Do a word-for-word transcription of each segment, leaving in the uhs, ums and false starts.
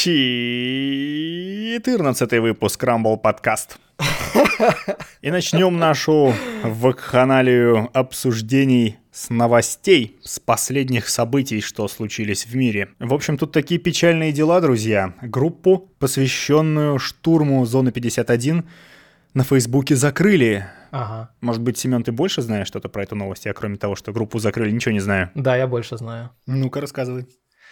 четырнадцатый выпуск Rumble подкаст. И начнем нашу вакханалию обсуждений с новостей, с последних событий, что случились в мире. В общем, тут такие печальные дела, друзья. Группу, посвященную штурму Зоны пятьдесят один, на Фейсбуке закрыли. Ага. Может быть, Семен, ты больше знаешь что-то про эту новость? Я кроме того, что группу закрыли, ничего не знаю. Да, я больше знаю. Ну-ка, рассказывай.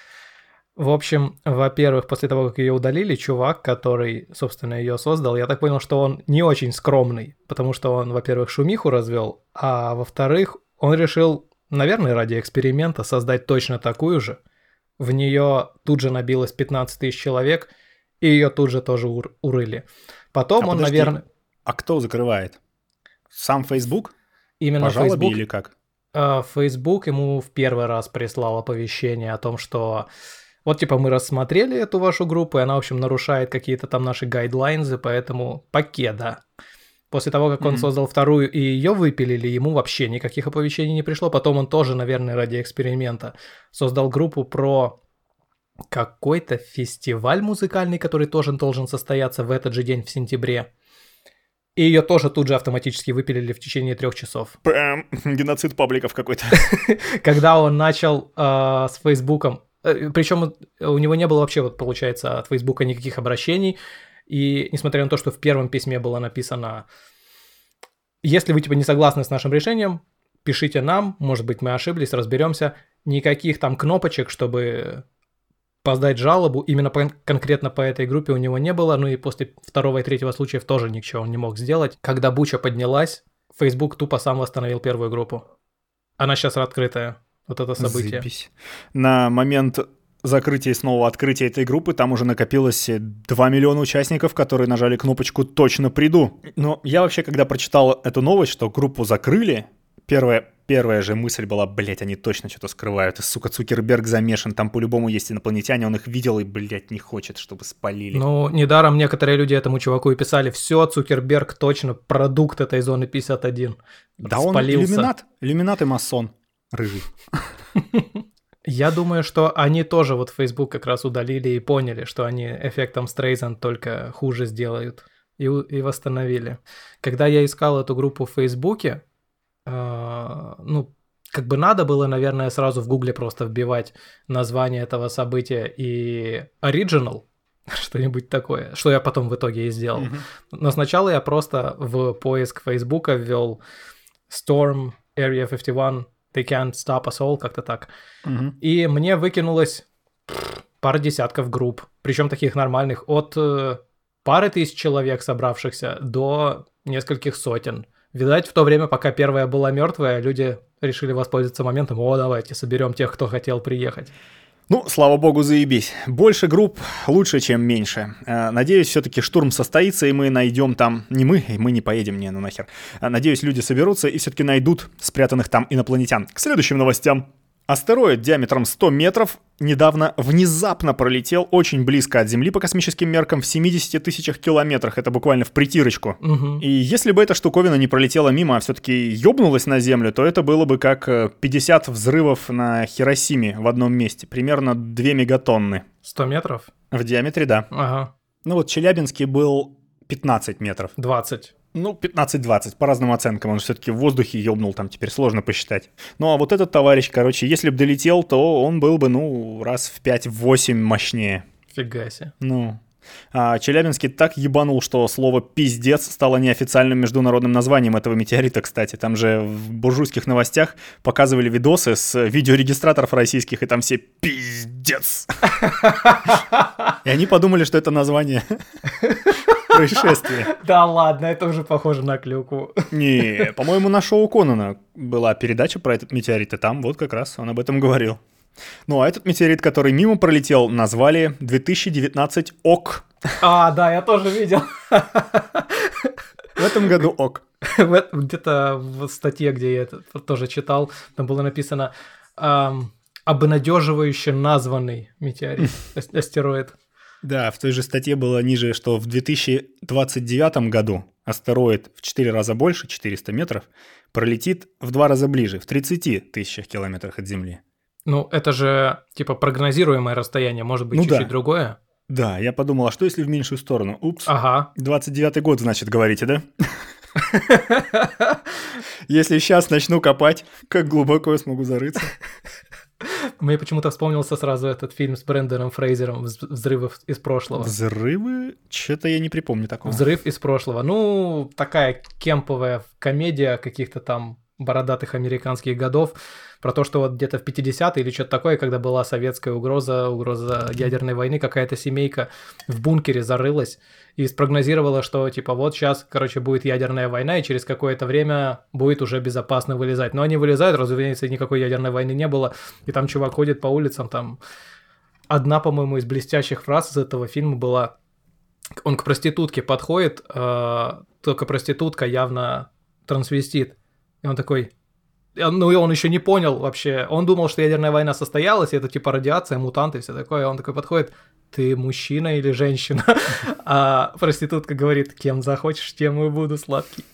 В общем, во-первых, после того, как ее удалили, чувак, который, собственно, ее создал, я так понял, что он не очень скромный, потому что он, во-первых, шумиху развел, а во-вторых, он решил, наверное, ради эксперимента создать точно такую же. В нее тут же набилось пятнадцать тысяч человек, и ее тут же тоже ур- урыли. Потом а он, подожди, наверное... А кто закрывает? Сам Facebook? Именно По жалобе Facebook, или как? э, Facebook ему в первый раз прислал оповещение о том, что вот типа мы рассмотрели эту вашу группу, и она, в общем, нарушает какие-то там наши гайдлайнзы, поэтому покеда. После того, как он Мгм. создал вторую и ее выпилили, ему вообще никаких оповещений не пришло. Потом он тоже, наверное, ради эксперимента создал группу про какой-то фестиваль музыкальный, который тоже должен состояться в этот же день в сентябре. И ее тоже тут же автоматически выпилили в течение трех часов. Прям геноцид пабликов какой-то. Когда он начал э, с Фейсбуком, э, причем у него не было вообще, вот, получается, от Фейсбука никаких обращений, и несмотря на то, что в первом письме было написано, если вы типа не согласны с нашим решением, пишите нам, может быть, мы ошиблись, разберемся, никаких там кнопочек, чтобы подать жалобу именно по, конкретно по этой группе у него не было, ну и после второго и третьего случаев тоже ничего он не мог сделать. Когда буча поднялась, Facebook тупо сам восстановил первую группу. Она сейчас открытая, вот это событие. Заебись. На момент закрытия и снова открытия этой группы там уже накопилось два миллиона участников, которые нажали кнопочку «Точно приду». Но я вообще, когда прочитал эту новость, что группу закрыли, первая, первая же мысль была, блять, они точно что-то скрывают. И, сука, Цукерберг замешан, там по-любому есть инопланетяне, он их видел и, блять, не хочет, чтобы спалили. Ну, недаром некоторые люди этому чуваку и писали, все, Цукерберг точно продукт этой зоны пятьдесят один. Да он Спалился. иллюминат, иллюминат и масон рыжий. Я думаю, что они тоже вот Facebook как раз удалили и поняли, что они эффектом Стрейзанд только хуже сделают. И, и восстановили. Когда я искал эту группу в Фейсбуке, э, ну, как бы надо было, наверное, сразу в Гугле просто вбивать название этого события и Original, что-нибудь такое, что я потом в итоге и сделал. Мгм. Но сначала я просто в поиск Фейсбука ввел Storm Area пятьдесят один, They Can't Stop Us All, как-то так. Мгм. И мне выкинулось пара десятков групп, причем таких нормальных, от э, пары тысяч человек собравшихся до нескольких сотен. Видать, в то время, пока первая была мертвая, люди решили воспользоваться моментом, о, давайте соберем тех, кто хотел приехать. Ну, слава богу, заебись. Больше групп лучше, чем меньше. Э, Надеюсь, все-таки штурм состоится, и мы найдем там... Не мы, мы не поедем, не, ну нахер. Э, Надеюсь, люди соберутся и все-таки найдут спрятанных там инопланетян. К следующим новостям. Астероид диаметром сто метров недавно внезапно пролетел очень близко от Земли по космическим меркам в семидесяти тысячах километрах. Это буквально в притирочку. Мгм. И если бы эта штуковина не пролетела мимо, а все-таки ёбнулась на Землю, то это было бы как э, пятьдесят взрывов на Хиросиме в одном месте. Примерно две мегатонны. сто метров? В диаметре, да. Ага, Ну вот Челябинский был пятнадцать метров. двадцать. Ну, пятнадцать-двадцать, по разным оценкам. Он все-таки в воздухе ёбнул, там теперь сложно посчитать. Ну, а вот этот товарищ, короче, если бы долетел, то он был бы, ну, раз в пять-восемь мощнее. Фига себе. Ну, а Челябинский так ебанул, что слово «пиздец» стало неофициальным международным названием этого метеорита, кстати. Там же в буржуйских новостях показывали видосы с видеорегистраторов российских, и там все «пиздец». И они подумали, что это название происшествия. Да ладно, это уже похоже на клюкву. Не, по-моему, на шоу Конана была передача про этот метеорит, и там вот как раз он об этом говорил. Ну, а этот метеорит, который мимо пролетел, назвали две тысячи девятнадцать ОК. А, да, я тоже видел. В этом году ОК. В эт- Где-то в статье, где я это тоже читал, там было написано ам, обнадеживающе названный метеорит, ас- астероид. Да, в той же статье было ниже, что в две тысячи двадцать девятом году астероид в четыре раза больше, четыреста метров, пролетит в два раза ближе, в тридцати тысячах километрах от Земли. Ну, это же, типа, прогнозируемое расстояние, может быть, Ну чуть-чуть да. другое. Да, я подумал, а что если в меньшую сторону? Упс. Ага. двадцать девятый год, значит, говорите, да? Если сейчас начну копать, как глубоко я смогу зарыться? Мне почему-то вспомнился сразу этот фильм с Брендоном Фрейзером «Взрывы из прошлого». Взрывы? Что-то я не припомню такого. «Взрыв из прошлого». Ну, такая кемповая комедия каких-то там бородатых американских годов про то, что вот где-то в пятидесятые или что-то такое, когда была советская угроза, угроза ядерной войны, какая-то семейка в бункере зарылась и спрогнозировала, что типа вот сейчас, короче, будет ядерная война, и через какое-то время будет уже безопасно вылезать. Но они вылезают, разумеется, никакой ядерной войны не было, и там чувак ходит по улицам, там одна, по-моему, из блестящих фраз из этого фильма была, он к проститутке подходит, э, только проститутка явно трансвестит, и он такой... Ну, и он еще не понял вообще. Он думал, что ядерная война состоялась, и это типа радиация, мутанты и все такое. Он такой подходит, ты мужчина или женщина? А проститутка говорит, кем захочешь, тем и буду, сладкий.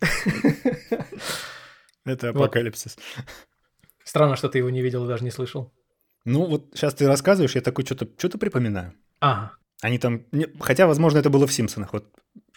Это апокалипсис. Странно, что ты его не видел и даже не слышал. Ну, вот сейчас ты рассказываешь, я такой что-то что-то припоминаю. Ага. Они там... Хотя, возможно, это было в «Симпсонах». Вот.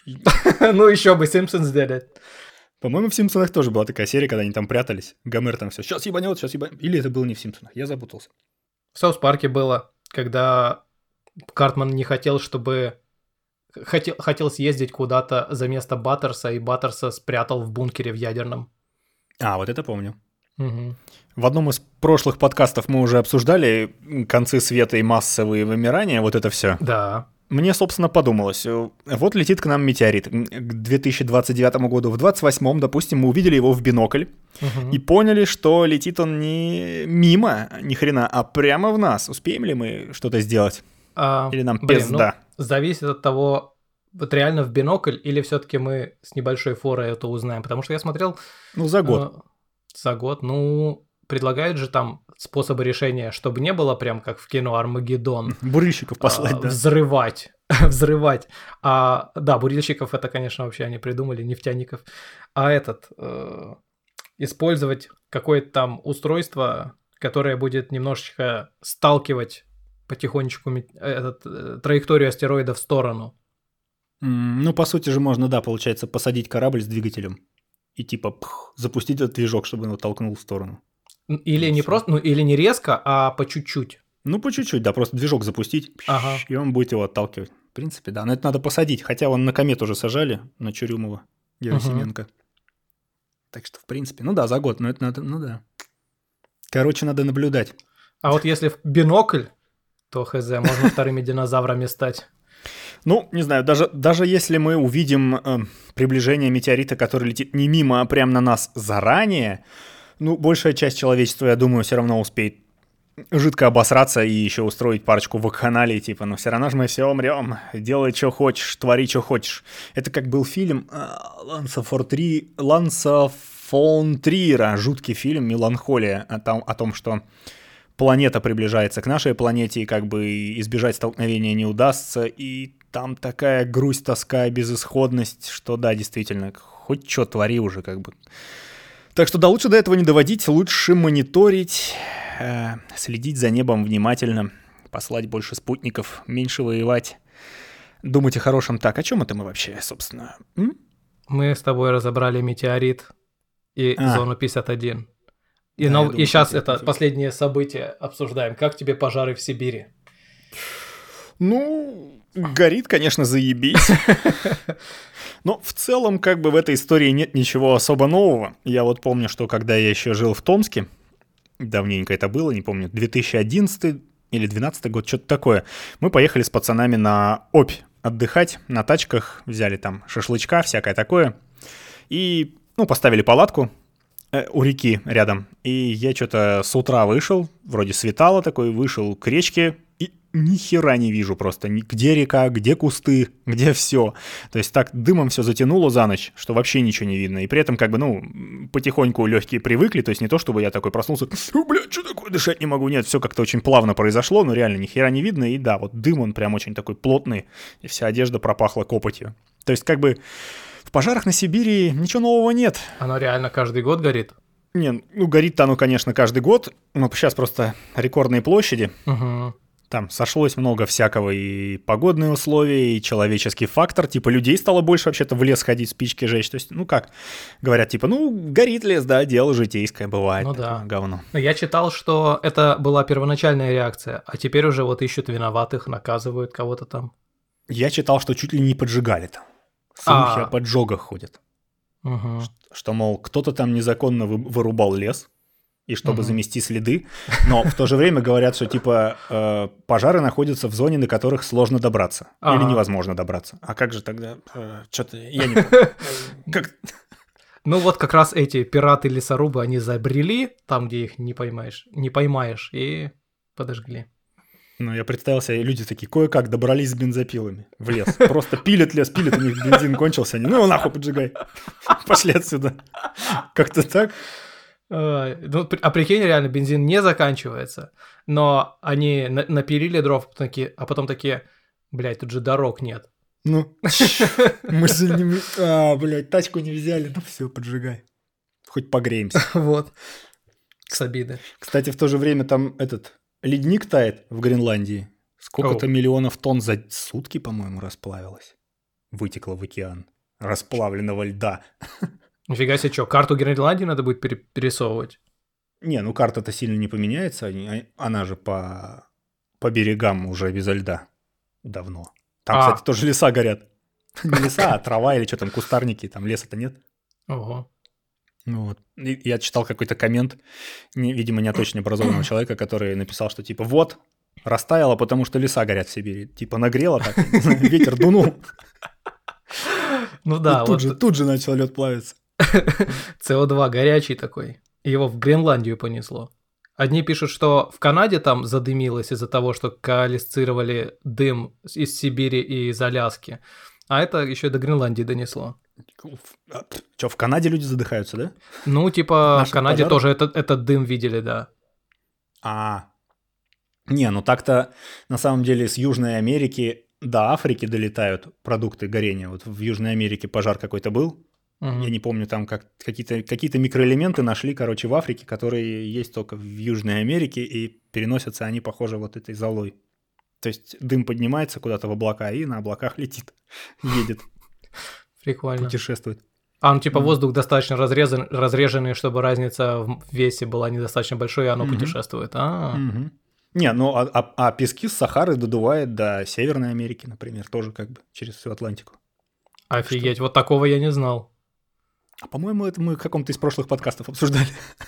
Ну, еще бы, «Симпсонс» сделать. По-моему, в «Симпсонах» тоже была такая серия, когда они там прятались. Гомер там все, сейчас ебанет, сейчас ебанет. Или это было не в «Симпсонах», я запутался. В «Саус Парке» было, когда Картман не хотел, чтобы... Хотел, хотел съездить куда-то за место Баттерса, и Баттерса спрятал в бункере в ядерном. А, вот это помню. Угу. В одном из прошлых подкастов мы уже обсуждали концы света и массовые вымирания, вот это все. Да. Мне, собственно, подумалось, вот летит к нам метеорит к две тысячи двадцать девятому году. В двадцать восьмом, допустим, мы увидели его в бинокль угу. и поняли, что летит он не мимо, ни хрена, а прямо в нас. Успеем ли мы что-то сделать? А, или нам блин, пизда? Ну, зависит от того, вот реально в бинокль, или все-таки мы с небольшой форой это узнаем. Потому что я смотрел... Ну, за год. Э, за год, ну... Предлагают же там способы решения, чтобы не было прям как в кино «Армагеддон». Бурильщиков послать, а, да. Взрывать. взрывать. А, да, бурильщиков это, конечно, вообще они придумали, нефтяников. А этот... Э, использовать какое-то там устройство, которое будет немножечко сталкивать потихонечку этот, э, траекторию астероида в сторону. Mm, ну, по сути же можно, да, получается, посадить корабль с двигателем и типа пх, запустить этот движок, чтобы он его толкнул в сторону. Или и не все. Просто, ну или не резко, а по чуть-чуть. Ну, по чуть-чуть, да, просто движок запустить, ага. и он будет его отталкивать. В принципе, да, но это надо посадить, хотя вон на комет уже сажали, на Чурюмова, Герасименко. Угу. Так что, в принципе, ну да, за год, но это надо, ну да. Короче, надо наблюдать. А вот если в бинокль, то хз, можно вторыми динозаврами стать. Ну, не знаю, даже, даже если мы увидим э, приближение метеорита, который летит не мимо, а прямо на нас заранее, ну, большая часть человечества, я думаю, все равно успеет жидко обосраться и еще устроить парочку вакханалий, типа, ну, все равно же мы все умрем, делай, что хочешь, твори, что хочешь. Это как был фильм Ланса фон Триера, Ланса фон Триера, жуткий фильм «Меланхолия», о том, о том, что планета приближается к нашей планете, и как бы избежать столкновения не удастся, и там такая грусть, тоска, безысходность, что да, действительно, хоть что твори уже, как бы. Так что да, лучше до этого не доводить, лучше мониторить, э, следить за небом внимательно, послать больше спутников, меньше воевать, думать о хорошем. Так, о чем это мы вообще, собственно? М? Мы с тобой разобрали метеорит и а. зону пятьдесят один. И, да, нов... думаю, и сейчас это пятьдесят. Последнее событие обсуждаем. Как тебе пожары в Сибири? Ну, горит, конечно, заебись. Но в целом, как бы в этой истории нет ничего особо нового. Я вот помню, что когда я еще жил в Томске, давненько это было, не помню, две тысячи одиннадцатый или двенадцатый год, что-то такое, мы поехали с пацанами на Обь отдыхать, на тачках, взяли там шашлычка, всякое такое, и, ну, поставили палатку э, у реки рядом, и я что-то с утра вышел, вроде светало такой, вышел к речке, и ни хера не вижу просто, где река, где кусты, где все. То есть так дымом все затянуло за ночь, что вообще ничего не видно. И при этом как бы, ну, потихоньку легкие привыкли, то есть не то, чтобы я такой проснулся, блядь, что такое, дышать не могу. Нет, все как-то очень плавно произошло, но реально ни хера не видно. И да, вот дым он прям очень такой плотный, и вся одежда пропахла копотью. То есть как бы в пожарах на Сибири ничего нового нет. Оно реально каждый год горит? Не, ну горит-то оно, конечно, каждый год, но сейчас просто рекордные площади. Угу. Там сошлось много всякого, и погодные условия, и человеческий фактор. Типа людей стало больше вообще-то в лес ходить, спички жечь. То есть, ну как, говорят, типа, ну горит лес, да, дело житейское, бывает. Ну такое да. говно. Но я читал, что это была первоначальная реакция, а теперь уже вот ищут виноватых, наказывают кого-то там. Я читал, что чуть ли не поджигали там. Слухи А. о поджогах ходят. Угу. Что, что, мол, кто-то там незаконно вы- вырубал лес, и чтобы Мгм. замести следы, но в то же время говорят, что типа э, пожары находятся в зоне, до которых сложно добраться. Или Ага. невозможно добраться. А как же тогда? Э, что-то я не помню. Как... Ну вот как раз эти пираты-лесорубы, они забрели там, где их не поймаешь, не поймаешь, и подожгли. Ну, я представил себе, люди такие кое-как добрались с бензопилами в лес. Просто пилят лес, пилят, у них бензин кончился, они, ну его нахуй поджигай. Пошли отсюда. Как-то так. А, ну, при- а прикинь, реально, бензин не заканчивается, но они на- напилили дров, потом такие, а потом такие, блядь, тут же дорог нет. Ну, мы же не... А, блядь, тачку не взяли, ну все, поджигай. Хоть погреемся. Вот. С обиды. Кстати, в то же время там этот ледник тает в Гренландии. Сколько-то Оу. миллионов тонн за сутки, по-моему, расплавилось. Вытекло в океан расплавленного льда. Нифига себе, что, карту Гренландии надо будет пере- перерисовывать? Не, ну карта-то сильно не поменяется. они- Она же по, по берегам уже без льда. Давно. Там, А. кстати, тоже леса горят. Не леса, а трава или что там, кустарники. Там леса-то нет. Ого. Ну вот. И я читал какой-то коммент, не, видимо, не точно образованного человека, который написал, что типа вот, растаяло, потому что леса горят в Сибири. Типа нагрело так, ветер дунул, Ну да, и тут вот же, тут же начал лед плавиться. СО2 горячий такой. Его в Гренландию понесло. Одни пишут, что в Канаде там задымилось из-за того, что коалесцировали дым из Сибири и из Аляски. А это еще до Гренландии донесло. Что, в Канаде люди задыхаются, да? Ну, типа, Наших в Канаде пожаров? тоже этот, этот дым видели, да. А, не, ну так-то на самом деле с Южной Америки до Африки долетают продукты горения. Вот в Южной Америке пожар какой-то был. Мгм. Я не помню, там как, какие-то, какие-то микроэлементы нашли, короче, в Африке, которые есть только в Южной Америке, и переносятся они, похоже, вот этой золой. То есть дым поднимается куда-то в облака и на облаках летит, едет, Прикольно. путешествует. А, ну, типа, Мгм. воздух достаточно разрезан, разреженный, чтобы разница в весе была недостаточно большой, и оно Мгм. путешествует. А, Мгм. Не, ну а, а- а пески с Сахары додувает до Северной Америки, например, тоже как бы через всю Атлантику. офигеть, вот такого я не знал. А по-моему, это мы в каком-то из прошлых подкастов обсуждали.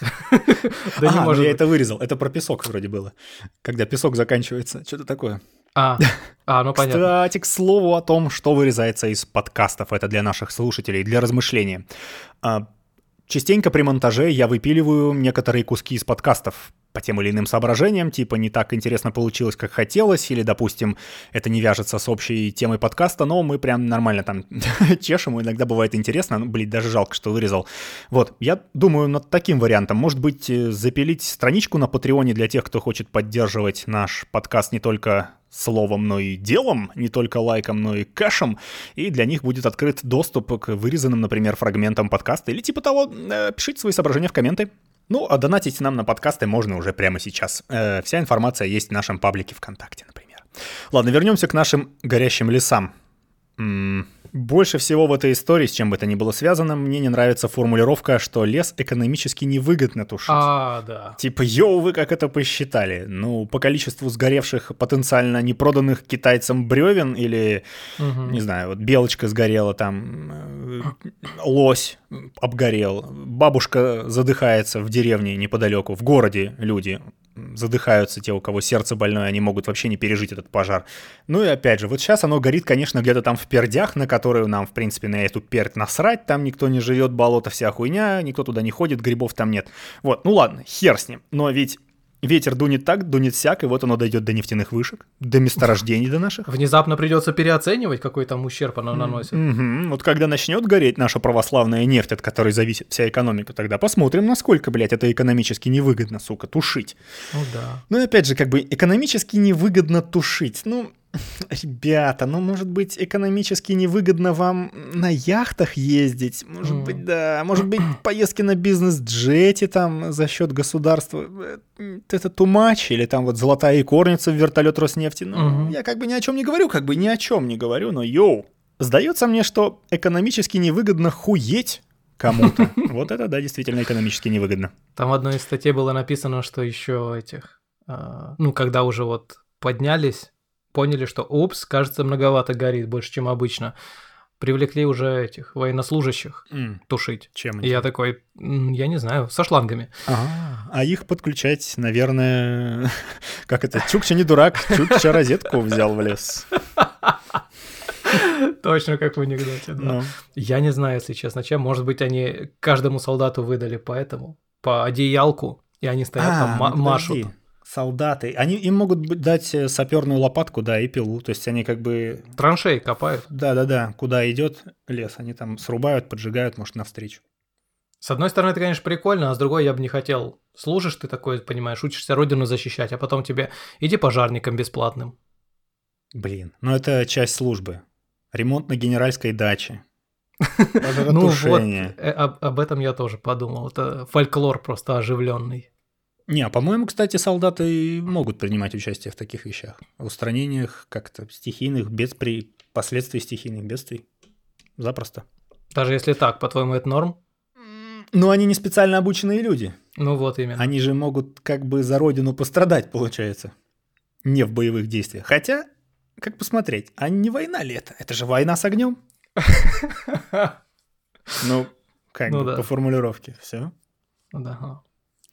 Да не А, ну может я быть. это вырезал. Это про песок вроде было. Когда песок заканчивается. Что-то такое. А, а, ну понятно. Кстати, к слову о том, что вырезается из подкастов. Это для наших слушателей, для размышления. А, Частенько при монтаже я выпиливаю некоторые куски из подкастов по тем или иным соображениям, типа не так интересно получилось, как хотелось, или, допустим, это не вяжется с общей темой подкаста, но мы прям нормально там чешем, иногда бывает интересно, ну, блин, даже жалко, что вырезал. Вот, я думаю над таким вариантом, может быть, э, запилить страничку на Патреоне для тех, кто хочет поддерживать наш подкаст не только словом, но и делом, не только лайком, но и кэшем, и для них будет открыт доступ к вырезанным, например, фрагментам подкаста или типа того. Э, пишите свои соображения в комменты. Ну, а донатить нам на подкасты можно уже прямо сейчас. Э, вся информация есть в нашем паблике ВКонтакте, например. Ладно, вернемся к нашим горящим лесам. М, Больше всего в этой истории, с чем бы это ни было связано, мне не нравится формулировка, что лес экономически невыгодно тушить. А, да. Типа, йоу, вы как это посчитали? Ну, по количеству сгоревших, потенциально непроданных китайцам бревен или, Мгм. не знаю, вот белочка сгорела там, э, лось обгорел, бабушка задыхается в деревне неподалеку, в городе люди задыхаются, те, у кого сердце больное, они могут вообще не пережить этот пожар. Ну и опять же, вот сейчас оно горит, конечно, где-то там в пердях, на которую нам, в принципе, на эту пердь насрать, там никто не живет, болото вся хуйня, никто туда не ходит, грибов там нет. Вот, ну ладно, хер с ним, но ведь ветер дунет так, дунет сяк, и вот оно дойдет до нефтяных вышек, до месторождений до наших. Внезапно придется переоценивать, какой там ущерб она наносит. Мгм. Вот когда начнет гореть наша православная нефть, от которой зависит вся экономика, тогда посмотрим, насколько, блядь, это экономически невыгодно, сука, тушить. Ну да. Ну и опять же, как бы экономически невыгодно тушить. Ну, Ребята, ну, может быть, экономически невыгодно вам на яхтах ездить? Может М. быть, да. Может быть, поездки на бизнес-джете там за счет государства. э, Это too much? Или там вот золотая икорница в вертолет Роснефти? Ну, Мгм. я как бы ни о чем не говорю, как бы ни о чем не говорю, но йоу. Сдается мне, что экономически невыгодно хуеть кому-то. Вот это, да, действительно экономически невыгодно. Там в одной из статей было написано, что еще этих, а, ну, когда уже вот поднялись, поняли, что, упс, кажется, многовато горит, больше, чем обычно. Привлекли уже этих военнослужащих М, тушить. Чем И они? я такой, «М, я не знаю, со шлангами». Ага, а их подключать, наверное, как это, Чукча не дурак, Чукча розетку взял в лес. Точно как в анекдоте, да. Ну, Я не знаю, если честно, чем. Может быть, они каждому солдату выдали по этому, по одеялку, и они стоят там, а, ма- ну машут. подожди, солдаты, они им могут быть- дать э, саперную лопатку, да, и пилу, то есть они как бы, Траншеи копают. да-да-да, куда идет лес, они там срубают, поджигают, может, навстречу. С одной стороны, это, конечно, прикольно, а с другой я бы не хотел. Служишь ты такой, понимаешь, учишься родину защищать, а потом тебе иди пожарником бесплатным. Блин, ну это часть службы. Ремонт на генеральской даче. Ну вот, Пожаротушение. э, об, об этом я тоже подумал. Это фольклор просто оживленный. Не, а по-моему, кстати, солдаты могут принимать участие в таких вещах. В устранениях как-то стихийных бедствий, последствий стихийных бедствий. Запросто. Даже если так, по-твоему, это норм? Но они не специально обученные люди. Ну вот именно. Они же могут как бы за родину пострадать, получается. Не в боевых действиях. Хотя, как посмотреть, а не война ли это? Это же война с огнем. Ну, как Ну бы да. по формулировке. Все. Да, ага.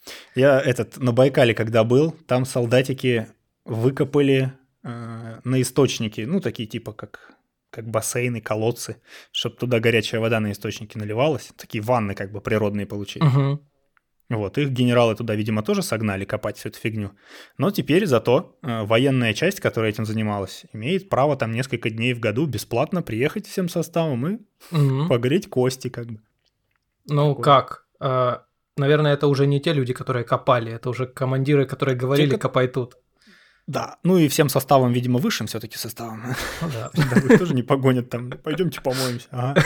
Я этот на Байкале, когда был, там солдатики выкопали э, на источники, ну, такие типа как, как бассейны, колодцы, чтобы туда горячая вода на источники наливалась. Такие ванны как бы природные получились. Мгм. Вот, их генералы туда, видимо, тоже согнали копать всю эту фигню. Но теперь зато э, военная часть, которая этим занималась, имеет право там несколько дней в году бесплатно приехать всем составом и Мгм. погреть кости как бы. Ну Такое. как? А, наверное, это уже не те люди, которые копали, это уже командиры, которые говорили, Те, ко- копай тут. Да, ну и всем составом, видимо, высшим все-таки составом. Ну да. Да, их тоже не погонят там. Пойдемте помоемся. Ага.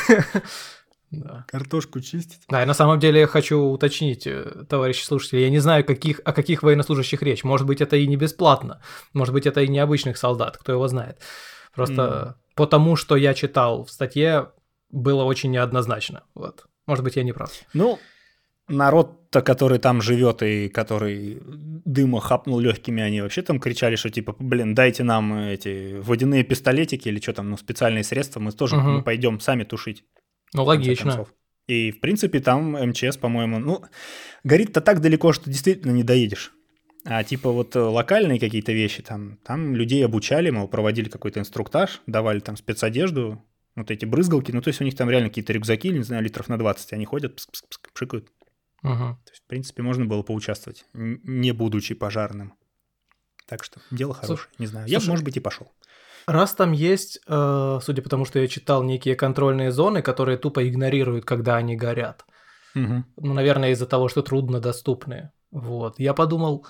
Да. Картошку чистить. Да, и на самом деле я хочу уточнить, э, товарищи слушатели, я не знаю, каких, о каких военнослужащих речь. Может быть, это и не бесплатно, может быть, это и не обычных солдат, кто его знает. Просто по тому, что я читал в статье, было очень неоднозначно. Вот. Может быть, я не прав. Ну, народ-то, который там живет и который дыма хапнул легкими, они вообще там кричали, что типа, блин, дайте нам эти водяные пистолетики или что там, ну, специальные средства, мы тоже Мгм. мы пойдем сами тушить. Ну, в конце логично. концов. И, в принципе, там МЧС, по-моему, ну, горит-то так далеко, что действительно не доедешь. А типа вот э, локальные какие-то вещи, там, там людей обучали, мол, проводили какой-то инструктаж, давали там спецодежду, вот эти брызгалки, ну, то есть у них там реально какие-то рюкзаки, не знаю, литров на двадцать, они ходят, пс-пс-пс, пшикают. Мгм. То есть, в принципе, можно было поучаствовать, н- не будучи пожарным. Так что дело хорошее, не знаю. Я бы, слушай, может быть, и пошел. Раз там есть, э, судя по тому, что я читал, некие контрольные зоны, которые тупо игнорируют, когда они горят. Мгм. Ну, наверное, из-за того, что труднодоступны. Вот. Я подумал,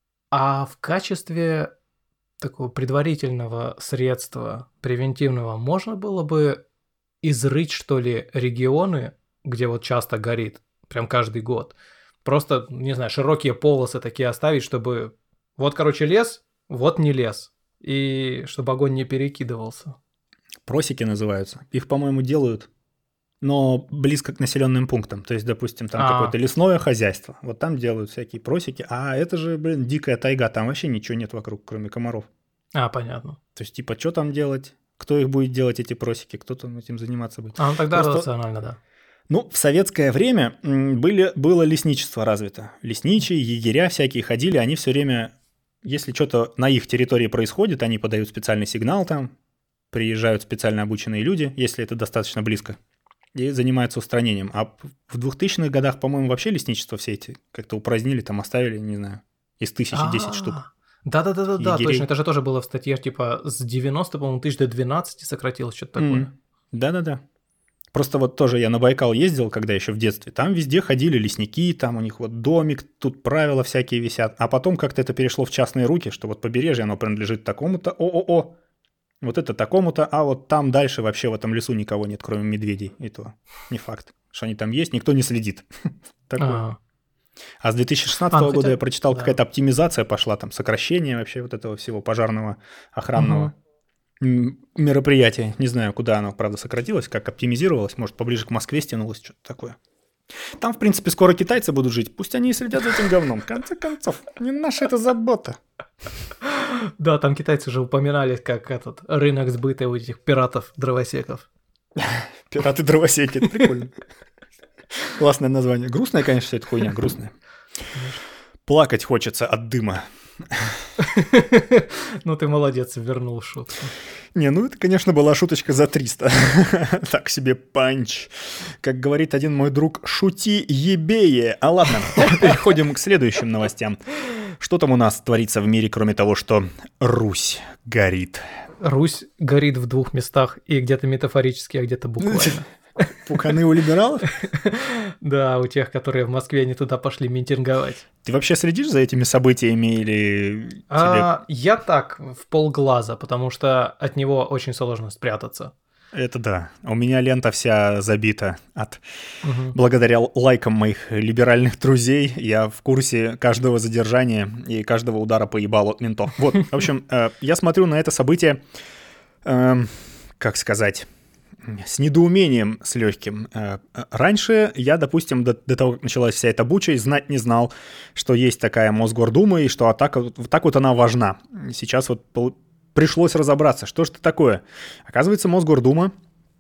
а в качестве такого предварительного средства, превентивного, можно было бы изрыть, что ли, регионы, где вот часто горит, прям каждый год. Просто, не знаю, широкие полосы такие оставить, чтобы вот, короче, лес, вот не лес. И чтобы огонь не перекидывался. Просеки называются. Их, по-моему, делают, но близко к населенным пунктам. То есть, допустим, там А. какое-то лесное хозяйство. Вот там делают всякие просеки. А это же, блин, дикая тайга. Там вообще ничего нет вокруг, кроме комаров. А, понятно. То есть, типа, что там делать? Кто их будет делать, эти просеки? Кто там этим заниматься будет? А, ну тогда Просто- рационально, да. Ну, в советское время м, были, было лесничество развито. Лесничие, егеря всякие ходили, они все время, если что-то на их территории происходит, они подают специальный сигнал там, приезжают специально обученные люди, если это достаточно близко, и занимаются устранением. А в двухтысячных годах, по-моему, вообще лесничество все эти как-то упразднили, там оставили, не знаю, из тысячи десять штук. А, Да-да-да-да, Егерей. точно. Это же тоже было в статье, типа, с девяноста, по-моему, тысяч до двенадцати сократилось, что-то такое. М, Да-да-да. Просто вот тоже я на Байкал ездил, когда еще в детстве. Там везде ходили лесники, там у них вот домик, тут правила всякие висят. А потом как-то это перешло в частные руки, что вот побережье, оно принадлежит такому-то ООО. Вот это такому-то, а вот там дальше вообще в этом лесу никого нет, кроме медведей. И то не факт, что они там есть, никто не следит. Такое. А с две тысячи шестнадцатого года я прочитал, какая-то оптимизация пошла, там сокращение вообще вот этого всего пожарного, охранного мероприятия. Не знаю, куда оно, правда, сократилось, как оптимизировалось, может, поближе к Москве стянулось, что-то такое. Там, в принципе, скоро китайцы будут жить. Пусть они и следят за этим говном. В конце концов, не наша это забота. Да, там китайцы уже упоминали, как этот рынок сбыта у этих пиратов-дровосеков. Пираты-дровосеки, это прикольно. Классное название. Грустная, конечно, вся эта хуйня, грустная. Плакать хочется от дыма. Ну, ты молодец, вернул шутку. Не, ну это, конечно, была шуточка за триста. Так себе панч. Как говорит один мой друг, шути ебее. А ладно, переходим к следующим новостям. Что там у нас творится в мире, кроме того, что Русь горит? Русь горит в двух местах, и где-то метафорически, а где-то буквально. Пуканы у либералов? Да, у тех, которые в Москве, они туда пошли митинговать. Ты вообще следишь за этими событиями или... А, я так, в полглаза, потому что от него очень сложно спрятаться. Это да. У меня лента вся забита от... Угу. Благодаря лайкам моих либеральных друзей я в курсе каждого задержания и каждого удара по ебалу от ментов. Вот, в общем, я смотрю на это событие, как сказать... с недоумением, с легким. Раньше я, допустим, до, до того, как началась вся эта буча, знать не знал, что есть такая Мосгордума и что атака, вот так вот она важна. Сейчас вот пришлось разобраться, что же это такое. Оказывается, Мосгордума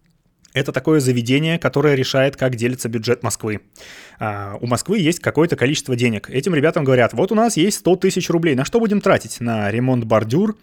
— это такое заведение, которое решает, как делится бюджет Москвы. А, у Москвы есть какое-то количество денег. Этим ребятам говорят, вот у нас есть сто тысяч рублей. На что будем тратить? На ремонт бордюр,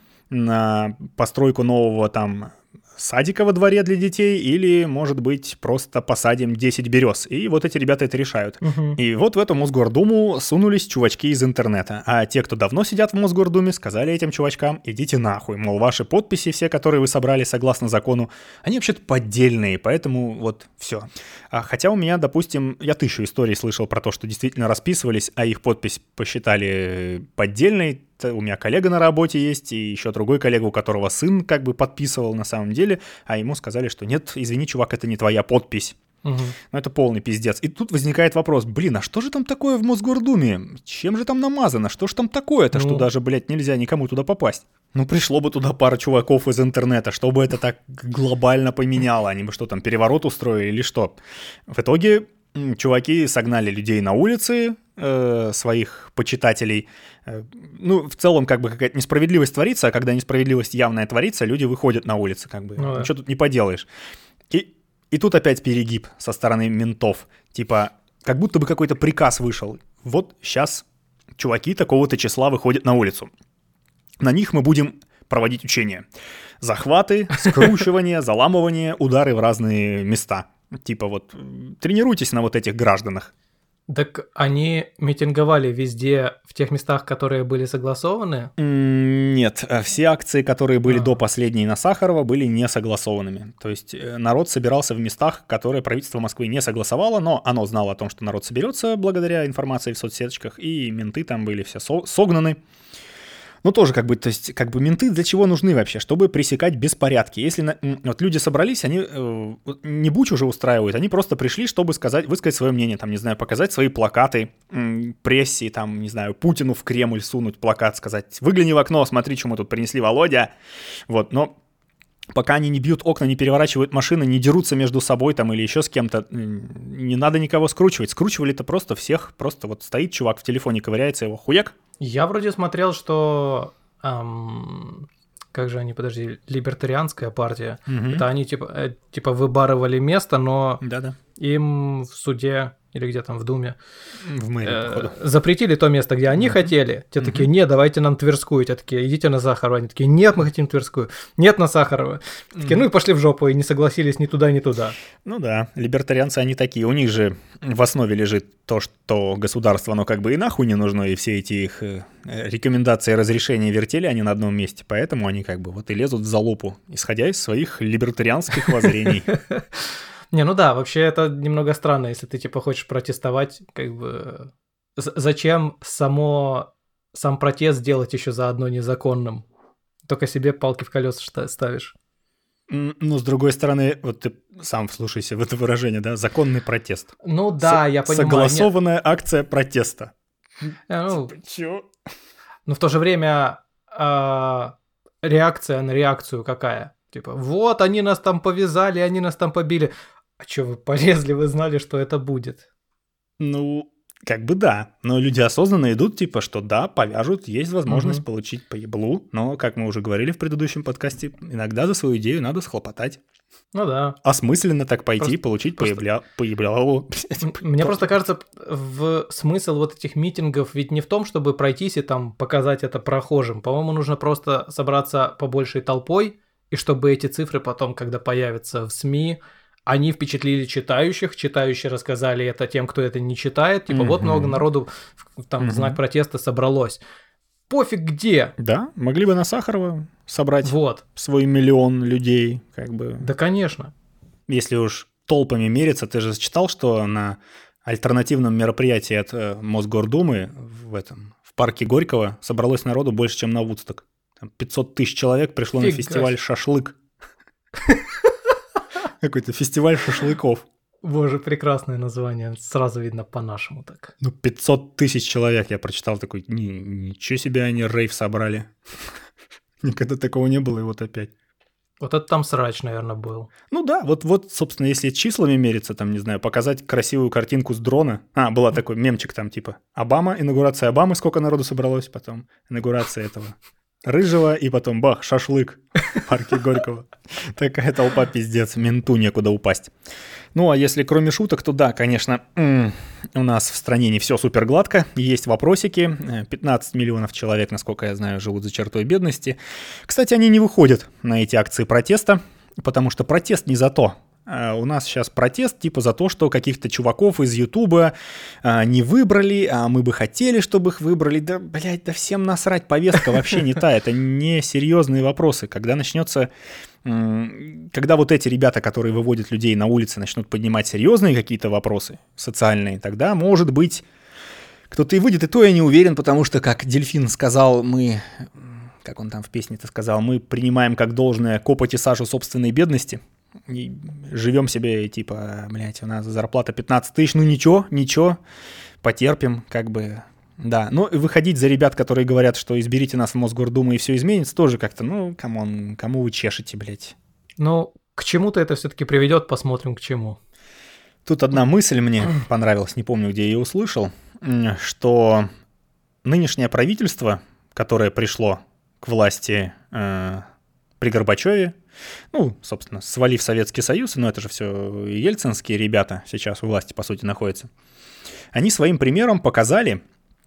на постройку нового там... садика во дворе для детей, или, может быть, просто посадим десять берез. И вот эти ребята это решают. Uh-huh. И вот в эту Мосгордуму сунулись чувачки из интернета. А те, кто давно сидят в Мосгордуме, сказали этим чувачкам, идите нахуй. Мол, ваши подписи, все, которые вы собрали согласно закону, они вообще-то поддельные, поэтому вот все. А хотя у меня, допустим, я тысячу историй слышал про то, что действительно расписывались, а их подпись посчитали поддельной. У меня коллега на работе есть, и еще другой коллега, у которого сын как бы подписывал на самом деле, а ему сказали, что нет, извини, чувак, это не твоя подпись. Угу. Ну, это полный пиздец. И тут возникает вопрос, блин, а что же там такое в Мосгордуме? Чем же там намазано? Что же там такое-то, ну... что даже, блядь, нельзя никому туда попасть? Ну, пришло бы туда пара чуваков из интернета, чтобы это так глобально поменяло. Они бы что там, переворот устроили или что? В итоге... чуваки согнали людей на улицы, э, своих почитателей. Э, ну, в целом, как бы какая-то несправедливость творится, а когда несправедливость явная творится, люди выходят на улицы, как бы. Ну, да. Ничего тут не поделаешь. И, и тут опять перегиб со стороны ментов. Типа, как будто бы какой-то приказ вышел. Вот сейчас чуваки такого-то числа выходят на улицу. На них мы будем проводить учения. Захваты, скручивание, заламывание, удары в разные места. Типа вот тренируйтесь на вот этих гражданах. Так они митинговали везде, в тех местах, которые были согласованы? Нет, все акции, которые были а. до последней на Сахарова, были не согласованными. То есть народ собирался в местах, которые правительство Москвы не согласовало, но оно знало о том, что народ соберется благодаря информации в соцсеточках, и менты там были все со- согнаны. Ну, тоже как бы, то есть, как бы менты для чего нужны вообще? Чтобы пресекать беспорядки. Если на, вот люди собрались, они э, не буч уже устраивают, они просто пришли, чтобы сказать, высказать свое мнение, там, не знаю, показать свои плакаты э, прессе, там, не знаю, Путину в Кремль сунуть плакат, сказать, выгляни в окно, смотри, что мы тут принесли, Володя. Вот, но пока они не бьют окна, не переворачивают машины, не дерутся между собой там или еще с кем-то, не надо никого скручивать. Скручивали-то просто всех, просто вот стоит чувак в телефоне, ковыряется его, хуяк. Я вроде смотрел, что... Эм, как же они, подожди, либертарианская партия. Угу. Это они типа, э, типа выбарывали место, но Да-да. им в суде... или где там в Думе, в мэрии, э, запретили то место, где они uh-huh. хотели. Те uh-huh. такие, нет, давайте нам Тверскую. Те такие, идите на Сахарова. Они такие, нет, мы хотим Тверскую. Нет, на Сахарова. Uh-huh. Такие, ну и пошли в жопу, и не согласились ни туда, ни туда. Ну да, либертарианцы они такие. У них же в основе лежит то, что государство, оно как бы и нахуй не нужно, и все эти их рекомендации, разрешения вертели они на одном месте, поэтому они как бы вот и лезут в залупу, исходя из своих либертарианских воззрений. Не, ну да, вообще это немного странно, если ты типа хочешь протестовать, как бы зачем само сам протест делать еще заодно незаконным? Только себе палки в колеса ставишь. Ну, с другой стороны, вот ты сам вслушайся в это выражение, да, законный протест. Ну да, С- я понимаю. Согласованная Нет. акция протеста. Ну, типа, чё? Но в то же время э, реакция на реакцию какая? Типа, вот, они нас там повязали, они нас там побили. А чё вы полезли, вы знали, что это будет? Ну, как бы да, но люди осознанно идут, типа, что да, повяжут, есть возможность Мгм. получить по еблу, но, как мы уже говорили в предыдущем подкасте, иногда за свою идею надо схлопотать. Ну да. Осмысленно так пойти и Просто- получить просто- по ебля... по ебляву. М- Мне просто кажется, в смысл вот этих митингов ведь не в том, чтобы пройтись и там показать это прохожим. По-моему, нужно просто собраться побольшей толпой, и чтобы эти цифры потом, когда появятся в СМИ, они впечатлили читающих, читающие рассказали это тем, кто это не читает. Типа, вот Мгм. много народу в- там в знак Мгм. протеста собралось. Пофиг где. Да, могли бы на Сахарова собрать Вот. свой миллион людей, как бы. Да, конечно. Если уж толпами мериться, ты же читал, что на альтернативном мероприятии от э, Мосгордумы в этом в парке Горького собралось народу больше, чем на Вудсток. Там пятьсот тысяч человек пришло на Фига фестиваль шашлык. Какой-то фестиваль шашлыков. Боже, прекрасное название. Сразу видно по-нашему так. Ну, пятьсот тысяч человек, я прочитал, такой, «Ни- ничего себе они рейв собрали. Никогда такого не было, и вот опять. Вот это там срач, наверное, был. Ну да, вот, вот, собственно, если числами мериться, там, не знаю, показать красивую картинку с дрона. А, была такой мемчик там, типа, Обама, инаугурация Обамы, сколько народу собралось, потом инаугурация этого Рыжего, и потом бах, шашлык в парке Горького. Такая толпа, пиздец, менту некуда упасть. Ну, а если кроме шуток, то да, конечно, м, у нас в стране не все супер гладко, есть вопросики. Э, пятнадцать миллионов человек, насколько я знаю, живут за чертой бедности. Кстати, они не выходят на эти акции протеста, потому что протест не за то. А у нас сейчас протест типа за то, что каких-то чуваков из Ютуба а, не выбрали, а мы бы хотели, чтобы их выбрали. Да, блядь, да всем насрать, повестка вообще не та. Это не серьезные вопросы. Когда начнется... м, Когда вот эти ребята, которые выводят людей на улицы, начнут поднимать серьезные какие-то вопросы социальные, тогда, может быть, кто-то и выйдет, и то я не уверен, потому что, как Дельфин сказал, мы... Как он там в песне-то сказал? Мы принимаем как должное копоть и сажу собственной бедности. И живем себе, типа, блядь, у нас зарплата пятнадцать тысяч, ну ничего, ничего, потерпим, как бы, да. Ну, и выходить за ребят, которые говорят, что изберите нас в Мосгордуму и все изменится, тоже как-то, ну, камон, кому вы чешете, блядь. Ну, к чему-то это все-таки приведет, посмотрим к чему. Тут одна мысль мне понравилась, не помню, где я ее услышал, м, что нынешнее правительство, которое пришло к власти э, при Горбачеве, ну, собственно, свалив Советский Союз, но это же все ельцинские ребята сейчас у власти, по сути, находятся, они своим примером показали,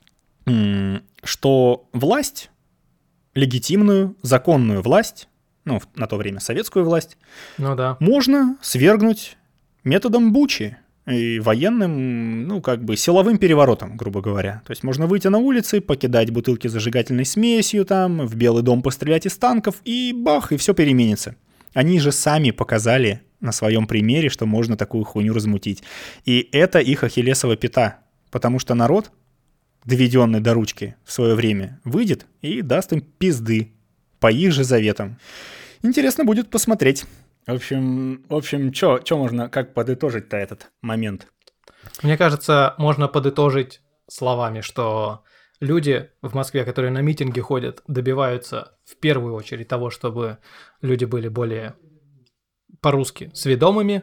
м, что власть, легитимную, законную власть, ну, в- на то время советскую власть, Ну да. можно свергнуть методом Бучи и военным, ну, как бы силовым переворотом, грубо говоря. То есть можно выйти на улицы, покидать бутылки с зажигательной смесью, там, в Белый дом пострелять из танков, и бах, и все переменится. Они же сами показали на своем примере, что можно такую хуйню размутить. И это их ахиллесова пята, потому что народ, доведенный до ручки в свое время, выйдет и даст им пизды по их же заветам. Интересно будет посмотреть. В общем, в общем, что можно, как подытожить-то этот момент? Мне кажется, можно подытожить словами, что люди в Москве, которые на митинги ходят, добиваются в первую очередь того, чтобы люди были более по-русски сведомыми,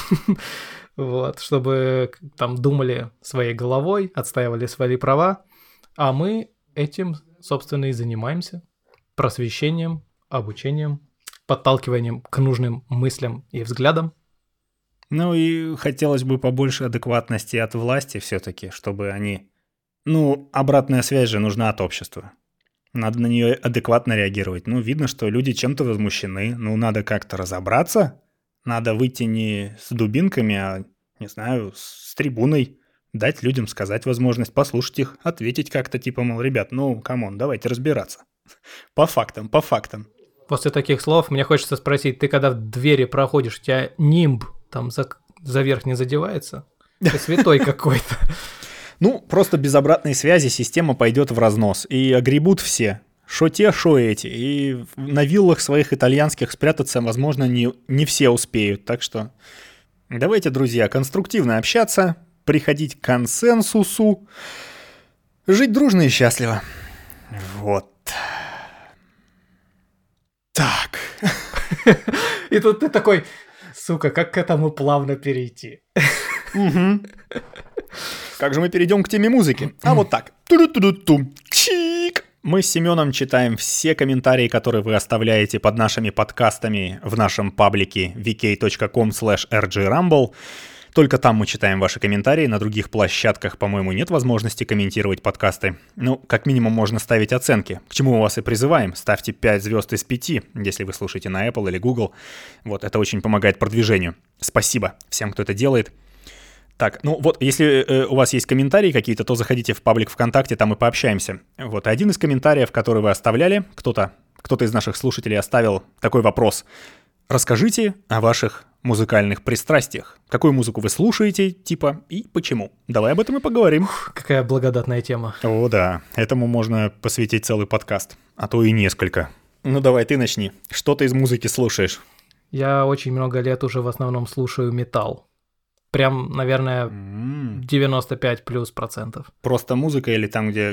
вот, чтобы там думали своей головой, отстаивали свои права, а мы этим, собственно, и занимаемся. Просвещением, обучением, подталкиванием к нужным мыслям и взглядам. Ну и хотелось бы побольше адекватности от власти все-таки, чтобы они... Ну, обратная связь же нужна от общества. Надо на нее адекватно реагировать. Ну, видно, что люди чем-то возмущены. Ну, надо как-то разобраться. Надо выйти не с дубинками, а, не знаю, с трибуной. Дать людям сказать возможность, послушать их, ответить как-то, типа, мол, ребят, ну, камон, давайте разбираться. По фактам, по фактам. После таких слов мне хочется спросить, ты когда в двери проходишь, у тебя нимб там за, за верх не задевается? Ты святой какой-то. Ну, просто без обратной связи система пойдет в разнос. И огребут все, шо те, шо эти. И на виллах своих итальянских спрятаться, возможно, не, не все успеют. Так что давайте, друзья, конструктивно общаться, приходить к консенсусу, жить дружно и счастливо. Вот. Так. И тут ты такой, сука, как к этому плавно перейти? Угу. Как же мы перейдем к теме музыки? А вот так. Ту-ду-ту-ду-ту. Чик. Мы с Семеном читаем все комментарии, которые вы оставляете под нашими подкастами в нашем паблике ви кей точка ком слэш эр джи рамбл. Только там мы читаем ваши комментарии, на других площадках, по-моему, нет возможности комментировать подкасты. Ну, как минимум можно ставить оценки, к чему мы вас и призываем. Ставьте пять звезд из пяти, если вы слушаете на Apple или Google. Вот, это очень помогает продвижению. Спасибо всем, кто это делает. Так, ну вот, если э, у вас есть комментарии какие-то, то заходите в паблик ВКонтакте, там и пообщаемся. Вот, один из комментариев, который вы оставляли, кто-то, кто-то из наших слушателей оставил такой вопрос. Расскажите о ваших музыкальных пристрастиях. Какую музыку вы слушаете, типа, и почему? Давай об этом и поговорим. Ух, какая благодатная тема. О, да, этому можно посвятить целый подкаст, а то и несколько. Ну давай, ты начни. Что ты из музыки слушаешь? Я очень много лет уже в основном слушаю металл. Прям, наверное, М. девяносто пять плюс процентов. Просто музыка или там, где...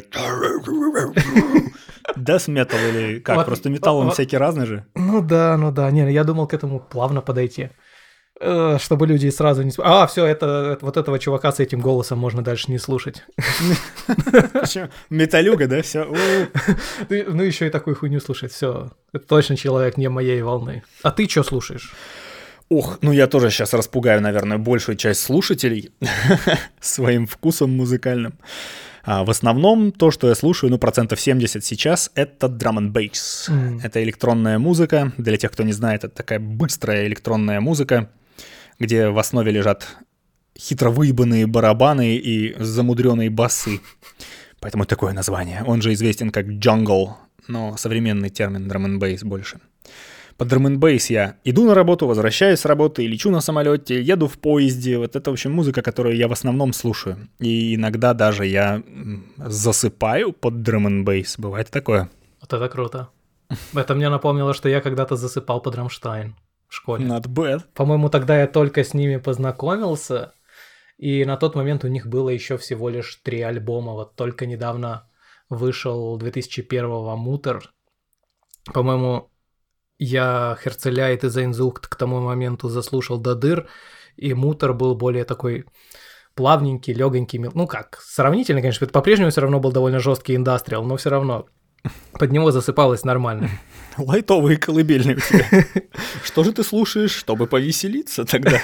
Death metal или как? Вот, Просто металл, он вот. всякий разный же. Ну да, ну да. Не, я думал к этому плавно подойти. Э, Чтобы люди сразу не... сп- А, все, это, это- вот этого чувака с этим голосом можно дальше не слушать. Почему? Металюга, да? Все. Ты- Ну, еще и такую хуйню слушать. Все, это точно человек не моей волны. А ты что слушаешь? Ох, ну я тоже сейчас распугаю, наверное, большую часть слушателей своим вкусом музыкальным. А в основном то, что я слушаю, ну, процентов семьдесят сейчас, это drum and bass. М. Это электронная музыка. Для тех, кто не знает, это такая быстрая электронная музыка, где в основе лежат хитро выебанные барабаны и замудренные басы. Поэтому такое название. Он же известен как jungle, но современный термин drum and bass больше. Под drum and bass я иду на работу, возвращаюсь с работы, лечу на самолете, еду в поезде. Вот это, в общем, музыка, которую я в основном слушаю. И иногда даже я м, засыпаю под drum and bass. Бывает такое. Вот это круто. Это мне напомнило, что я когда-то засыпал под Рамштайн в школе. Not bad. По-моему, тогда я только с ними познакомился, и на тот момент у них было еще всего лишь три альбома. Вот только недавно вышел две тысячи первого Мутер. По-моему, я Herzeleid и Sehnsucht к тому моменту заслушал до дыр, и Мутер был более такой плавненький, легонький. мел- Ну как, сравнительно, конечно, это по-прежнему все равно был довольно жесткий индастриал, но все равно под него засыпалось нормально. Лайтовые колыбельные у тебя. Что же ты слушаешь, чтобы повеселиться тогда?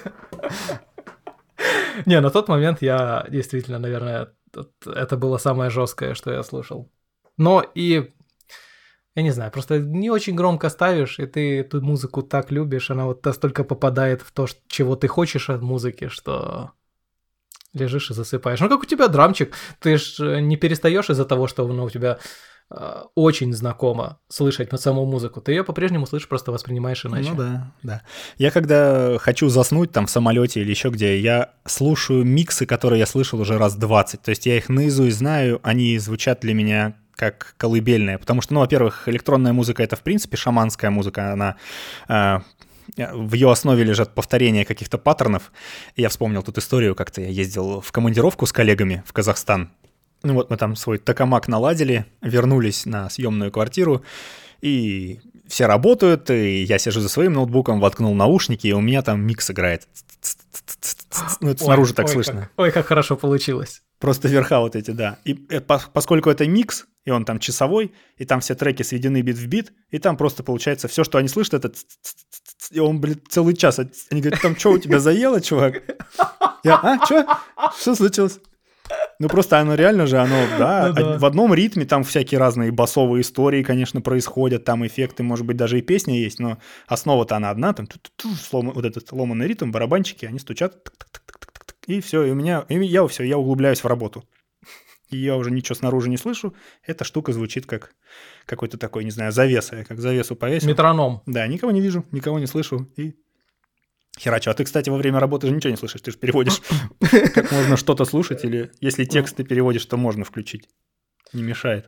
Не, на тот момент я действительно, наверное, т- это было самое жесткое, что я слушал. Но и, я не знаю, просто не очень громко ставишь, и ты эту музыку так любишь, она вот настолько попадает в то, ш- чего ты хочешь от музыки, что лежишь и засыпаешь. Ну, как у тебя драмчик, ты ж не перестаешь из-за того, что ну, у тебя э, очень знакомо слышать саму музыку. Ты ее по-прежнему слышишь, просто воспринимаешь иначе. Ну да, да. Я когда хочу заснуть там в самолете или еще где, я слушаю миксы, которые я слышал уже раз двадцать. То есть я их наизусть знаю, они звучат для меня как колыбельная. Потому что, ну, во-первых, электронная музыка — это, в принципе, шаманская музыка. Она... э, в ее основе лежат повторения каких-то паттернов. И я вспомнил тут историю, как-то я ездил в командировку с коллегами в Казахстан. Ну вот мы там свой токамак наладили, вернулись на съемную квартиру, и все работают, и я сижу за своим ноутбуком, воткнул наушники, и у меня там микс играет. Ну, это снаружи Ой, так ой, слышно. как- ой, как хорошо получилось. Просто верха вот эти, да. И э, по- поскольку это микс, и он там часовой, и там все треки сведены бит в бит, и там просто получается все, что они слышат, это ц- ц- ц- ц- и он, блин, целый час. Они говорят, там что у тебя заело, чувак? Я, а, что? Что случилось? Ну, просто оно реально же, оно, да, Ну да. од- в одном ритме там всякие разные басовые истории, конечно, происходят, там эффекты, может быть, даже и песня есть, но основа-то она одна, там ту-ту-ту, слома- вот этот ломаный ритм, барабанчики, они стучат, тык-тык-тык-тык-тык, и все, и у меня, и я все, я углубляюсь в работу. И я уже ничего снаружи не слышу, эта штука звучит как какой-то такой, не знаю, завеса, я как завесу повесил. Метроном. Да, никого не вижу, никого не слышу, и херачу. А ты, кстати, во время работы же ничего не слышишь, ты же переводишь. Как можно что-то слушать, или если текст ты переводишь, то можно включить. Не мешает.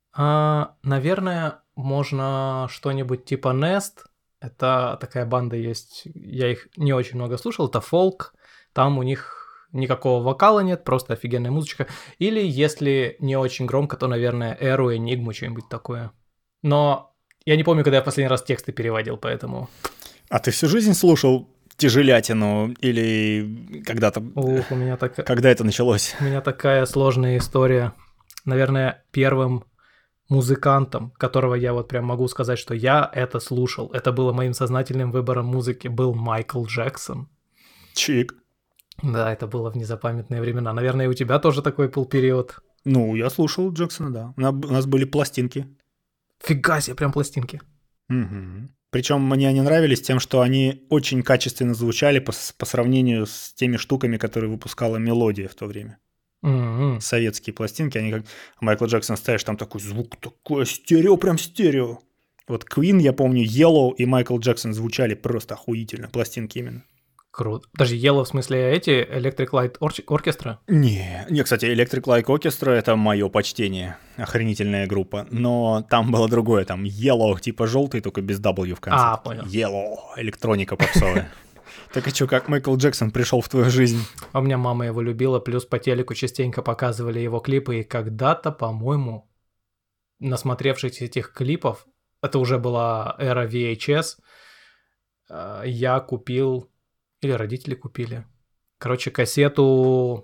А, наверное, можно что-нибудь типа Nest. Это такая банда есть, я их не очень много слушал, это фолк. Там у них никакого вокала нет, просто офигенная музычка. Или если не очень громко, то, наверное, Эру, Энигму, что-нибудь такое. Но я не помню, когда я последний раз тексты переводил, поэтому... А ты всю жизнь слушал тяжелятину или когда-то... Ух, у меня такая... Когда это началось? У меня такая сложная история. Наверное, первым музыкантом, которого я вот прям могу сказать, что я это слушал, это было моим сознательным выбором музыки, был Майкл Джексон. Чик. Да, это было в незапамятные времена. Наверное, и у тебя тоже такой был период. Ну, я слушал Джексона, да. У нас были пластинки. Фига себе, прям пластинки. Угу. Причем мне они нравились тем, что они очень качественно звучали по, по сравнению с теми штуками, которые выпускала Мелодия в то время. Mm-hmm. Советские пластинки, они как... Майкл Джексон ставишь, там такой звук, такое стерео, прям стерео. Вот Queen, я помню, Yellow и Майкл Джексон звучали просто охуительно, пластинки именно. Круто. Даже Yellow, в смысле, эти Electric Light Orchestra? Не, не, кстати, Electric Light Orchestra — это мое почтение, охренительная группа, но там было другое, там Yellow, типа желтый, только без W в конце. А, понял. Yellow, электроника попсовая. Так и что, как Майкл Джексон пришел в твою жизнь? А у меня мама его любила, плюс по телеку частенько показывали его клипы, и когда-то, по-моему, насмотревшись этих клипов, это уже была эра ви эйч эс, я купил... Или родители купили. Короче, кассету...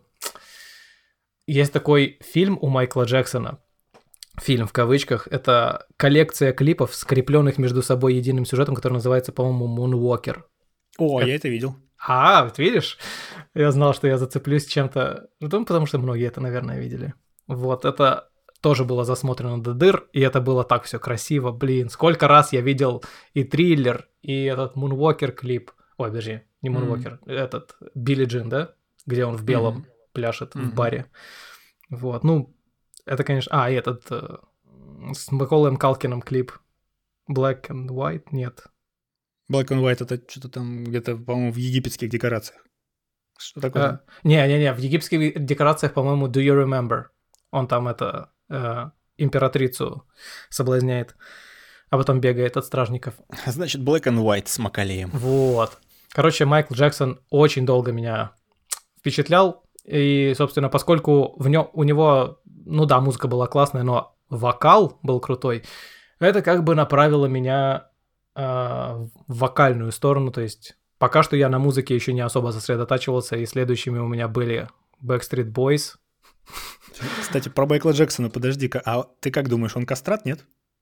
Есть такой фильм у Майкла Джексона. Фильм в кавычках. Это коллекция клипов, скрепленных между собой единым сюжетом, который называется, по-моему, Moonwalker. О, это... я это видел. А, вот видишь? Я знал, что я зацеплюсь чем-то. Ну, потому что многие это, наверное, видели. Вот, это тоже было засмотрено до дыр, и это было так все красиво. Блин, сколько раз я видел и триллер, и этот Moonwalker клип. Ой, подожди, не Moonwalker, mm-hmm. этот Билли Джин, да? Где он в белом mm-hmm. пляшет mm-hmm. в баре. Вот, ну, это, конечно... А, и этот э, с Маколеем Калкином клип Black and White, нет. Black and White — это что-то там где-то, по-моему, в египетских декорациях. Что такое? Не-не-не, в египетских декорациях, по-моему, Do You Remember? Он там это э, императрицу соблазняет, а потом бегает от стражников. Значит, Black and White с Маколеем. Вот. Короче, Майкл Джексон очень долго меня впечатлял, и, собственно, поскольку в нем, у него, ну да, музыка была классная, но вокал был крутой, это как бы направило меня э, в вокальную сторону, то есть пока что я на музыке еще не особо сосредотачивался, и следующими у меня были Backstreet Boys. Кстати, про Майкла Джексона, подожди-ка, а ты как думаешь, он кастрат, нет?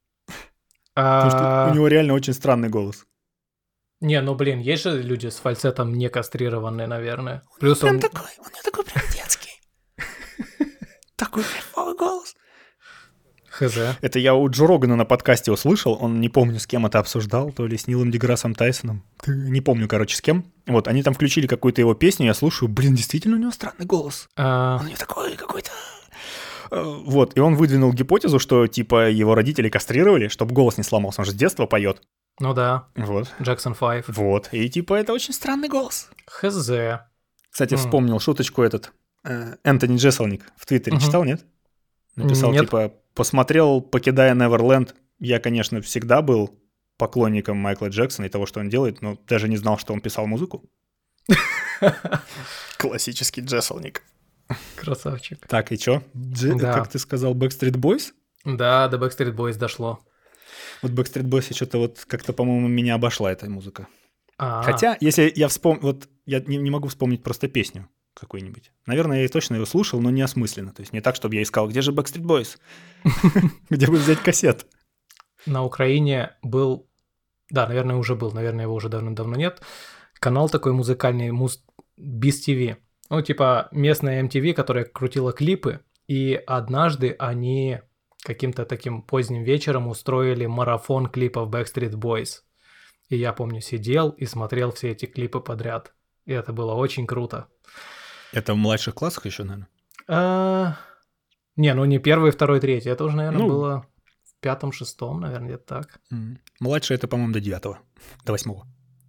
А... Потому что у него реально очень странный голос. Не, ну блин, есть же люди с фальцетом не кастрированные, наверное. Плюс прям он... такой, он не такой прям детский. Такой кайфовый голос. Хз. Это я у Джо Рогана на подкасте услышал, он не помню, с кем это обсуждал, то ли с Нилом Деграссом Тайсоном, не помню, короче, с кем. Вот, они там включили какую-то его песню, я слушаю, блин, действительно у него странный голос. А... Он не такой какой-то... Вот, и он выдвинул гипотезу, что, типа, его родители кастрировали, чтобы голос не сломался, он же с детства поет. Ну да. Вот. Джексон пять. Вот, и, типа, это очень странный голос. Хз. Кстати, Mm. вспомнил шуточку этот, э, Энтони Джеселник в Твиттере, uh-huh. читал, нет? Написал, нет. типа, посмотрел, покидая Неверленд, я, конечно, всегда был поклонником Майкла Джексона и того, что он делает, но даже не знал, что он писал музыку. Классический Джеселник. Красавчик. Так, и чё? Дж... Да. Как ты сказал, Backstreet Boys? Да, до Backstreet Boys дошло. Вот Backstreet Boys что-то вот как-то, по-моему, меня обошла эта музыка. А-а-а. Хотя, если я вспомню, вот я не, не могу вспомнить просто песню какую-нибудь. Наверное, я точно ее слушал, но не осмысленно. То есть не так, чтобы я искал, где же Backstreet Boys? Где бы взять кассет? На Украине был, да, наверное, уже был, наверное, его уже давно-давно нет, канал такой музыкальный, Биз ти ви. Ну, типа местная эм ти ви, которая крутила клипы, и однажды они каким-то таким поздним вечером устроили марафон клипов Backstreet Boys. И я помню, сидел и смотрел все эти клипы подряд. И это было очень круто. Это в младших классах еще, наверное? А... Не, ну не первый, второй, третий. Это уже, наверное, ну... было в пятом, шестом, наверное, где-то так. Mm. Младший это, по-моему, до девятого, до восьмого.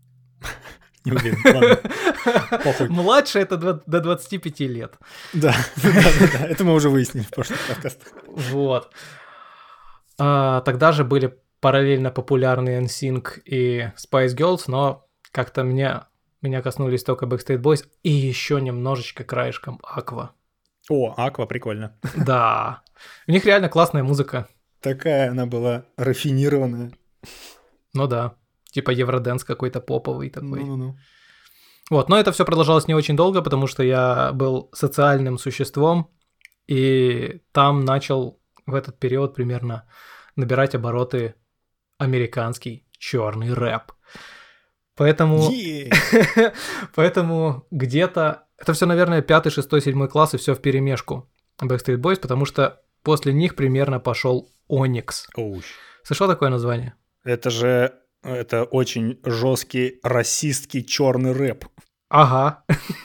Не уверен, ладно. Похуй. Младший это до двадцати пяти лет. Да, да, да, это мы уже выяснили в прошлых подкастах. Вот. А, тогда же были параллельно популярны эн синк и Spice Girls, но как-то меня, меня коснулись только Backstreet Boys и еще немножечко краешком Aqua. О, Аква, прикольно. Да, у них реально классная музыка. Такая она была рафинированная. Ну да, типа евроденс какой-то поповый такой. Ну-ну-ну. Вот, но это все продолжалось не очень долго, потому что я был социальным существом, и там начал в этот период примерно набирать обороты американский черный рэп. Поэтому, Yeah. поэтому где-то... Это все, наверное, пятый, шестой, седьмой класс, и все вперемешку Backstreet Boys, потому что после них примерно пошел Onyx. Оу. Слышал такое название? Это же это очень жесткий расистский черный рэп. Ага.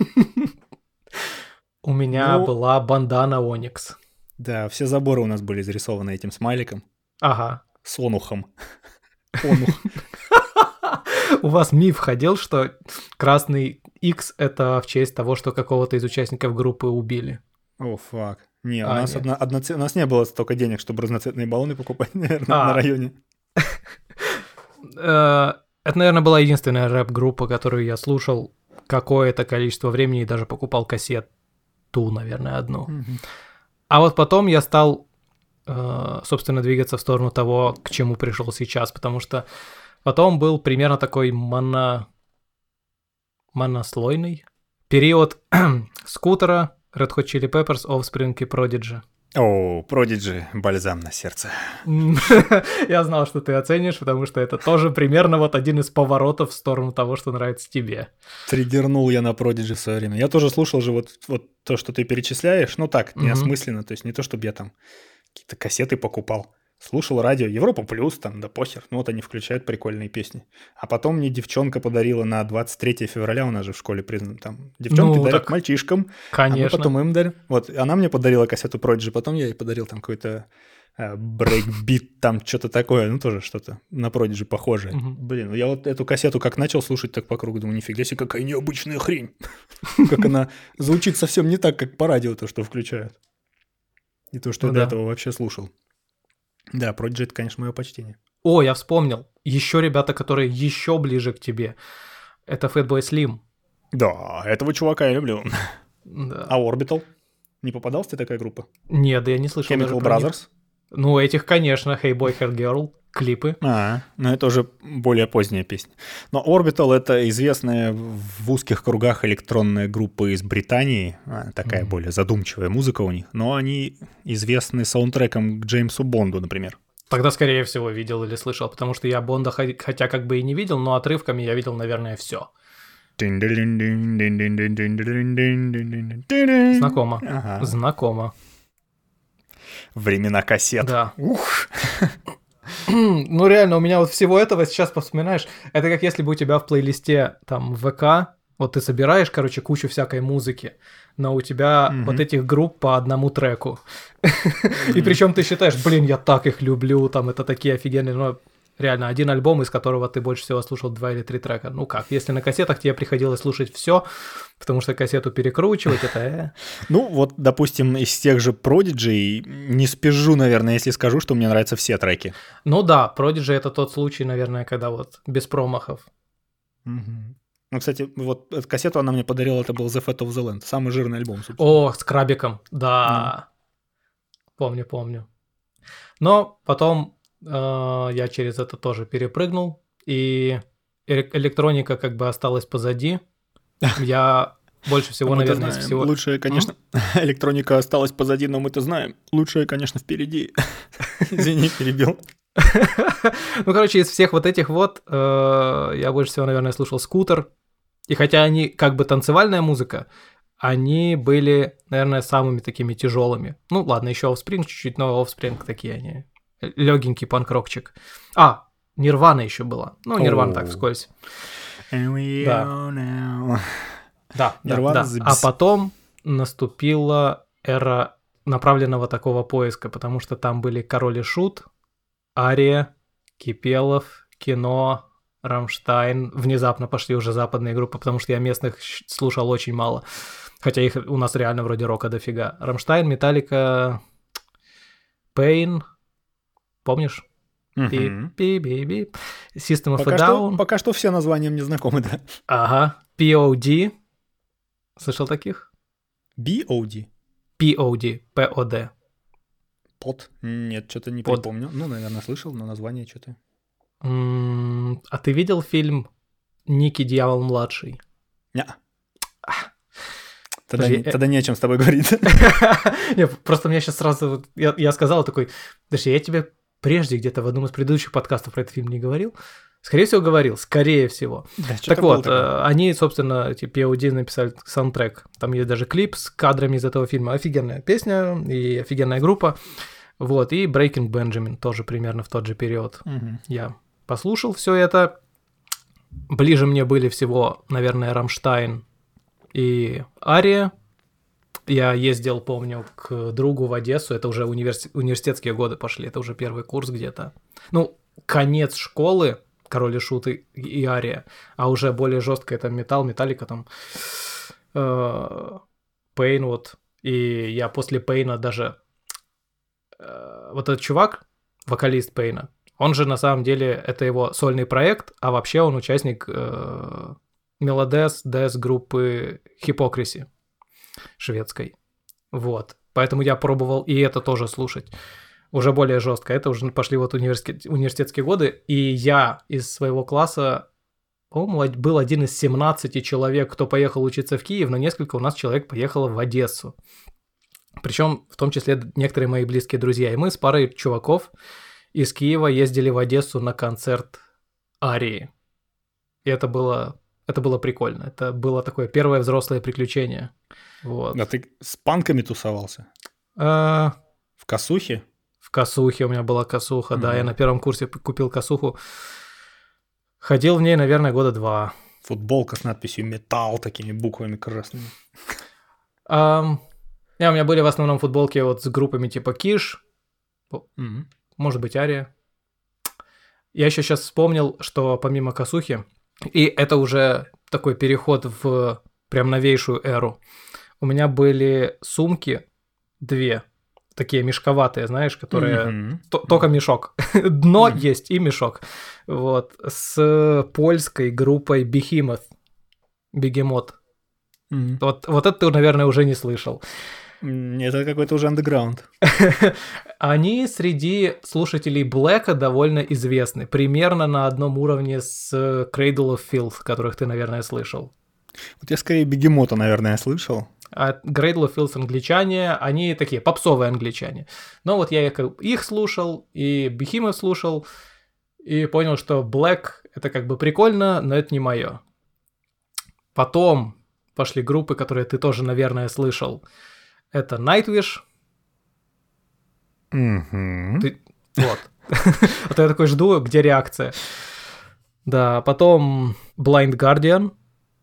У меня Ну, была бандана Onyx. Да, все заборы у нас были зарисованы этим смайликом. Ага. С онухом. Онух. У вас миф ходил, что красный X — это в честь того, что какого-то из участников группы убили? О, фак. Не, у А, нас, нет. одно- одноце- у нас не было столько денег, чтобы разноцветные баллоны покупать, наверное, А. на районе. Э, Это, наверное, была единственная рэп-группа, которую я слушал какое-то количество времени и даже покупал кассету, наверное, одну. А вот потом я стал, э, собственно, двигаться в сторону того, к чему пришел сейчас, потому что потом был примерно такой моно... монослойный период Скутера, Red Hot Chili Peppers, Offspring и Prodigy. О, Продиджи, бальзам на сердце. Я знал, что ты оценишь, потому что это тоже примерно вот один из поворотов в сторону того, что нравится тебе. Триггернул я на Продиджи в свое время. Я тоже слушал же вот, вот то, что ты перечисляешь, ну так, Мгм. неосмысленно, то есть не то, чтобы я там какие-то кассеты покупал. Слушал радио, Европа Плюс, там, да похер, ну вот они включают прикольные песни. А потом мне девчонка подарила на двадцать третье февраля, у нас же в школе признан, там, девчонки Ну, дарят так, мальчишкам, а мы конечно. потом им дарим. Вот, она мне подарила кассету Prodigy, потом я ей подарил там какой-то э, брейкбит, там что-то такое, ну тоже что-то на Prodigy похожее. Мгм. Блин, ну я вот эту кассету как начал слушать так по кругу, думаю, нифига себе, какая необычная хрень. Как она звучит совсем не так, как по радио то, что включают. И то, что Ну я до да. этого вообще слушал. Да, Prodigy — это, конечно, мое почтение. О, я вспомнил. Еще ребята, которые еще ближе к тебе. Это Fatboy Slim. Да, этого чувака я люблю. Да. А Orbital? Не попадалась тебе такая группа? Нет, да я не слышал даже Chemical про них. Brothers? Ну, этих, конечно, Hey Boy, Hey Girl, клипы. А, ну это уже более поздняя песня. Но Orbital — это известная в узких кругах электронная группа из Британии. А, такая Мгм. более задумчивая музыка у них. Но они известны саундтреком к Джеймсу Бонду, например. Тогда, скорее всего, видел или слышал, потому что я Бонда хо- хотя как бы и не видел, но отрывками я видел, наверное, все. Знакомо. Ага. Знакомо. Времена кассет. Да. Ух. Ну, реально, у меня вот всего этого сейчас вспоминаешь. Это как если бы у тебя в плейлисте там в ВК, вот ты собираешь, короче, кучу всякой музыки, но у тебя Мгм. вот этих групп по одному треку. И причем ты считаешь, блин, я так их люблю, там это такие офигенные, но реально один альбом, из которого ты больше всего слушал два или три трека. Ну как, если на кассетах тебе приходилось слушать все, потому что кассету перекручивать, это... э. Ну, вот, допустим, из тех же Prodigy не спижу, наверное, если скажу, что мне нравятся все треки. Ну да, Prodigy — это тот случай, наверное, когда вот без промахов. Мгм. Ну, кстати, вот эту кассету она мне подарила, это был The Fat of the Land, самый жирный альбом, собственно. О, с крабиком, да. Помню, помню. Но потом э, я через это тоже перепрыгнул, и э- электроника как бы осталась позади. Я больше всего, А мы-то наверное, из знаем. всего... Лучшее, конечно, электроника осталась позади, но мы-то знаем. Лучшее, конечно, впереди. Извини, перебил. Ну, короче, из всех вот этих вот э, я больше всего, наверное, слушал Скутер. И хотя они как бы танцевальная музыка, они были, наверное, самыми такими тяжелыми. Ну, ладно, еще Offspring чуть-чуть, но Offspring такие они. Легенький панк-рокчик. А, Нирвана еще была. Ну, Нирвана так Оу. вскользь. And we Да. all know. Да, да, Nirvana да. the А best. потом наступила эра направленного такого поиска, потому что там были Король и Шут, Ария, Кипелов, Кино, Рамштайн. Внезапно пошли уже западные группы, потому что я местных щ- слушал очень мало. Хотя их у нас реально вроде рока дофига. Рамштайн, Металлика, Пейн. Помнишь? Мгм. Пи-пи-пи-пи. System of Пока a что, Down. пока что все названия мне знакомы, да. Ага. пи о ди. Слышал таких? би о ди. пи о ди. пи о ди. Под? Нет, что-то не Под. припомню. Ну, наверное, слышал, но название что-то... М, А ты видел фильм «Никки Дьявол-младший»? Неа. Тогда, Подожди, не, э- тогда не о чем с тобой говорить. Не, просто мне сейчас сразу... вот Я, я сказал такой... Подожди, я тебе прежде где-то в одном из предыдущих подкастов про этот фильм не говорил? Скорее всего, говорил. Скорее всего. Да, Так что-то вот, было такое. э, они, собственно, эти пи о ди написали саундтрек. Там есть даже клип с кадрами из этого фильма. Офигенная песня и офигенная группа. Вот, и Breaking Benjamin тоже примерно в тот же период. Мгм. Я послушал все это. Ближе мне были всего, наверное, Рамштайн и Ария. Я ездил, помню, к другу в Одессу. Это уже универси- университетские годы пошли. Это уже первый курс где-то. Ну, конец школы, Король и Шут и, и Ария. А уже более жестко это металл, металлика там. Пейн вот. И я после Пейна даже... э, Вот этот чувак, вокалист Пейна, он же на самом деле, это его сольный проект, а вообще он участник э, Мелодес, Дес группы Hypocrisy шведской. Вот. Поэтому я пробовал и это тоже слушать. Уже более жестко. Это уже пошли вот университет, университетские годы. И я из своего класса, по-моему, был один из семнадцати человек, кто поехал учиться в Киев, но несколько у нас человек поехало в Одессу. Причем в том числе некоторые мои близкие друзья. И мы с парой чуваков из Киева ездили в Одессу на концерт Арии. И это было, это было прикольно. Это было такое первое взрослое приключение. Вот. А ты с панками тусовался? А, В косухе? в косухе у меня была косуха, да. Мгм. Я на первом курсе п- купил косуху. Ходил в ней, наверное, года два. Футболка с надписью «Металл» такими буквами красными. Ам, не, у меня были в основном футболки вот с группами типа Киш, Мгм. может быть, Ария. Я еще сейчас вспомнил, что помимо косухи, и это уже такой переход в прям новейшую эру, у меня были сумки две, такие мешковатые, знаешь, которые... Мгм. т- Только мешок. Дно Мгм. есть и мешок. Вот. С польской группой Behemoth. Бегемот. Мгм. Вот, вот это ты, наверное, уже не слышал. М, Это какой-то уже андеграунд. Они среди слушателей Блэка довольно известны. Примерно на одном уровне с Cradle of Filth, которых ты, наверное, слышал. Вот я скорее Бегемота, наверное, слышал. А Cradle of Filth англичане, они такие попсовые англичане. Но вот я их, их слушал, и Behemoth слушал, и понял, что Black — это как бы прикольно, но это не мое. Потом пошли группы, которые ты тоже, наверное, слышал. Это Nightwish. Мгм. Ты- Вот. А то я такой жду, где реакция. Да, потом Blind Guardian.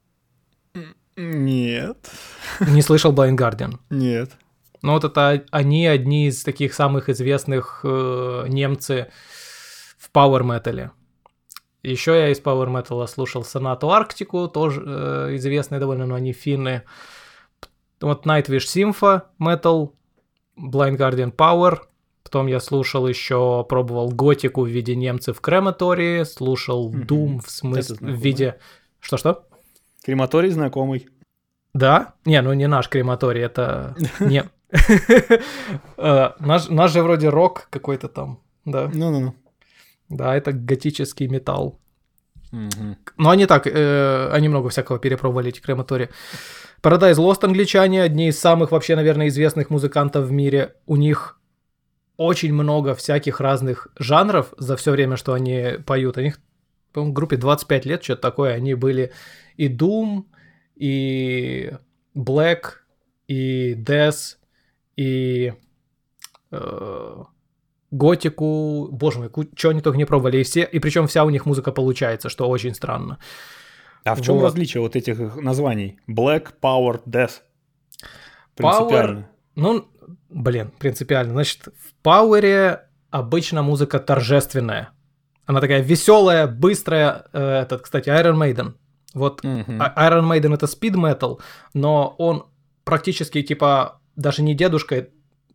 Нет. Не слышал Blind Guardian. Нет. Ну вот это они одни из таких самых известных э, немцы в Power Metal. Еще я из Power Metal слушал Сонату Арктику, тоже э, известные довольно, но они финны. Вот Nightwish Sympha Metal, Blind Guardian Power. Потом я слушал еще, пробовал готику в виде немцев Крематории, слушал Мгм. Doom в Это смысле в знакомо. виде... Что-что? Крематорий знакомый. Да? Не, ну не наш Крематорий, это не... Э, Наш наш же вроде рок какой-то там, да. Ну-ну-ну. Да, это готический металл. Мгм. Но они так, э, они много всякого перепробовали, эти Крематории. Paradise Lost англичане, одни из самых вообще, наверное, известных музыкантов в мире. У них очень много всяких разных жанров за все время, что они поют. У них, по-моему, группе двадцать пять лет, что-то такое. Они были и Doom, и Black, и Death, и э, готику. Боже мой, что они только не пробовали. И, все, и причем вся у них музыка получается, что очень странно. А в чем Вот. различие вот этих их названий? Black, Power, Death. Принципиально. Ну, блин, принципиально. Значит, в Пауэре обычно музыка торжественная. Она такая веселая, быстрая. Э, Этот, кстати, Iron Maiden. Вот Мгм. А- Iron Maiden — это speed metal, но он практически, типа, даже не дедушка,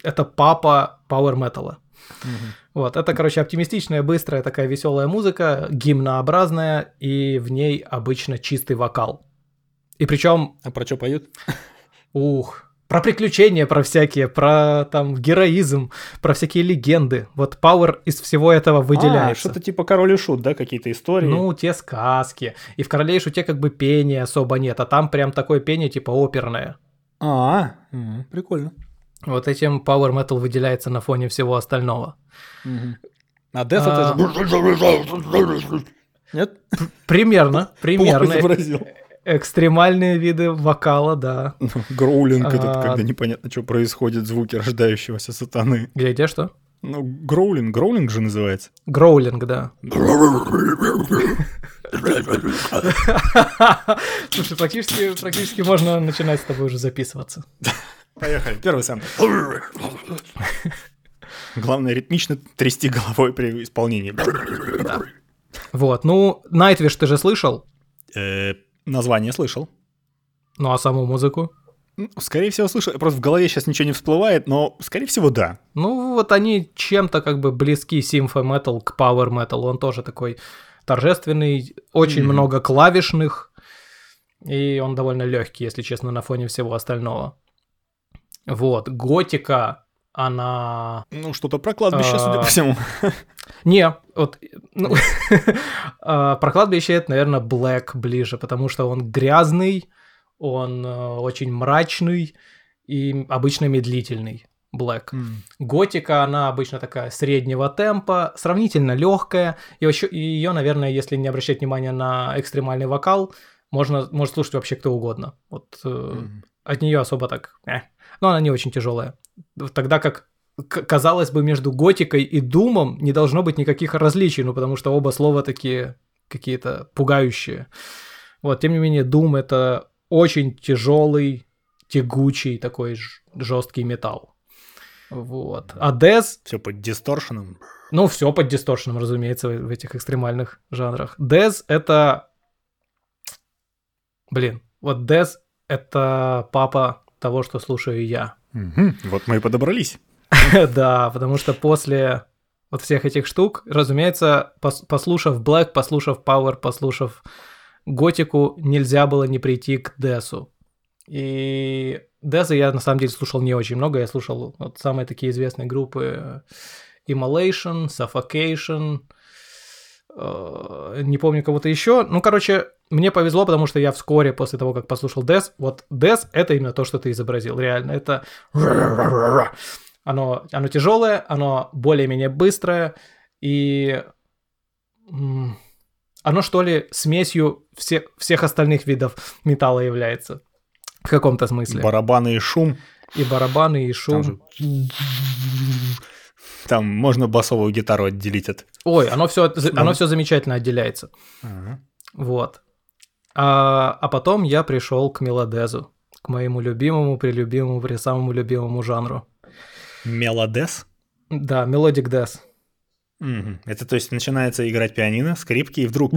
это папа Power Metal. Мгм. Вот, это, короче, оптимистичная, быстрая, такая веселая музыка, гимнообразная, и в ней обычно чистый вокал. И причем, А про что поют? ух, про приключения, про всякие, про там героизм, про всякие легенды. Вот Power из всего этого А, выделяется. что-то типа Король и Шут, да, какие-то истории? Ну, те сказки. И в Короле и Шуте как бы пения особо нет, а там прям такое пение типа оперное. А, м, прикольно. Вот этим Power Metal выделяется на фоне всего остального. Мгм. А Death А. это же... Нет? Примерно, Плохо примерно. изобразил. Экстремальные виды вокала, да. Ну, Гроулинг этот, А. когда непонятно, что происходит, звуки рождающегося сатаны. Где, где, что? Ну, гроулинг, гроулинг же называется. Гроулинг, да. Слушай, практически, практически можно начинать с тобой уже записываться. Поехали, первый сэмпл. Главное, ритмично трясти головой при исполнении. Вот, ну, Nightwish ты же слышал? Э, Название слышал. Ну, а саму музыку? Ну, скорее всего, слышал. Просто в голове сейчас ничего не всплывает, но, скорее всего, да. Ну, вот они чем-то как бы близки симфо-метал к пауэр-металу. Он тоже такой торжественный, очень Мгм. много клавишных, и он довольно легкий, если честно, на фоне всего остального. Вот, готика, она... Ну, что-то про кладбище, А. судя по всему. Не, вот, ну, а, про кладбище это, наверное, Black ближе, потому что он грязный, он э, очень мрачный и обычно медлительный. Black. М. Готика, она обычно такая среднего темпа, сравнительно легкая, и еще ее, наверное, если не обращать внимания на экстремальный вокал, можно, может слушать вообще кто угодно. Вот э, М. от нее особо так, э. но она не очень тяжелая. Тогда как к- казалось бы, между готикой и думом не должно быть никаких различий, ну потому что оба слова такие какие-то пугающие. Вот, тем не менее, Doom — это очень тяжелый, тягучий такой жесткий металл. Вот. А Death, Все под дисторшеном. ну, все под дисторшеном, разумеется, в в этих экстремальных жанрах. Death — это... Блин, вот Death — это папа того, что слушаю я. Мгм. Вот мы и подобрались. Да, потому что после вот всех этих штук, разумеется, пос- послушав Black, послушав Power, послушав Готику, нельзя было не прийти к Death'у. И Death'а я на самом деле слушал не очень много, я слушал вот самые такие известные группы Immolation, Suffocation, э, не помню кого-то еще. Ну, короче, мне повезло, потому что я вскоре после того, как послушал Death, вот Death — это именно то, что ты изобразил, реально, это... Оно, оно тяжелое, оно более-менее быстрое, и м, оно, что ли, смесью все, всех остальных видов металла является. В каком-то смысле. Барабаны и шум. И барабаны, и шум. Там же- Там можно басовую гитару отделить от... Ой, оно все, оно все замечательно отделяется. Ага. Вот. А, а потом я пришел к мелодезу, к моему любимому, прелюбимому, при самому любимому жанру. Мелодес? Да, Melodic Death. Мгм. Это то есть начинается играть пианино, скрипки, и вдруг...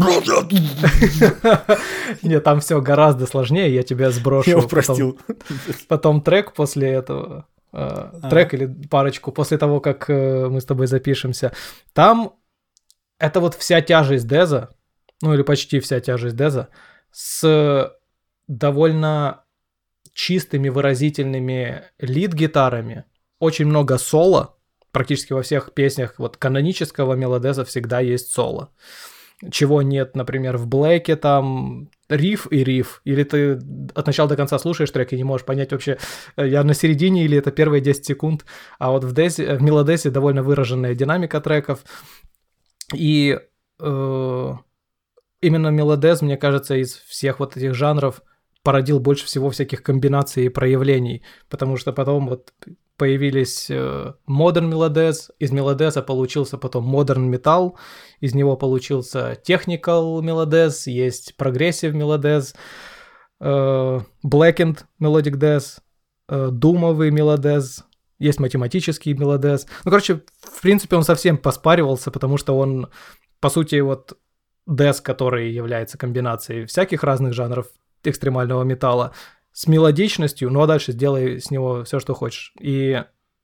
Нет, там все гораздо сложнее, я тебя сброшу. Я потом- упростил. Потом трек после этого, э, трек или парочку после того, как э, мы с тобой запишемся. Там это вот вся тяжесть Деза, ну или почти вся тяжесть Деза, с довольно чистыми, выразительными лид-гитарами, очень много соло, практически во всех песнях вот канонического мелодеза всегда есть соло. Чего нет, например, в Блэке, там риф и риф, или ты от начала до конца слушаешь трек и не можешь понять вообще, я на середине или это первые десять секунд, а вот в, Дези, в Мелодесе довольно выраженная динамика треков, и э, именно Мелодез, мне кажется, из всех вот этих жанров породил больше всего всяких комбинаций и проявлений, потому что потом вот появились э, Modern Melodies, из Melodies получился потом Modern Metal, из него получился Technical Melodies, есть Progressive Melodies, э, Blackened Melodic Death, э, Думовый Melodies, есть математический Melodies. Ну, короче, в принципе, он совсем поспаривался, потому что он, по сути, вот Death, который является комбинацией всяких разных жанров экстремального металла, с мелодичностью, ну а дальше сделай с него все, что хочешь. И вот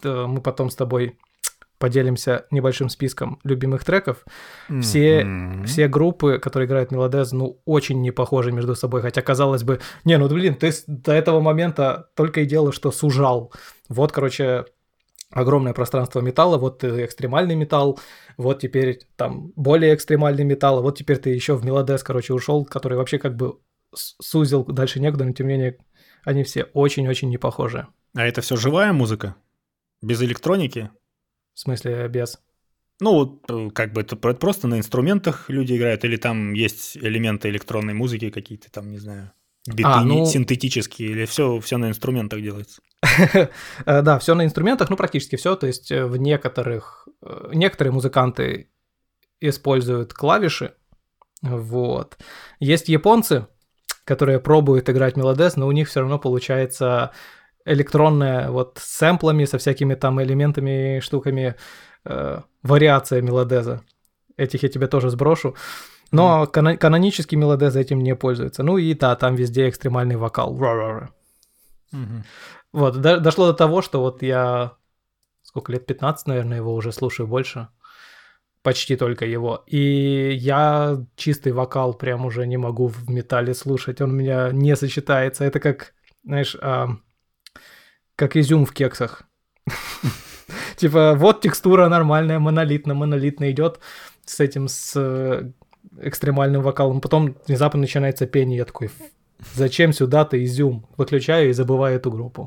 мы потом с тобой поделимся небольшим списком любимых треков. Все, mm-hmm. все группы, которые играют мелодез, ну, очень не похожи между собой. Хотя, казалось бы, не, ну, блин, ты до этого момента только и делал, что сужал. Вот, короче, огромное пространство металла, вот экстремальный металл, вот теперь там более экстремальный металл, вот теперь ты еще в мелодез, короче, ушел, который вообще как бы сузил дальше некуда, но тем не менее они все очень-очень не похожи. А это все живая музыка? Без электроники? В смысле, без? Ну, как бы это просто на инструментах люди играют, или там есть элементы электронной музыки какие-то там, не знаю, биты а, ну... синтетические, или все, все на инструментах делается? Да, все на инструментах, ну, практически все. То есть в некоторых... Некоторые музыканты используют клавиши, вот. Есть японцы, которые пробуют играть мелодез, но у них все равно получается электронная, вот с сэмплами, со всякими там элементами, штуками, э, вариация мелодеза. Этих я тебе тоже сброшу. Но mm. кан- канонический мелодез этим не пользуется. Ну и да, там везде экстремальный вокал. Mm-hmm. Вот, до- дошло до того, что вот я, сколько лет, пятнадцать, наверное, его уже слушаю больше. Почти только его. И я чистый вокал прям уже не могу в металле слушать. Он у меня не сочетается. Это как, знаешь... как изюм в кексах. Типа, вот текстура нормальная, монолитно-монолитно идет с этим, с экстремальным вокалом. Потом внезапно начинается пение. Я такой, зачем сюда-то изюм? Выключаю и забываю эту группу.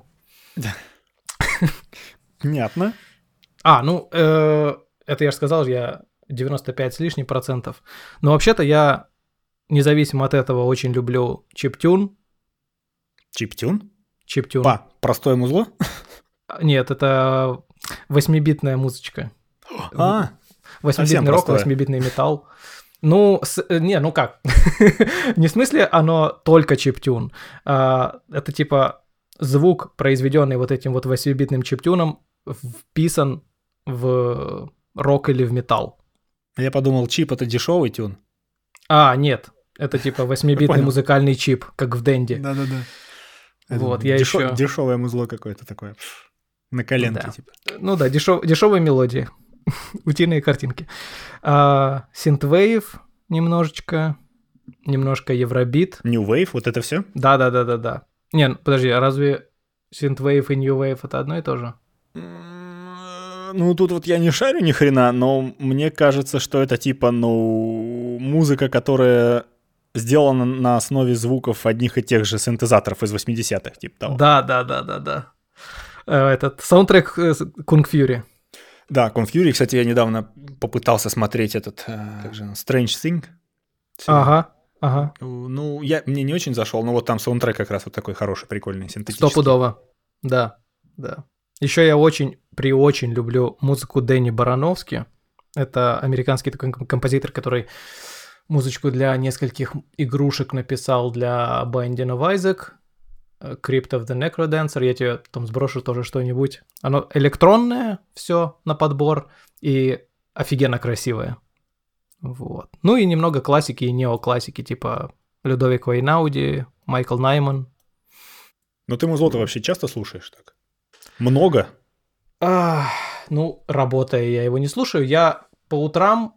Понятно. А, ну, это я же сказал, я девяносто пять с лишним процентов. Но вообще-то я, независимо от этого, очень люблю чиптюн. Чиптюн? Чиптюн. Па, простое музло? Нет, это восьмибитная музычка. А, восьмибитный рок, восьмибитный металл. Ну, с, не, ну как? Не в смысле оно только чиптюн. А, это типа звук, произведенный вот этим вот восьмибитным чиптюном, вписан в рок или в металл. Я подумал, чип — это дешевый тюн. А, нет. Это типа восьмибитный музыкальный чип, как в Денди. Да-да-да. Вот, я Дешё... еще... Дешевое музло какое-то такое, на коленке, да. типа. Ну да, дешев... дешевые мелодии, утиные картинки. А, синтвейв немножечко, немножко евробит. New Wave, вот это все? Да-да-да-да-да. Не, подожди, а разве синтвейв и New Wave это одно и то же? Ну, тут вот я не шарю ни хрена, но мне кажется, что это типа, ну, музыка, которая... сделано на основе звуков одних и тех же синтезаторов из восьмидесятых, типа того. Да, да, да, да, да. Этот саундтрек Kung Fury. Да, Kung Fury, кстати, я недавно попытался смотреть этот, как же, Strange Thing. Ага, ага. Ну, я, мне не очень зашел, но вот там саундтрек как раз вот такой хороший, прикольный, синтетический. Стопудово, да, да. Еще я очень, при-очень люблю музыку Дэнни Барановски. Это американский такой композитор, который... музычку для нескольких игрушек написал для Binding of Isaac, Crypt of the Necrodancer. Я тебе там сброшу тоже что-нибудь. Оно электронное, все на подбор, и офигенно красивое. Вот. Ну и немного классики и неоклассики, типа Людовик Вайнауди, Майкл Найман. Но ты музло-то вообще часто слушаешь так? Много? А, ну, работая, я его не слушаю. Я по утрам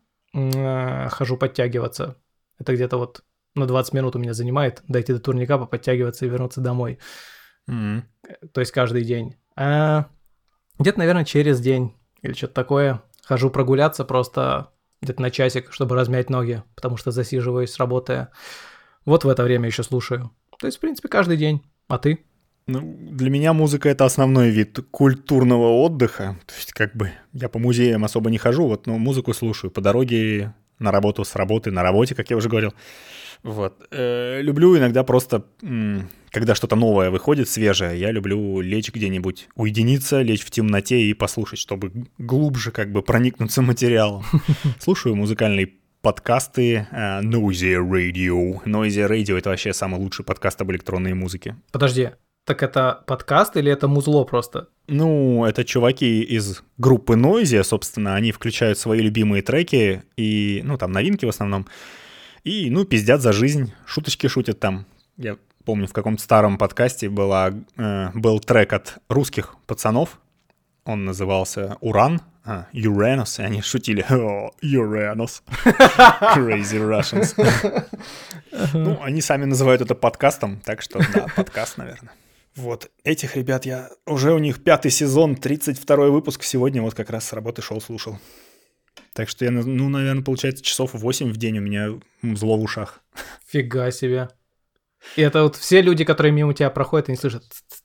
хожу подтягиваться. Это где-то вот на двадцать минут у меня занимает дойти до турника, поподтягиваться и вернуться домой. Mm-hmm. То есть каждый день. А где-то, наверное, через день или что-то такое хожу прогуляться просто где-то на часик, чтобы размять ноги, потому что засиживаюсь, работая. Вот в это время еще слушаю. То есть, в принципе, каждый день. А ты? Ну, для меня музыка — это основной вид культурного отдыха. То есть, как бы, я по музеям особо не хожу, вот, но музыку слушаю по дороге на работу, с работы, на работе, как я уже говорил. Вот. Э, люблю иногда просто, м- когда что-то новое выходит, свежее, я люблю лечь где-нибудь, уединиться, лечь в темноте и послушать, чтобы глубже как бы проникнуться материалом. Слушаю музыкальные подкасты uh, Noisy Radio. Noisy Radio — это вообще самый лучший подкаст об электронной музыке. Подожди, так это подкаст или это музло просто? Ну, это чуваки из группы Noisy, собственно, они включают свои любимые треки и, ну, там, новинки в основном, и, ну, пиздят за жизнь, шуточки шутят там. Я помню, в каком-то старом подкасте была, э, был трек от русских пацанов. он назывался «Уран», а, «Uranus», и они шутили «О, Uranus». Crazy Russians. Ну, они сами называют это подкастом, так что, да, подкаст, наверное. Вот, этих ребят я... Уже у них пятый сезон, тридцать второй выпуск сегодня, вот как раз с работы шел, слушал. Так что я, ну, наверное, получается, часов восемь в день у меня зло в ушах. Фига себе. И это вот все люди, которые мимо тебя проходят, они слышат...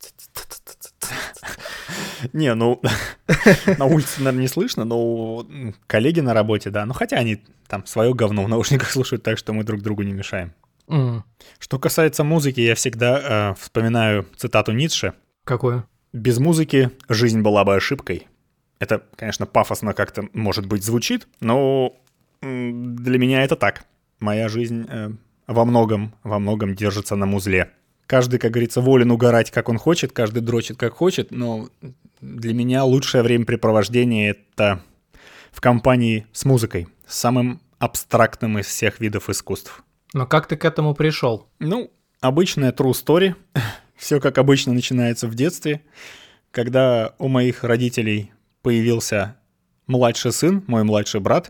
Не, ну, на улице, наверное, не слышно, но коллеги на работе, да. Ну, хотя они там свое говно в наушниках слушают, так что мы друг другу не мешаем. Mm. Что касается музыки, я всегда э, вспоминаю цитату Ницше. Какую? «Без музыки жизнь была бы ошибкой». Это, конечно, пафосно как-то, может быть, звучит, но для меня это так. Моя жизнь э, во многом, во многом держится на музле. Каждый, как говорится, волен угорать, как он хочет, каждый дрочит, как хочет, но для меня лучшее времяпрепровождение — это в компании с музыкой, с самым абстрактным из всех видов искусств. Но как ты к этому пришел? Ну, обычная true story. Все как обычно начинается в детстве, когда у моих родителей появился младший сын, мой младший брат.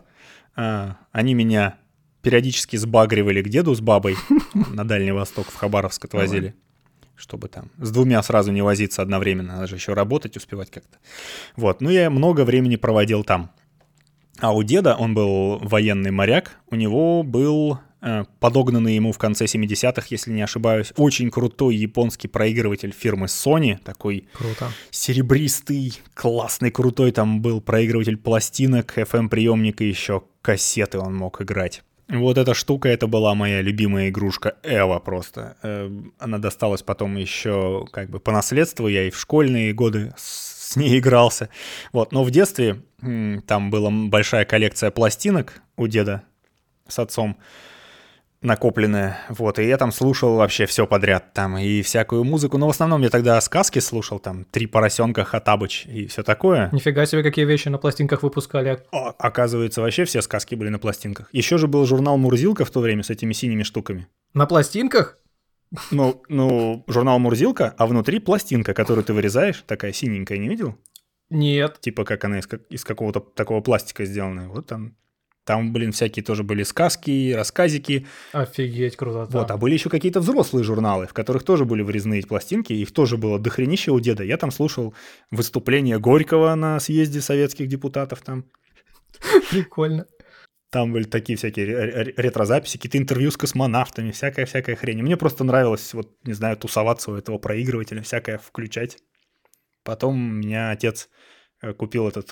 Они меня периодически сбагривали к деду с бабой на Дальний Восток, в Хабаровск отвозили, чтобы там с двумя сразу не возиться одновременно, надо же еще работать, успевать как-то. Вот, ну я много времени проводил там. А у деда, он был военный моряк, у него был э, подогнанный ему в конце семидесятых, если не ошибаюсь, очень крутой японский проигрыватель фирмы Sony, такой Круто. Серебристый, классный, крутой, там был проигрыватель пластинок, эф эм-приемник и еще кассеты он мог играть. Вот эта штука, это была моя любимая игрушка Эва просто. Она досталась потом еще как бы по наследству, я и в школьные годы с ней игрался. Вот, но в детстве там была большая коллекция пластинок у деда с отцом накопленная, вот, и я там слушал вообще все подряд, там, и всякую музыку, но в основном я тогда сказки слушал, там, «Три поросенка», «Хаттабыч» и все такое. Нифига себе, какие вещи на пластинках выпускали. О, оказывается, вообще все сказки были на пластинках. Еще же был журнал «Мурзилка» в то время с этими синими штуками. На пластинках? Ну, ну, журнал «Мурзилка», а внутри пластинка, которую ты вырезаешь, такая синенькая, не видел? Нет. Типа как она из, из какого-то такого пластика сделанная, вот там... Там, блин, всякие тоже были сказки, рассказики. Офигеть, круто. Вот, а были еще какие-то взрослые журналы, в которых тоже были вырезные пластинки, их тоже было дохренище у деда. Я там слушал выступления Горького на съезде советских депутатов там. Прикольно. Там были такие всякие ретрозаписи, какие-то интервью с космонавтами, всякая-всякая хрень. Мне просто нравилось, вот, не знаю, тусоваться у этого проигрывателя, всякое включать. Потом у меня отец купил этот...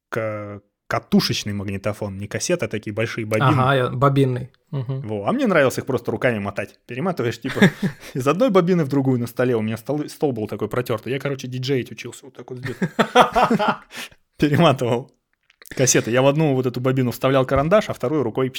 катушечный магнитофон, не кассета, а такие большие бобины. Ага, бобинный. Угу. Во, а мне нравилось их просто руками мотать. Перематываешь, типа, из одной бобины в другую на столе. У меня стол, стол был такой протертый. Я, короче, диджеить учился вот так вот здесь. Перематывал кассеты. Я в одну вот эту бобину вставлял карандаш, а второй рукой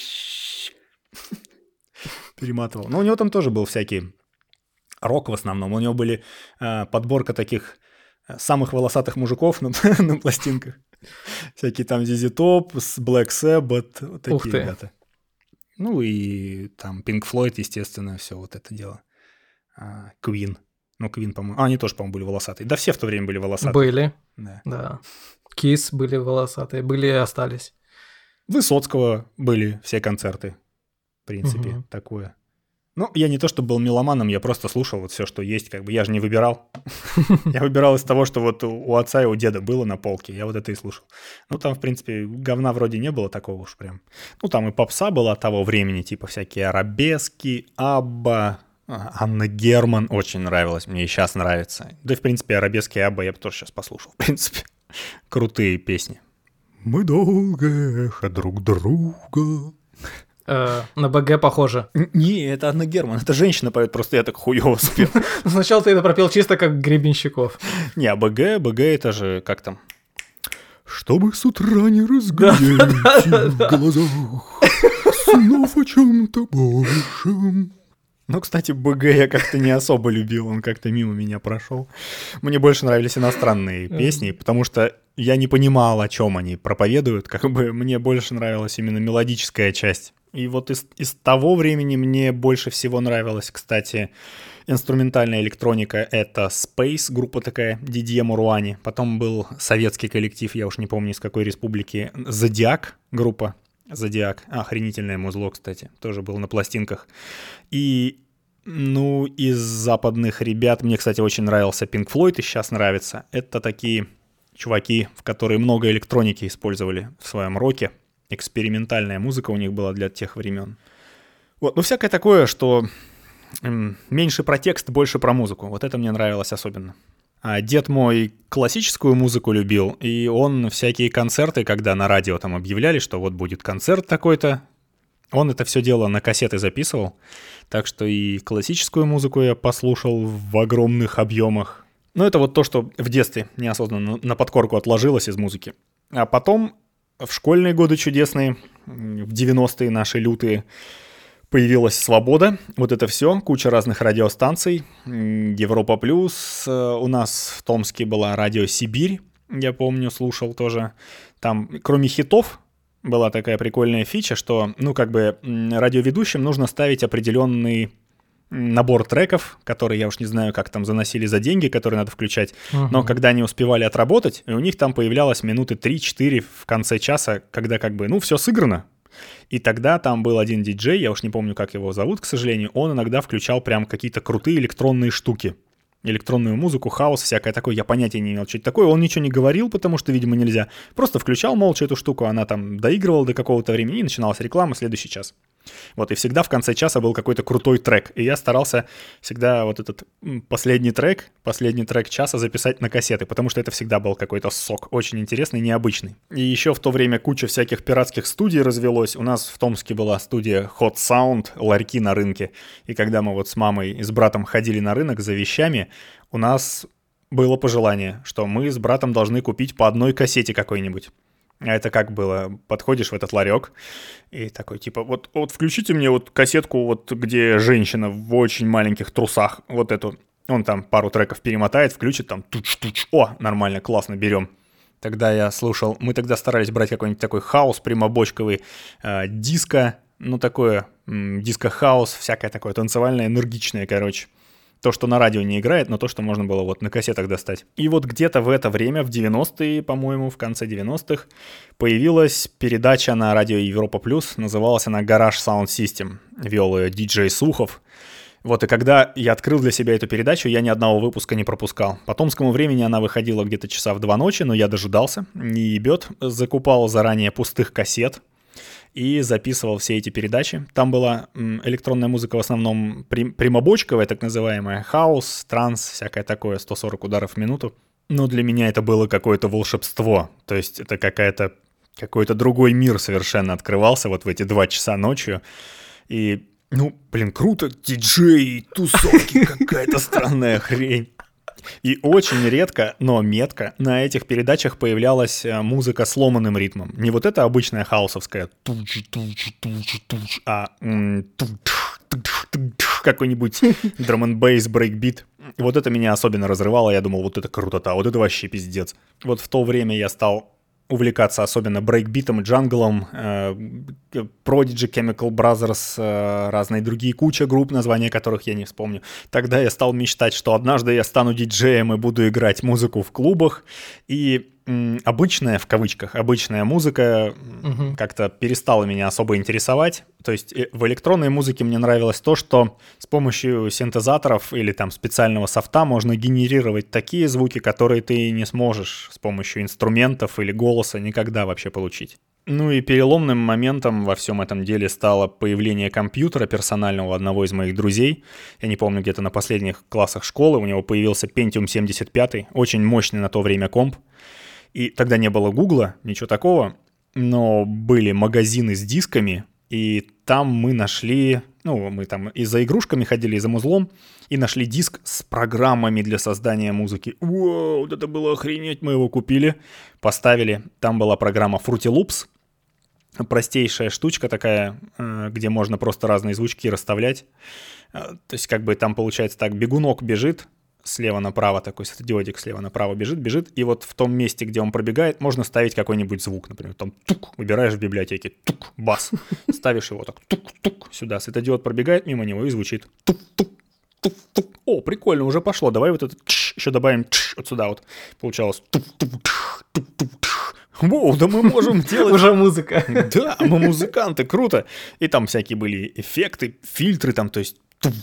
перематывал. Но у него там тоже был всякий рок в основном. У него были подборка таких самых волосатых мужиков на, на пластинках. Всякие там зет зет Top, Black Sabbath, вот такие ребята. Ну и там Pink Floyd, естественно, все вот это дело. Queen. Ну, Queen, по-моему. А, они тоже, по-моему, были волосатые. Да все в то время были волосатые. Были. Да. да. Kiss были волосатые, были и остались. Высоцкого были все концерты. В принципе, угу. такое. Ну, я не то, что был меломаном, я просто слушал вот все, что есть, как бы я же не выбирал. Я выбирал из того, что вот у отца и у деда было на полке, я вот это и слушал. Ну, там, в принципе, говна вроде не было такого уж прям. Ну, там и попса была того времени, типа всякие арабески, Абба, Анна Герман, очень нравилось, мне и сейчас нравится. Да и, в принципе, арабески и Абба я бы тоже сейчас послушал, в принципе. Крутые песни. Мы долго эхо друг друга... На БГ похоже. Не, это Анна Герман, это женщина поет, просто я так хуёво спел. Сначала ты это пропел чисто как Гребенщиков. Не, а БГ, БГ это же как там? Чтобы с утра не разглядеть в глазах снов о чем-то большем. Ну, кстати, БГ я как-то не особо любил, он как-то мимо меня прошел. Мне больше нравились иностранные песни, потому что я не понимал, о чем они проповедуют. Как бы мне больше нравилась именно мелодическая часть. И вот из, из того времени мне больше всего нравилась, кстати, инструментальная электроника. Это Space, группа такая, Дидье Муруани. Потом был советский коллектив, я уж не помню из какой республики, Зодиак, группа Зодиак. Охренительное музло, кстати, тоже был на пластинках. И, ну, из западных ребят мне, кстати, очень нравился Pink Floyd, и сейчас нравится. Это такие чуваки, в которые много электроники использовали в своем роке. Экспериментальная музыка у них была для тех времен. Вот, ну, всякое такое, что м, меньше про текст, больше про музыку. Вот это мне нравилось особенно. А дед мой классическую музыку любил, и он всякие концерты, когда на радио там объявляли, что вот будет концерт такой-то, он это все дело на кассеты записывал. Так что и классическую музыку я послушал в огромных объемах. Ну, это вот то, что в детстве неосознанно на подкорку отложилось из музыки. А потом... В школьные годы чудесные, в девяностые наши лютые, появилась «Свобода». Вот это все, куча разных радиостанций. Европа Плюс. У нас в Томске была радио «Сибирь», я помню, слушал тоже. Там, кроме хитов, была такая прикольная фича, что, ну, как бы радиоведущим нужно ставить определенный набор треков, которые, я уж не знаю, как там заносили за деньги, которые надо включать, uh-huh. но когда они успевали отработать, у них там появлялось минуты три-четыре в конце часа, когда как бы, ну, все сыграно. И тогда там был один диджей, я уж не помню, как его зовут, к сожалению, он иногда включал прям какие-то крутые электронные штуки. Электронную музыку, хаос, всякое такое, я понятия не имел, что это такое. Он ничего не говорил, потому что, видимо, нельзя. Просто включал молча эту штуку, она там доигрывала до какого-то времени, и начиналась реклама, следующий час. Вот, и всегда в конце часа был какой-то крутой трек. И я старался всегда вот этот последний трек, последний трек часа записать на кассеты, потому что это всегда был какой-то сок, очень интересный, необычный. И еще в то время куча всяких пиратских студий развелось. У нас в Томске была студия Hot Sound, ларьки на рынке. И когда мы вот с мамой и с братом ходили на рынок за вещами, у нас было пожелание, что мы с братом должны купить по одной кассете какой-нибудь. А это как было? Подходишь в этот ларек и такой, типа, вот, вот включите мне вот кассетку, вот где женщина в очень маленьких трусах, вот эту. Он там пару треков перемотает, включит, там, туч-туч, о, нормально, классно, берем. Тогда я слушал, мы тогда старались брать какой-нибудь такой хаос прямобочковый, э, диско, ну такое, м, диско-хаус, всякое такое танцевальное, энергичное, короче. То, что на радио не играет, но то, что можно было вот на кассетах достать. И вот где-то в это время, в девяностые, по-моему, в конце девяностых, появилась передача на радио Европа Плюс. Называлась она «Garage Sound System». Вел ее диджей Сухов. Вот, и когда я открыл для себя эту передачу, я ни одного выпуска не пропускал. По томскому времени она выходила где-то часа в два ночи, но я дожидался, не ебет. Закупал заранее пустых кассет и записывал все эти передачи. Там была электронная музыка в основном прямобочковая, так называемая, хаос, транс, всякое такое, сто сорок ударов в минуту. Но для меня это было какое-то волшебство, то есть это какая-то, какой-то другой мир совершенно открывался вот в эти два часа ночью. И, ну, блин, круто, диджей, тусовки, какая-то странная хрень. И очень редко, но метко на этих передачах появлялась музыка с ломаным ритмом. Не вот эта обычная хаусовская, а какой-нибудь драм-н-бейс, брейкбит. Вот это меня особенно разрывало, я думал, вот это круто-то, вот это вообще пиздец. Вот в то время я стал увлекаться особенно брейкбитом, джанглом, Prodigy, Chemical Brothers, разные другие, куча групп, названия которых я не вспомню. Тогда я стал мечтать, что однажды я стану диджеем и буду играть музыку в клубах. И м, обычная, в кавычках, обычная музыка угу. как-то перестала меня особо интересовать. То есть в электронной музыке мне нравилось то, что с помощью синтезаторов или там специального софта можно генерировать такие звуки, которые ты не сможешь с помощью инструментов или голоса никогда вообще получить. Ну и переломным моментом во всем этом деле стало появление компьютера персонального одного из моих друзей. Я не помню, где-то на последних классах школы у него появился Pentium семьдесят пять, очень мощный на то время комп. И тогда не было Гугла, ничего такого, но были магазины с дисками, и там мы нашли, ну, мы там и за игрушками ходили, и за музлом, и нашли диск с программами для создания музыки. Вау, вот это было охренеть, мы его купили, поставили. Там была программа Fruity Loops, простейшая штучка такая, где можно просто разные звучки расставлять. То есть как бы там получается так, бегунок бежит, слева направо, такой светодиодик слева направо бежит, бежит, и вот в том месте, где он пробегает, можно ставить какой-нибудь звук, например, там тук, выбираешь в библиотеке, тук, бас, ставишь его так, тук-тук, сюда, светодиод пробегает мимо него и звучит тук-тук, тук-тук. О, прикольно, уже пошло, давай вот этот тш, еще добавим тш, вот сюда вот, получалось тук-тук, тш, тук-тук. Воу, да мы можем делать... Уже музыка. Да, мы музыканты, круто. И там всякие были эффекты, фильтры там, то есть...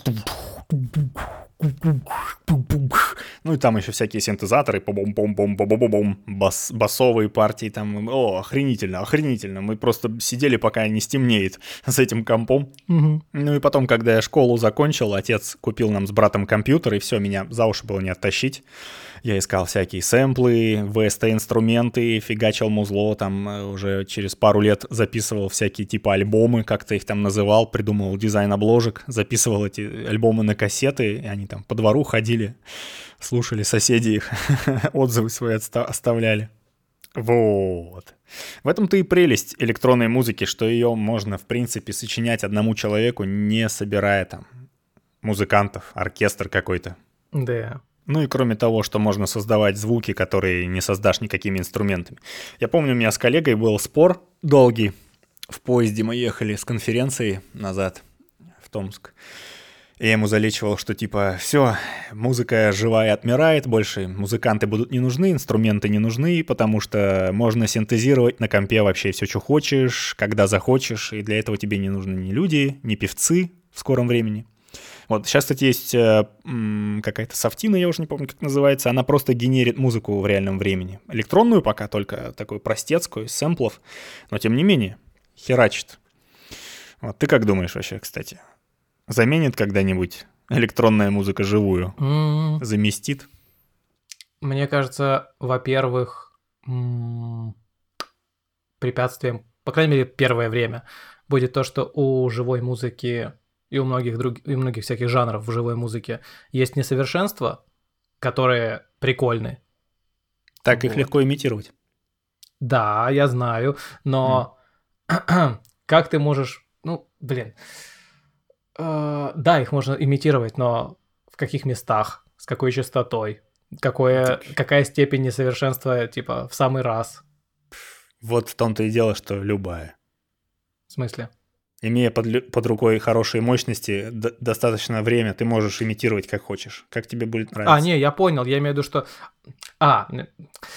Ну и там еще всякие синтезаторы, бом-бом-бом-бом-бом-бом, бас, басовые партии там. О, охренительно, охренительно. Мы просто сидели, пока не стемнеет с этим компом. Мгм. Ну и потом, когда я школу закончил, отец купил нам с братом компьютер, и все, меня за уши было не оттащить. Я искал всякие сэмплы, ви эс ти-инструменты, фигачил музло, там э, уже через пару лет записывал всякие типа альбомы, как-то их там называл, придумывал дизайн обложек, записывал эти альбомы на кассеты, и они там по двору ходили, слушали соседи их, отзывы свои отста- оставляли. Вот. В этом-то и прелесть электронной музыки, что ее можно, в принципе, сочинять одному человеку, не собирая там музыкантов, оркестр какой-то. Да. Ну и кроме того, что можно создавать звуки, которые не создашь никакими инструментами. Я помню, у меня с коллегой был спор долгий. В поезде мы ехали с конференции назад в Томск. И я ему залечивал, что типа все, музыка живая отмирает, больше музыканты будут не нужны, инструменты не нужны, потому что можно синтезировать на компе вообще все, что хочешь, когда захочешь, и для этого тебе не нужны ни люди, ни певцы в скором времени. Вот, сейчас, кстати, есть э, м, какая-то софтина, я уже не помню, как называется, она просто генерит музыку в реальном времени. Электронную пока только, такую простецкую, из сэмплов, но тем не менее, херачит. Вот, ты как думаешь вообще, кстати? Заменит когда-нибудь электронная музыка живую? М, Заместит? Мне кажется, во-первых, м, препятствием, по крайней мере, первое время, будет то, что у живой музыки и у многих других, и у многих всяких жанров в живой музыке есть несовершенства, которые прикольны. Так их Вот. легко имитировать. Да, я знаю, но как ты можешь, ну, блин, э, да, их можно имитировать, но в каких местах, с какой частотой, какое, какая степень несовершенства, типа, в самый раз, Вот в том-то и дело, что любая. в смысле? Имея под, лю- под рукой хорошие мощности, д- достаточно время, ты можешь имитировать как хочешь. Как тебе будет нравиться. А, не, я понял, я имею в виду, что... А, н-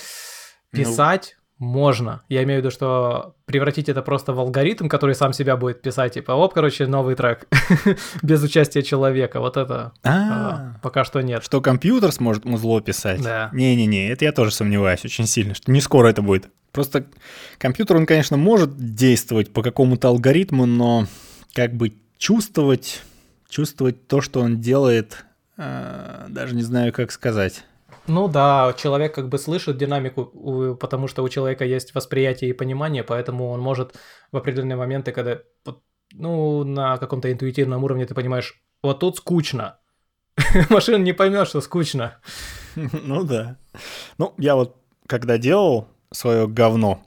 писать можно. Я имею в виду, что превратить это просто в алгоритм, который сам себя будет писать, типа, оп, короче, новый трек, без участия человека. Вот это а, А, пока что нет. что компьютер сможет музло писать? Да. Не-не-не, это я тоже сомневаюсь очень сильно, что не скоро это будет. Просто компьютер, он, конечно, может действовать по какому-то алгоритму, но как бы чувствовать, чувствовать то, что он делает, э, даже не знаю, как сказать. Ну да, человек как бы слышит динамику, у- потому что у человека есть восприятие и понимание, поэтому он может в определенные моменты, когда, вот, ну, на каком-то интуитивном уровне ты понимаешь, вот тут скучно. Машина не поймет, что скучно. Ну да. Ну, я вот когда делал свое говно,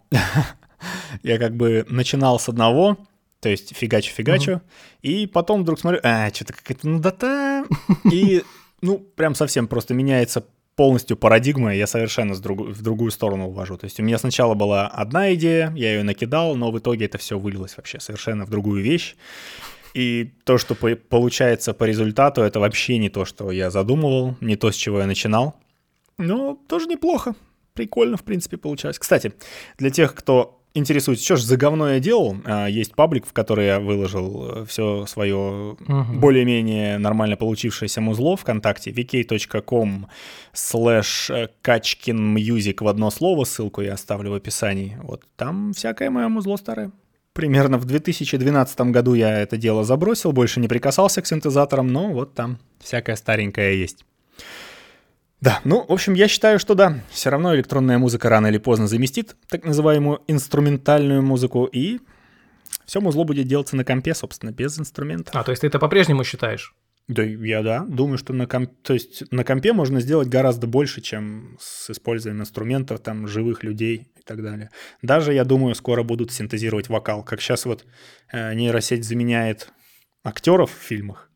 я как бы начинал с одного, то есть фигачу-фигачу, и потом вдруг смотрю, а, что-то какая-то нудота, и, ну, прям совсем просто меняется полностью парадигма, и я совершенно с другу- в другую сторону увожу. То есть у меня сначала была одна идея, я ее накидал, но в итоге это все вылилось вообще совершенно в другую вещь. И то, что по- получается по результату, это вообще не то, что я задумывал, не то, с чего я начинал. Но тоже неплохо. Прикольно, в принципе, получалось. Кстати, для тех, кто интересуется, что же за говно я делал, а, есть паблик, в который я выложил все свое Мгм. более-менее нормально получившееся музло ВКонтакте, vk.com slash kachkinmusic в одно слово, ссылку я оставлю в описании. Вот там всякое мое музло старое. Примерно в две тысячи двенадцатом году я это дело забросил, больше не прикасался к синтезаторам, но вот там всякое старенькое есть. Да, ну, в общем, я считаю, что да, все равно электронная музыка рано или поздно заместит так называемую инструментальную музыку, и все музло будет делаться на компе, собственно, без инструмента. А, то есть ты это по-прежнему считаешь? Да, я да, думаю, что на, комп... То есть на компе можно сделать гораздо больше, чем с использованием инструментов, там, живых людей и так далее. Даже, я думаю, скоро будут синтезировать вокал, как сейчас вот э, нейросеть заменяет актеров в фильмах.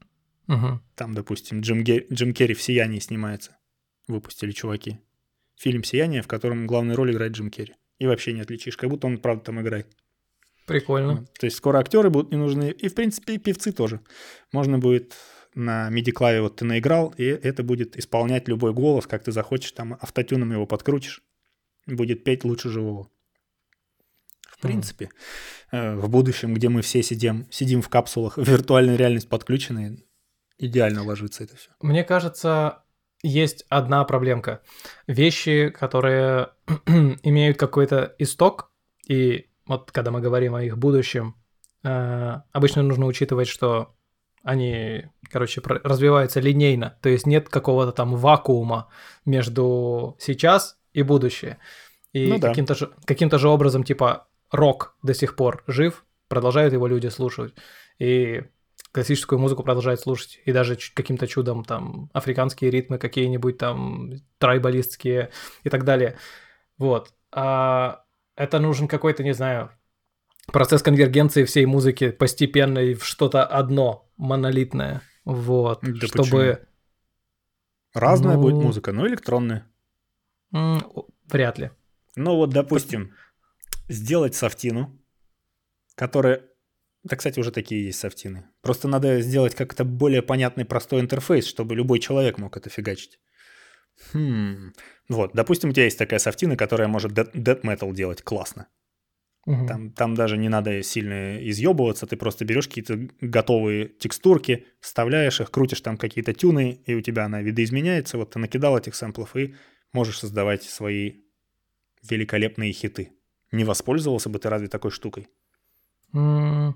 Угу. Там, допустим, Джим, Ге... Джим Керри в «Сиянии» снимается. Выпустили чуваки. Фильм «Сияние», в котором главную роль играет Джим Керри. И вообще не отличишь, как будто он правда там играет. Прикольно. Вот. То есть скоро актеры будут не нужны, и, в принципе, и певцы тоже. Можно будет на миди-клаве вот ты наиграл, и это будет исполнять любой голос, как ты захочешь, там автотюном его подкрутишь, будет петь лучше живого. В принципе, mm. в будущем, где мы все сидим, сидим в капсулах, в виртуальную реальность подключены, идеально ложится это все. Мне кажется, есть одна проблемка. Вещи, которые имеют какой-то исток, и вот когда мы говорим о их будущем, э, обычно нужно учитывать, что они, короче, развиваются линейно, то есть нет какого-то там вакуума между сейчас и будущее. И ну, каким-то, да. же, каким-то же образом, типа, рок до сих пор жив, продолжают его люди слушать, и классическую музыку продолжают слушать, и даже каким-то чудом там африканские ритмы какие-нибудь там трайбалистские и так далее. Вот. А это нужен какой-то, не знаю, процесс конвергенции всей музыки постепенной в что-то одно монолитное. Вот. Да чтобы... Почему? Разная ну... будет музыка, но электронная. Вряд ли. Ну вот, допустим, сделать софтину, которая... Да, кстати, уже такие есть софтины. Просто надо сделать как-то более понятный, простой интерфейс, чтобы любой человек мог это фигачить. Хм. Вот, допустим, у тебя есть такая софтина, которая может death metal делать классно. Угу. Там, там даже не надо сильно изъебываться, ты просто берешь какие-то готовые текстурки, вставляешь их, крутишь там какие-то тюны, и у тебя она видоизменяется. Вот ты накидал этих сэмплов и можешь создавать свои великолепные хиты. Не воспользовался бы ты разве такой штукой? Mm.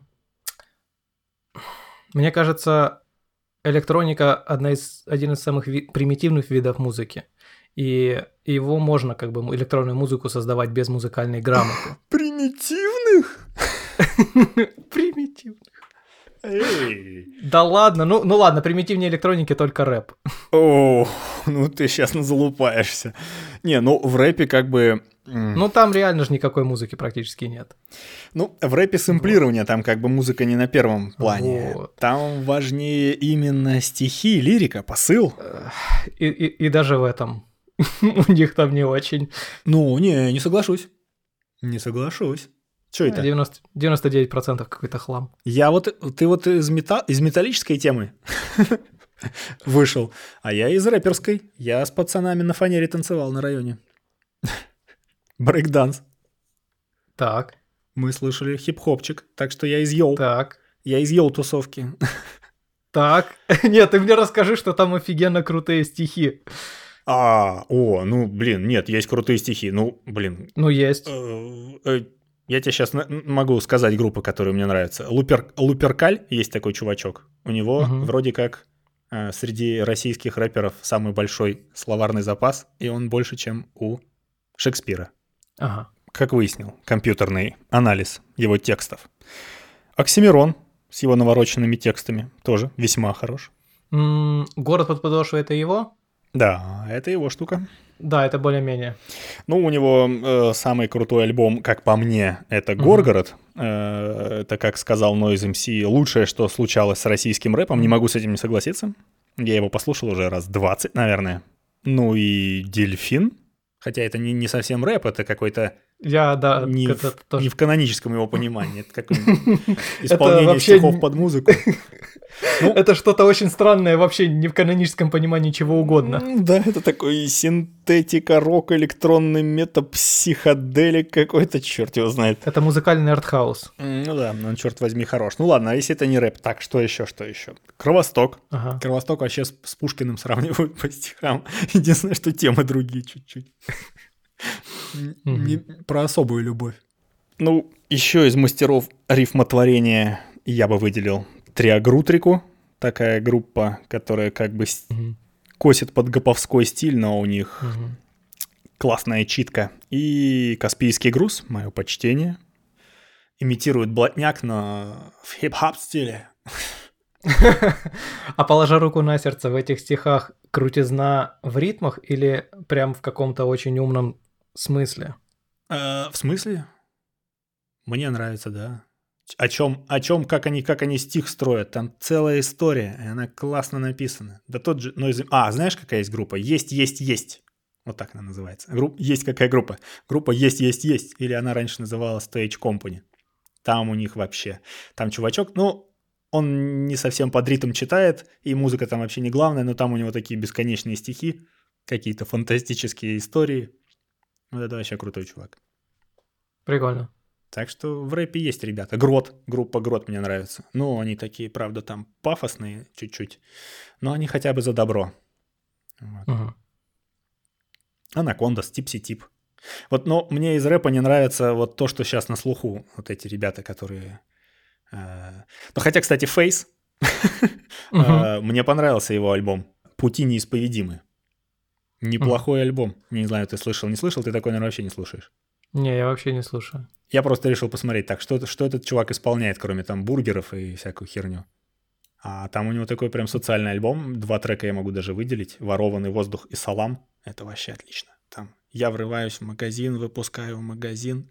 Мне кажется, электроника одна из, один из самых ви- примитивных видов музыки. И его можно, как бы, электронную музыку создавать без музыкальной грамоты. Примитивных? Примитивных. Да ладно, ну, ну ладно, примитивнее электроники только рэп. О, ну ты сейчас залупаешься. Не, ну в рэпе как бы... Ну там реально же никакой музыки практически нет. Ну, в рэпе сэмплирование, вот. Там как бы музыка не на первом плане. Вот. Там важнее именно стихи, лирика, посыл. И, и, и даже в этом у них там не очень. Ну, не, не соглашусь. Не соглашусь. Что это? девяносто, девяносто девять процентов какой-то хлам. Я вот, ты вот из, мета, из металлической темы вышел, а я из рэперской. Я с пацанами на фанере танцевал на районе. Брейк-данс. Так. Мы слышали хип-хопчик, так что я из йоу. Так. Я из йоу-тусовки. Так. Нет, ты мне расскажи, что там офигенно крутые стихи. А, о, ну, блин, нет, есть крутые стихи. Ну, блин. Ну, есть. Я тебе сейчас могу сказать группы, которые мне нравятся. Лупер, Луперкаль, есть такой чувачок. У него угу. вроде как э, среди российских рэперов самый большой словарный запас, и он больше, чем у Шекспира. Ага. Как выяснил компьютерный анализ его текстов. Оксимирон с его навороченными текстами тоже весьма хорош. М-м, «Город под подошвой» — это его? Да, это его штука. Да, это более-менее. Ну, у него э, самый крутой альбом, как по мне, это «Горгород». Uh-huh. Э, это, как сказал Noise эм си, лучшее, что случалось с российским рэпом. Не могу с этим не согласиться. Я его послушал уже раз двадцать, наверное. Ну и «Дельфин». Хотя это не, не совсем рэп, это какой-то... Я, да, не, это в, тоже... не в каноническом его понимании. Это какое-нибудь исполнение стихов под музыку. Это что-то очень странное, вообще не в каноническом понимании чего угодно. Да, это такой синтетика, рок, электронный метапсиходелик какой-то, черт его знает. Это музыкальный артхаус. Ну да, он, черт возьми, хорош. Ну ладно, а если это не рэп, так, что еще, что еще? Кровосток. Ага. Кровосток вообще с, с Пушкиным сравнивают по стихам. Единственное, что темы другие чуть-чуть. Не, про особую любовь. Ну, еще из мастеров рифмотворения я бы выделил Триагрутрику. Такая группа, которая как бы mm-hmm. косит под гоповской стиль, но у них mm-hmm. классная читка. И Каспийский груз, мое почтение. Имитирует блатняк, но в хип-хоп стиле. А положа руку на сердце, в этих стихах крутизна в ритмах или прям в каком-то очень умном смысле? Э, в смысле? Мне нравится, да. О чем, о чем, как они, как они стих строят. Там целая история, и она классно написана. Да тот же... Ну, из... А, знаешь, какая есть группа? Есть, есть, есть. Вот так она называется. Групп... Есть какая группа? Группа Есть, есть, есть. Или она раньше называлась Stage Company. Там у них вообще... Там чувачок, ну, он не совсем под ритм читает, и музыка там вообще не главная, но там у него такие бесконечные стихи, какие-то фантастические истории. Вот это вообще крутой чувак. Прикольно. Так что в рэпе есть ребята. Грот, группа Грот мне нравится. Ну, они такие, правда, там пафосные чуть-чуть, но они хотя бы за добро. Вот. Угу. Анакондас, Типси Тип. Вот, но мне из рэпа не нравится вот то, что сейчас на слуху. Вот эти ребята, которые... Э... Ну, хотя, кстати, Фейс. Мне понравился его альбом. «Пути неисповедимы». Неплохой альбом. Не знаю, ты слышал, не слышал? Ты такой, наверное, вообще не слушаешь. Не, я вообще не слушаю. Я просто решил посмотреть, так, что, что этот чувак исполняет, кроме там бургеров и всякую херню. А там у него такой прям социальный альбом. Два трека я могу даже выделить. «Ворованный воздух» и «Салам». Это вообще отлично. Там «Я врываюсь в магазин, выпускаю магазин».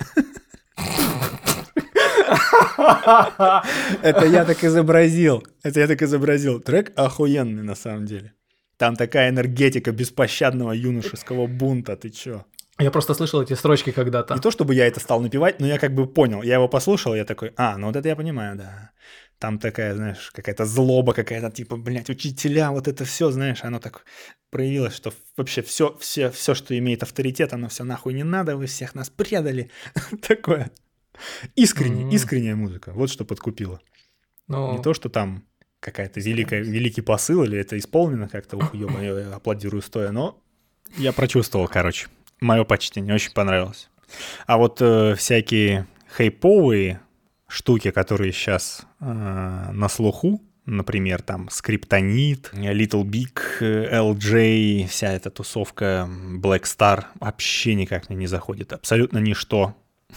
Это я так изобразил. Это я так изобразил. Трек охуенный на самом деле. Там такая энергетика беспощадного юношеского бунта. Ты чё? Я просто слышал эти строчки когда-то. Не то, чтобы я это стал напевать, но я как бы понял. Я его послушал, я такой, а, ну вот это я понимаю, да. Там такая, знаешь, какая-то злоба какая-то, типа, блядь, учителя, вот это все, знаешь, оно так проявилось, что вообще все, все, все, что имеет авторитет, оно все нахуй не надо, вы всех нас предали. Такое. Искренне, mm-hmm. искренняя музыка. Вот что подкупило. No. Не то, что там какая-то великая, великий посыл, или это исполнено как-то, ух, ёба, я аплодирую стоя, но я прочувствовал, короче. Мое почтение, очень понравилось. А вот э, всякие хайповые штуки, которые сейчас э, на слуху, например, там Скриптонит, Little Big, эл джей, вся эта тусовка Black Star, вообще никак мне не заходит. Абсолютно ничто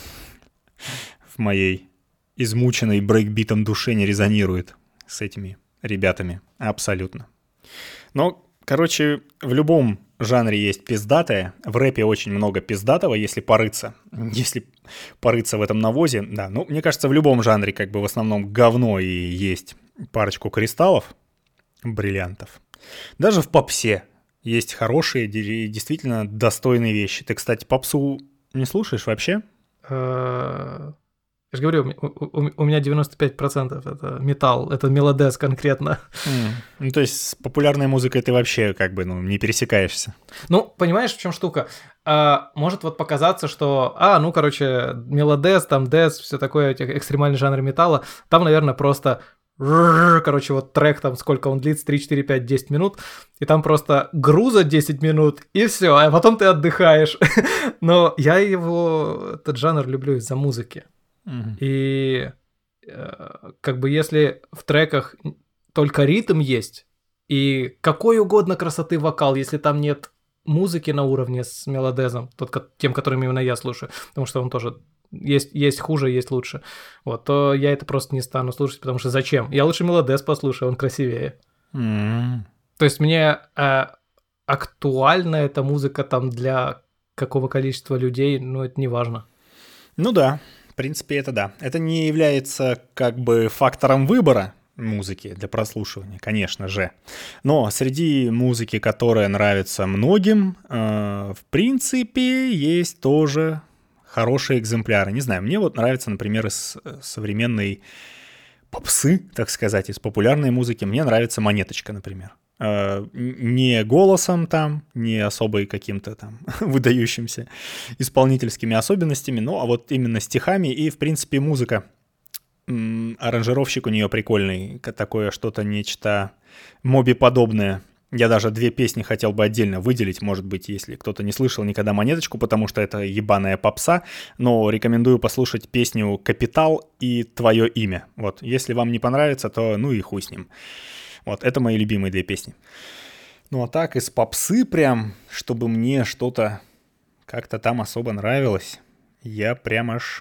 в моей измученной брейкбитом душе не резонирует с этими ребятами. Абсолютно. Но, короче, в любом жанре есть пиздатое. В рэпе очень много пиздатого, если порыться. Если порыться в этом навозе, да. Ну, мне кажется, в любом жанре как бы в основном говно и есть парочку кристаллов, бриллиантов. Даже в попсе есть хорошие, действительно достойные вещи. Ты, кстати, попсу не слушаешь вообще? Я же говорю, у, у, у меня девяносто пять процентов это металл, это мелодес конкретно. Mm. Ну, то есть с популярной музыкой ты вообще как бы ну, не пересекаешься. Ну, понимаешь, в чем штука? А, может вот показаться, что, а, ну, короче, мелодес, там, дес, все такое, эти экстремальные жанры металла, там, наверное, просто, короче, вот трек там, сколько он длится, три, четыре, пять, десять минут, и там просто груза десять минут, и все, а потом ты отдыхаешь. Но я его, этот жанр люблю из-за музыки. Uh-huh. И э, как бы если в треках только ритм есть и какой угодно красоты вокал, если там нет музыки на уровне с мелодезом, тот, тем, которым именно я слушаю, потому что он тоже есть, есть хуже, есть лучше, вот, то я это просто не стану слушать, потому что зачем? Я лучше мелодез послушаю, он красивее. Uh-huh. То есть мне э, актуальна эта музыка там для какого количества людей, ну это не важно. Ну да. В принципе, это да. Это не является как бы фактором выбора музыки для прослушивания, конечно же. Но среди музыки, которая нравится многим, э, в принципе, есть тоже хорошие экземпляры. Не знаю, мне вот нравится, например, из современной попсы, так сказать, из популярной музыки, мне нравится «Монеточка», например. Не голосом там, не особо каким-то там выдающимся исполнительскими особенностями, ну, а вот именно стихами и, в принципе, музыка. Аранжировщик у нее прикольный, такое что-то нечто моби-подобное. Я даже две песни хотел бы отдельно выделить, может быть, если кто-то не слышал никогда «Монеточку», потому что это ебаная попса, но рекомендую послушать песню «Капитал» и «Твое имя». Вот, если вам не понравится, то ну и хуй с ним. Вот, это мои любимые две песни. Ну а так, из попсы прям, чтобы мне что-то как-то там особо нравилось, я прям аж...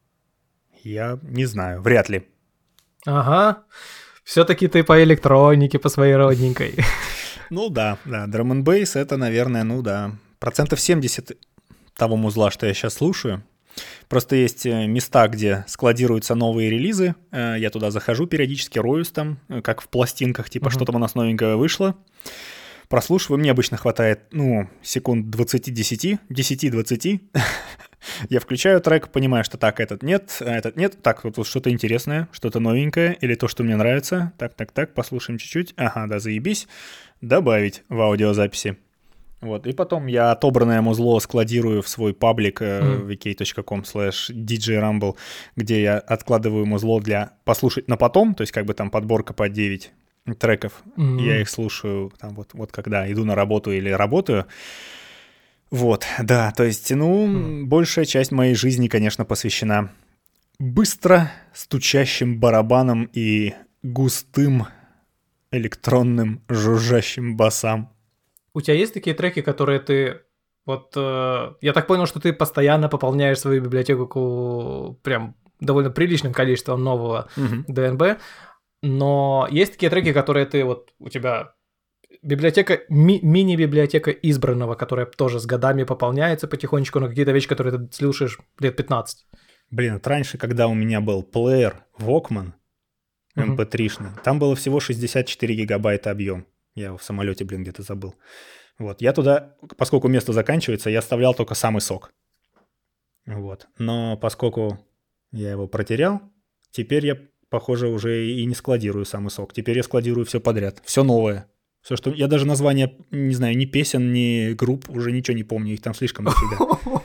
Я не знаю, вряд ли. Ага, все-таки ты по электронике, по своей родненькой. Ну да, да, драм-н-бейс это, наверное, ну да, процентов семьдесят того музла, что я сейчас слушаю. Просто есть места, где складируются новые релизы. Я туда захожу периодически, роюсь там, как в пластинках, типа uh-huh. что там у нас новенькое вышло. Прослушиваю, мне обычно хватает, ну, секунд двадцать-десять, десять-двадцать. Я включаю трек, понимаю, что так, этот нет, этот нет. Так, вот, вот что-то интересное, что-то новенькое, или то, что мне нравится. Так, так, так, послушаем чуть-чуть. Ага, да, заебись. Добавить в аудиозаписи. Вот, и потом я отобранное музло складирую в свой паблик mm. ви кей точка ком слэш ди джей рамбл, где я откладываю музло для послушать на потом, то есть как бы там подборка по девять треков. Mm-hmm. Я их слушаю там вот, вот когда иду на работу или работаю. Вот, да, то есть, ну, mm. большая часть моей жизни, конечно, посвящена быстро стучащим барабанам и густым электронным жужжащим басам. У тебя есть такие треки, которые ты... Вот э, я так понял, что ты постоянно пополняешь свою библиотеку прям довольно приличным количеством нового mm-hmm. ди эн би, но есть такие треки, которые ты вот... У тебя библиотека, ми- мини-библиотека избранного, которая тоже с годами пополняется потихонечку на какие-то вещи, которые ты слушаешь лет пятнадцать. Блин, вот раньше, когда у меня был плеер Walkman эм пи три-шный, mm-hmm. там было всего шестьдесят четыре гигабайта объем. Я его в самолете, блин, где-то забыл. Вот, я туда, поскольку место заканчивается, я оставлял только самый сок. Вот, но поскольку я его протерял, теперь я, похоже, уже и не складирую самый сок. Теперь я складирую все подряд, все новое. Все, что... Я даже названия, не знаю, ни песен, ни групп уже ничего не помню, их там слишком дофига.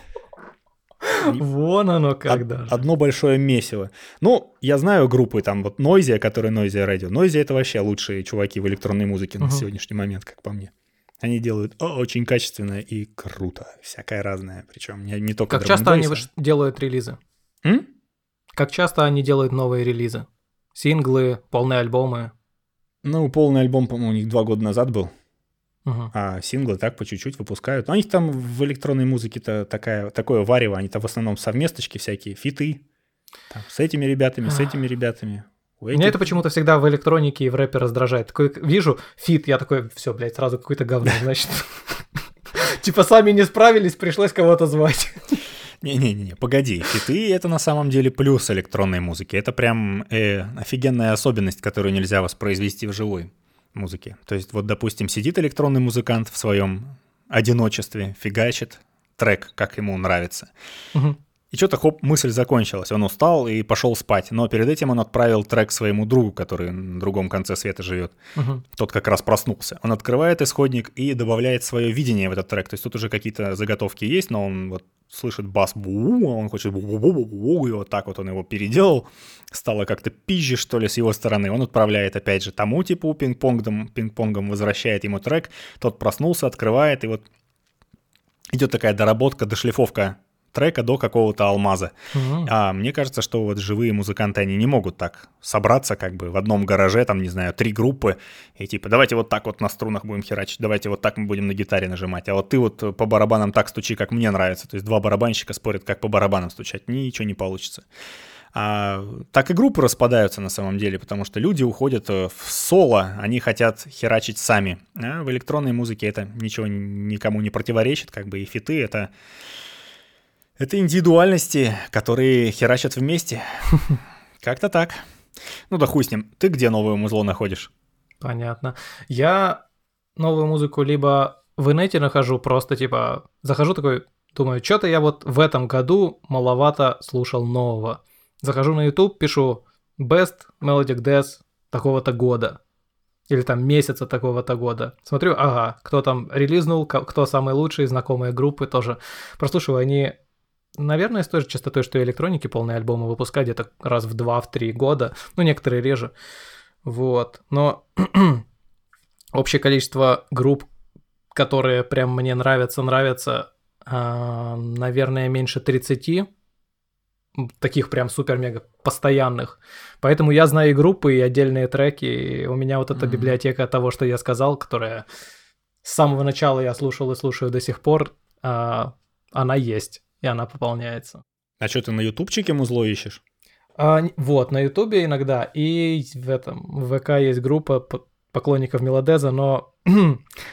Вон оно как даже. Одно большое месиво. Ну, я знаю группы, там вот Noisia, которые Noisia Radio. Noisia — это вообще лучшие чуваки в электронной музыке uh-huh. на сегодняшний момент, как по мне. Они делают о, очень качественно и круто, всякое разное, причем не, не только Как часто они выш... делают релизы? М? Как часто они делают новые релизы? Синглы, полные альбомы? Ну, полный альбом, по-моему, у них два года назад был. Uh-huh. А синглы так по чуть-чуть выпускают. Но у них там в электронной музыке-то такая, такое варево. Они-то в основном совместочки всякие, фиты. Там, с этими ребятами, с этими ребятами. Этих... Меня это почему-то всегда в электронике и в рэпе раздражает. Такой, вижу фит, я такой, все, блядь, сразу какое-то говно, значит. Типа сами не справились, пришлось кого-то звать. Не-не-не, погоди, фиты — это на самом деле плюс электронной музыки. Это прям э, офигенная особенность, которую нельзя воспроизвести в живой музыке. То есть вот, допустим, сидит электронный музыкант в своем одиночестве, фигачит трек, как ему нравится. Угу. И что-то, хоп, мысль закончилась. Он устал и пошел спать. Но перед этим он отправил трек своему другу, который на другом конце света живет. Угу. Тот как раз проснулся. Он открывает исходник и добавляет свое видение в этот трек. То есть тут уже какие-то заготовки есть, но он вот слышит бас, бу, он хочет бу-бу-бу-бу, и вот так вот он его переделал. Стало как-то пизже, что ли, с его стороны. Он отправляет опять же тому типу пинг-понгом, пинг-понгом возвращает ему трек. Тот проснулся, открывает, и вот идет такая доработка, дошлифовка трека до какого-то алмаза. Mm-hmm. А мне кажется, что вот живые музыканты, они не могут так собраться как бы в одном гараже, там, не знаю, три группы, и типа давайте вот так вот на струнах будем херачить, давайте вот так мы будем на гитаре нажимать, а вот ты вот по барабанам так стучи, как мне нравится. То есть два барабанщика спорят, как по барабанам стучать. Ничего не получится. А так и группы распадаются на самом деле, потому что люди уходят в соло, они хотят херачить сами. А в электронной музыке это ничего никому не противоречит, как бы и фиты — это... Это индивидуальности, которые херачат вместе. Как-то так. Ну да хуй с ним. Ты где новое музло находишь? Понятно. Я новую музыку либо в инете нахожу, просто типа захожу такой, думаю, что-то я вот в этом году маловато слушал нового. Захожу на YouTube, пишу Best Melodic Death такого-то года. Или там месяца такого-то года. Смотрю, ага, кто там релизнул, кто самые лучшие, знакомые группы тоже. Прослушиваю, они... Наверное, с той же частотой, что и электроники, полные альбомы выпускают где-то раз в два-три года. Ну, некоторые реже. Вот. Но общее количество групп, которые прям мне нравятся, нравятся, наверное, меньше тридцати. Таких прям супер-мега постоянных. Поэтому я знаю и группы, и отдельные треки. И у меня вот эта mm-hmm. библиотека того, что я сказал, которая с самого начала я слушал и слушаю до сих пор, она есть. И она пополняется. А что, ты на ютубчике музло ищешь? А, вот, на ютубе иногда. И в этом в ВК есть группа поклонников Мелодеза, но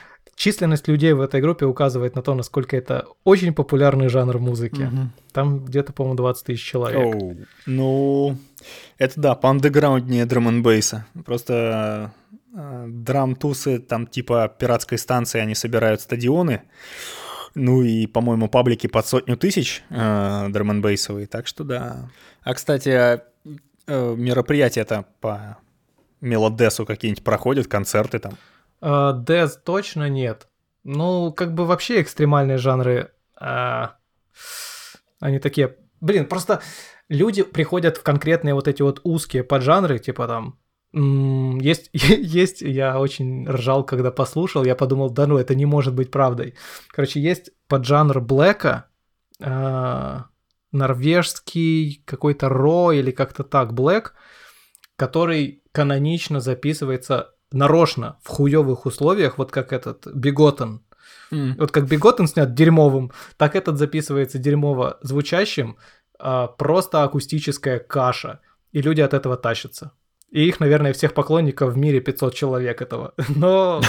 численность людей в этой группе указывает на то, насколько это очень популярный жанр музыки. Мгм. Там где-то, по-моему, двадцать тысяч человек. Оу, ну, это да, поандеграунднее драм-н-бейса. Просто э, драм-тусы, там типа пиратской станции, они собирают стадионы. Ну и, по-моему, паблики под сотню тысяч э, драм-н-бейсовые, так что да. А, кстати, а, э, мероприятия-то по Мелодесу какие-нибудь проходят, концерты там? А, Дэз точно нет. Ну, как бы вообще экстремальные жанры, а, они такие... Блин, просто люди приходят в конкретные вот эти вот узкие поджанры, типа там... м, Есть, есть, я очень ржал, когда послушал, я подумал, да ну, это не может быть правдой. Короче, есть поджанр блэка, а, норвежский какой-то ро или как-то так, блэк, который канонично записывается нарочно в хуёвых условиях, вот как этот Биготен. М. Вот как Биготен снят дерьмовым, так этот записывается дерьмово звучащим, а, просто акустическая каша. И люди от этого тащатся. И их, наверное, всех поклонников в мире пятьсот человек этого. Но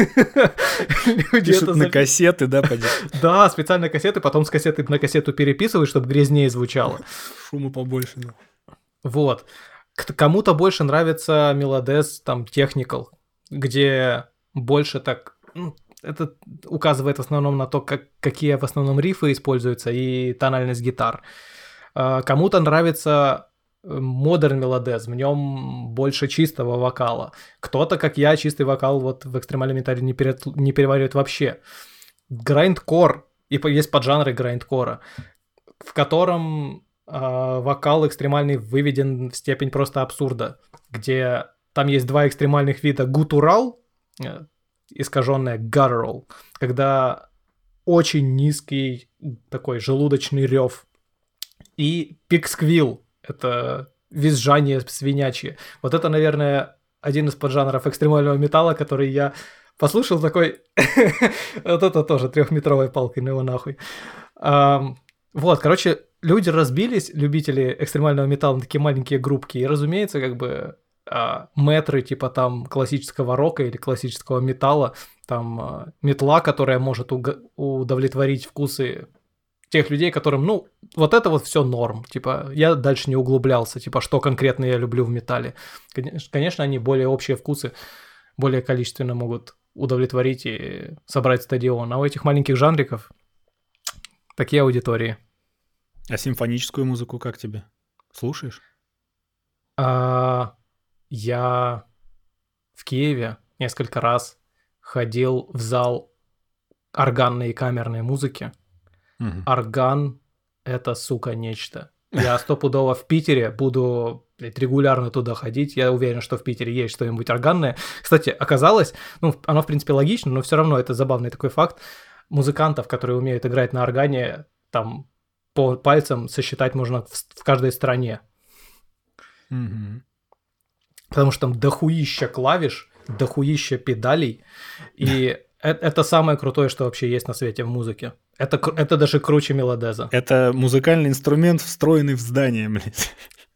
люди Пишут это на запи- кассеты, да, поди? Да, специально кассеты, потом с кассеты на кассету переписывают, чтобы грязнее звучало. Шума побольше, да. Вот. К- Кому-то больше нравится Мелодес, там, Technical, где больше так... ну, это указывает в основном на то, как, какие в основном рифы используются и тональность гитар. А, Кому-то нравится модерн мелодез, в нем больше чистого вокала. Кто-то, как я, чистый вокал вот в экстремальном металле не, пере- не переваривает вообще. Грайндкор, и по- есть поджанры грайндкора, в котором а, вокал экстремальный выведен в степень просто абсурда, где там есть два экстремальных вида: гутурал, э, искаженное guttural, когда очень низкий такой желудочный рев, и пиксквилл, это визжание свинячье. Вот это, наверное, один из поджанров экстремального металла, который я послушал такой... Вот это тоже трехметровой палкой, ну его нахуй. Ам, Вот, короче, люди разбились, любители экстремального металла, на такие маленькие группки, и, разумеется, как бы а, мэтры типа там классического рока или классического металла, там а, метла, которая может уг- удовлетворить вкусы тех людей, которым, ну, вот это вот все норм. Типа, я дальше не углублялся, типа, что конкретно я люблю в металле. Конечно, конечно, они более общие вкусы, более количественно могут удовлетворить и собрать стадион. А у этих маленьких жанриков такие аудитории. А симфоническую музыку как тебе? Слушаешь? А, я в Киеве несколько раз ходил в зал органной и камерной музыки. Мгм. Орган — это, сука, нечто. Я стопудово в Питере буду, блядь, регулярно туда ходить. Я уверен, что в Питере есть что-нибудь органное. Кстати, оказалось, ну, оно, в принципе, логично, но все равно это забавный такой факт. Музыкантов, которые умеют играть на органе, там по пальцам сосчитать можно в, в каждой стране. Мгм. Потому что там дохуища клавиш, дохуища педалей. И э- это самое крутое, что вообще есть на свете в музыке. Это, кру- это даже круче мелодеза. Это музыкальный инструмент, встроенный в здание, блядь.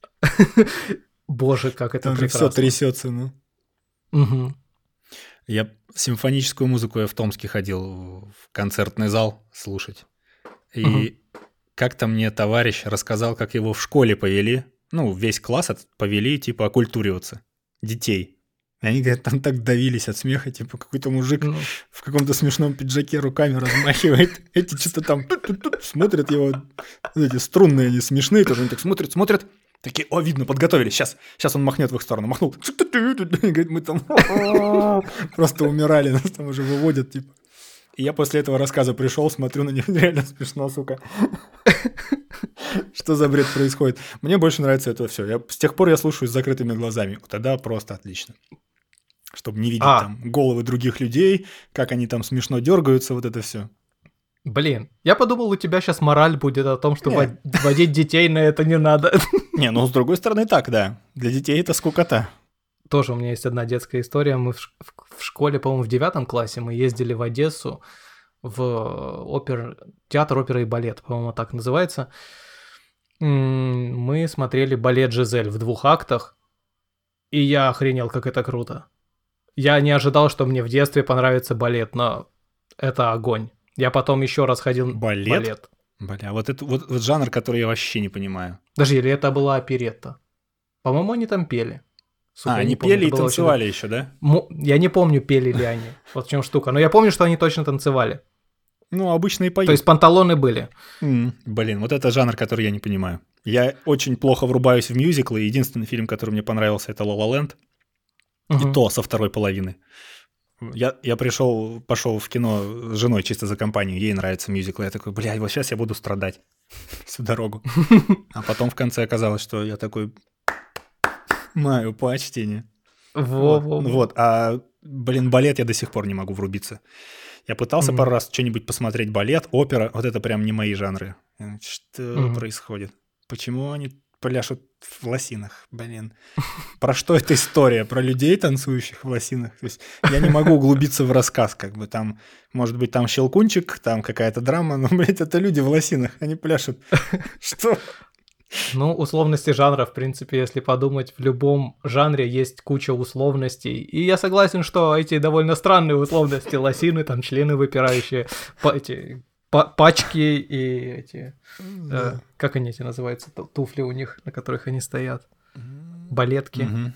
Боже, как это Там же все прекрасно. трясется, ну. Мгм. Я симфоническую музыку я в Томске ходил в концертный зал слушать. И Мгм. как-то мне товарищ рассказал, как его в школе повели. Ну, весь класс от- повели, типа, окультуриваться. Детей. И они, говорят, там так давились от смеха, типа, какой-то мужик Ну, в каком-то смешном пиджаке руками размахивает. Эти что-то там тут-тут-тут смотрят его. Вот эти струнные, они смешные тоже. Они так смотрят, смотрят. Такие, о, видно, подготовились. Сейчас, сейчас он махнет в их сторону. Махнул. И говорит, мы там просто умирали. Нас там уже выводят, типа. И я после этого рассказа пришел, смотрю на них, реально смешно, сука. Что за бред происходит? Мне больше нравится это все. Я, с тех пор я слушаю с закрытыми глазами. Тогда просто отлично. Чтобы не видеть А. там головы других людей, как они там смешно дергаются, вот это все. блин, я подумал, у тебя сейчас мораль будет о том, что Не. вод- водить детей на это не надо. Не, ну с другой стороны так, да. Для детей это скукота. Тоже у меня есть одна детская история. Мы в, ш- в- в школе, по-моему, в девятом классе мы ездили в Одессу в опер... театр оперы и балет, по-моему, так называется. М, Мы смотрели балет «Жизель» в двух актах, и я охренел, как это круто. Я не ожидал, что мне в детстве понравится балет, но Это огонь. Я потом еще раз ходил Балет? балет. Бля, вот это вот, вот жанр, который я вообще не понимаю. Даже или это была оперетта. По-моему, они там пели. Сука, а, я они не помню, пели и это было очень- танцевали еще, да? Мо- Я не помню, пели ли они. Вот в чем штука. Но я помню, что они точно танцевали. Ну, обычно и поют. То есть панталоны были. М, Блин, вот это жанр, который я не понимаю. Я очень плохо врубаюсь в мюзиклы. Единственный фильм, который мне понравился, это «Ла Ла Ленд». И Мгм. то со второй половины. Я, я пришел, пошел в кино с женой чисто за компанию, ей нравятся мюзиклы. Я такой, блядь, вот сейчас я буду страдать всю дорогу. А потом в конце оказалось, что я такой, мое почтение. Вот, Во-во-во. вот. А, блин, балет я до сих пор не могу врубиться. Я пытался Мгм. пару раз что-нибудь посмотреть, балет, опера, вот это прям не мои жанры. Что Мгм. происходит? Почему они пляшут в лосинах, блин? Про что эта история? Про людей, танцующих в лосинах? То есть я не могу углубиться в рассказ, как бы там, может быть, там щелкунчик, там какая-то драма, но, блядь, это люди в лосинах, они пляшут. Что? Ну, условности жанра, в принципе, если подумать, в любом жанре есть куча условностей. И я согласен, что эти довольно странные условности, лосины, там члены выпирающие, па- эти па- пачки и эти... э, как они эти называются? ту- Туфли у них, на которых они стоят. Балетки. Мгм.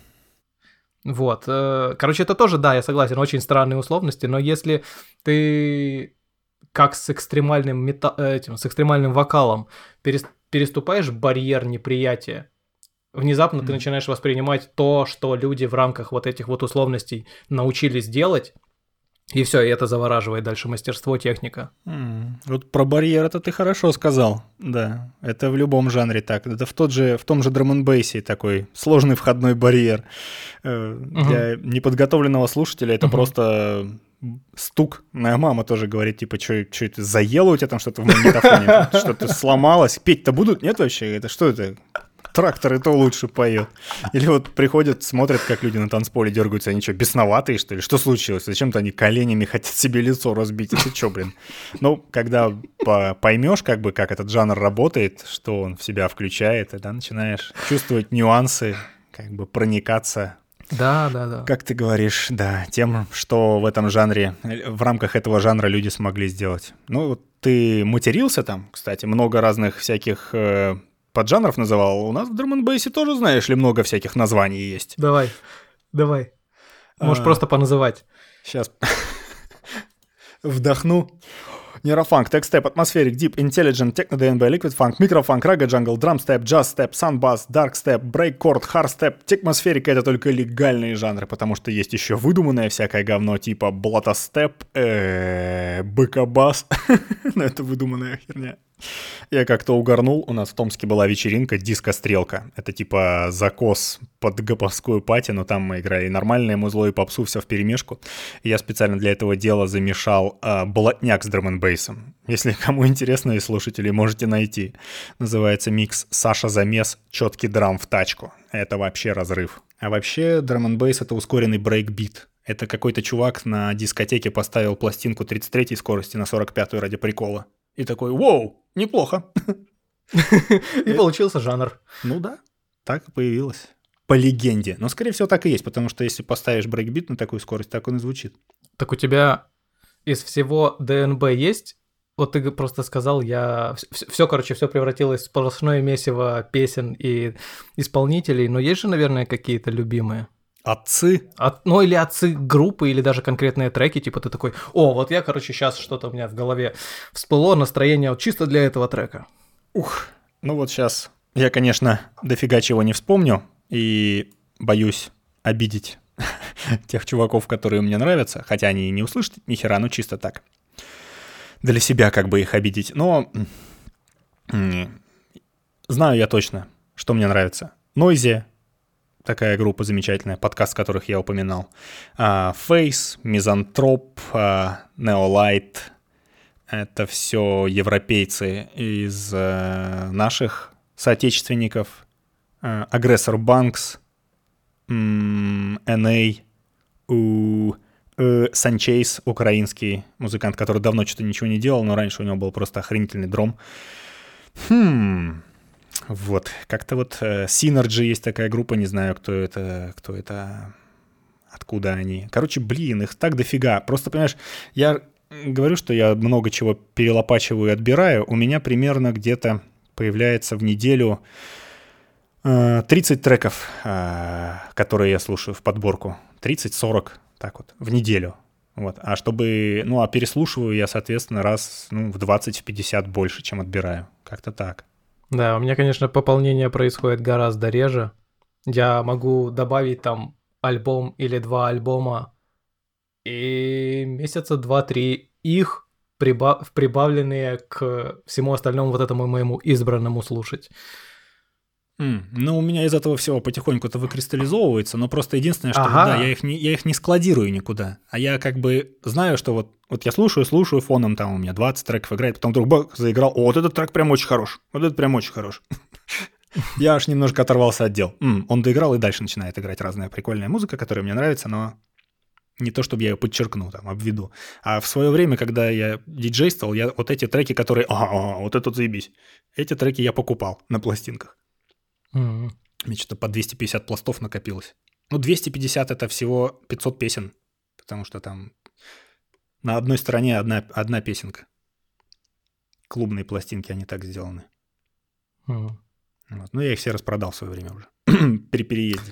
Вот. э, Короче, это тоже, да, я согласен, очень странные условности, но если ты как с экстремальным, мета... э, этим, с экстремальным вокалом перес- переступаешь барьер неприятия, внезапно ты Мгм. начинаешь воспринимать то, что люди в рамках вот этих вот условностей научились делать, и все, и это завораживает дальше мастерство, техника. М, Вот про барьер это ты хорошо сказал, да. Это в любом жанре так. Это в, тот же, в том же драм-н-бейсе такой сложный входной барьер. Э, Для неподготовленного слушателя это Мгм. просто стук. Моя мама тоже говорит, типа, что это заело у тебя там что-то в магнитофоне? Что-то сломалось? Петь-то будут? Нет вообще? Это что это? Трактор и то лучше поет. Или вот приходят, смотрят, как люди на танцполе дергаются, они что, бесноватые, что ли? Что случилось? Зачем-то они коленями хотят себе лицо разбить. Это что, блин? Ну, когда по- поймешь, как бы, как этот жанр работает, что он в себя включает, тогда начинаешь чувствовать нюансы, как бы проникаться, Да, да, да. как ты говоришь, да, тем, что в этом жанре, в рамках этого жанра люди смогли сделать. Ну, вот ты матерился там, кстати, много разных всяких э, поджанров называл. У нас в драм-н-бейсе тоже, знаешь ли, много всяких названий есть. Давай, давай. Можешь А. просто поназывать. Сейчас вдохну. Нейрофанк, текстеп, атмосферик, дип, интеллигент, техно-ДНБ, ликвид фанк, микрофанк, рага джангл, драмстеп, джаз-степ, сан-бас, дарк-степ, брейк-корд, хард-степ. Техмосферика — это только легальные жанры, потому что есть еще выдуманное всякое говно типа блатостеп, э, бэкабас. Но это выдуманная херня. Я как-то угорнул, у нас в Томске была вечеринка «Диско-стрелка». Это типа закос под гоповскую пати, но там мы играли и нормальное музло, и попсу, все вперемешку. И я специально для этого дела замешал а, блатняк с драм-н-бейсом. Если кому интересно, и слушатели, можете найти. Называется микс «Саша замес, четкий драм в тачку». Это вообще разрыв. А вообще драм-н-бейс — это ускоренный брейкбит. Это какой-то чувак на дискотеке поставил пластинку тридцать третьей скорости на сорок пятую ради прикола. И такой, воу, неплохо. И получился жанр. Ну да, так и появилось. По легенде. Но, скорее всего, так и есть, потому что если поставишь брейкбит на такую скорость, так он и звучит. Так у тебя из всего ДНБ есть? Вот ты просто сказал, я... Все, короче, все превратилось в сплошное месиво песен и исполнителей, но есть же, наверное, какие-то любимые? Отцы. От, ну, или отцы группы, или даже конкретные треки, типа ты такой, о, вот я, короче, сейчас что-то у меня в голове всплыло, настроение вот чисто для этого трека. Ух, ну вот сейчас я, конечно, дофига чего не вспомню и боюсь обидеть тех чуваков, которые мне нравятся, хотя они и не услышат ни хера, ну чисто так. Для себя как бы их обидеть, но знаю я точно, что мне нравится. Noisy, такая группа замечательная, подкаст которых я упоминал. Face, Мизантроп, Neolight. Это все европейцы из э, наших соотечественников. Агрессор Банкс, эн эй, у, э, Санчейс, украинский музыкант, который давно что-то ничего не делал, но раньше у него был просто охренительный дром. Хм... Вот, как-то вот э, Synergy есть такая группа, не знаю, кто это, кто это, откуда они. Короче, блин, их так дофига. Просто, понимаешь, я говорю, что я много чего перелопачиваю и отбираю. У меня примерно где-то появляется в неделю э, тридцать треков, э, которые я слушаю в подборку. тридцать-сорок, так вот, в неделю. Вот. А чтобы, ну, а переслушиваю я, соответственно, раз ну, в двадцать-пятьдесят больше, чем отбираю. Как-то так. Да, у меня, конечно, пополнение происходит гораздо реже. Я могу добавить там альбом или два альбома, и месяца два-три их приба- прибавленные к всему остальному вот этому моему избранному слушать. Mm. Ну, у меня из этого всего потихоньку-то выкристаллизовывается, но просто единственное, что Ага. вот, да, я их, не, я их не складирую никуда, а я как бы знаю, что вот, вот я слушаю, слушаю фоном, там у меня двадцать треков играет, потом вдруг бах, заиграл, о, вот этот трек прям очень хорош, вот этот прям очень хорош. Я аж немножко оторвался от дел. Он доиграл и дальше начинает играть разная прикольная музыка, которая мне нравится, но не то, чтобы я ее подчеркну, там, обведу. А в свое время, когда я диджействовал, я вот эти треки, которые, ага, вот этот заебись, эти треки я покупал на пластинках. Mm-hmm. Мне что-то по двести пятьдесят пластов накопилось. Ну, двести пятьдесят — это всего пятьсот песен, потому что там на одной стороне одна, одна песенка. Клубные пластинки, они так сделаны. Mm-hmm. Вот. Ну, я их все распродал в свое время уже. При переезде.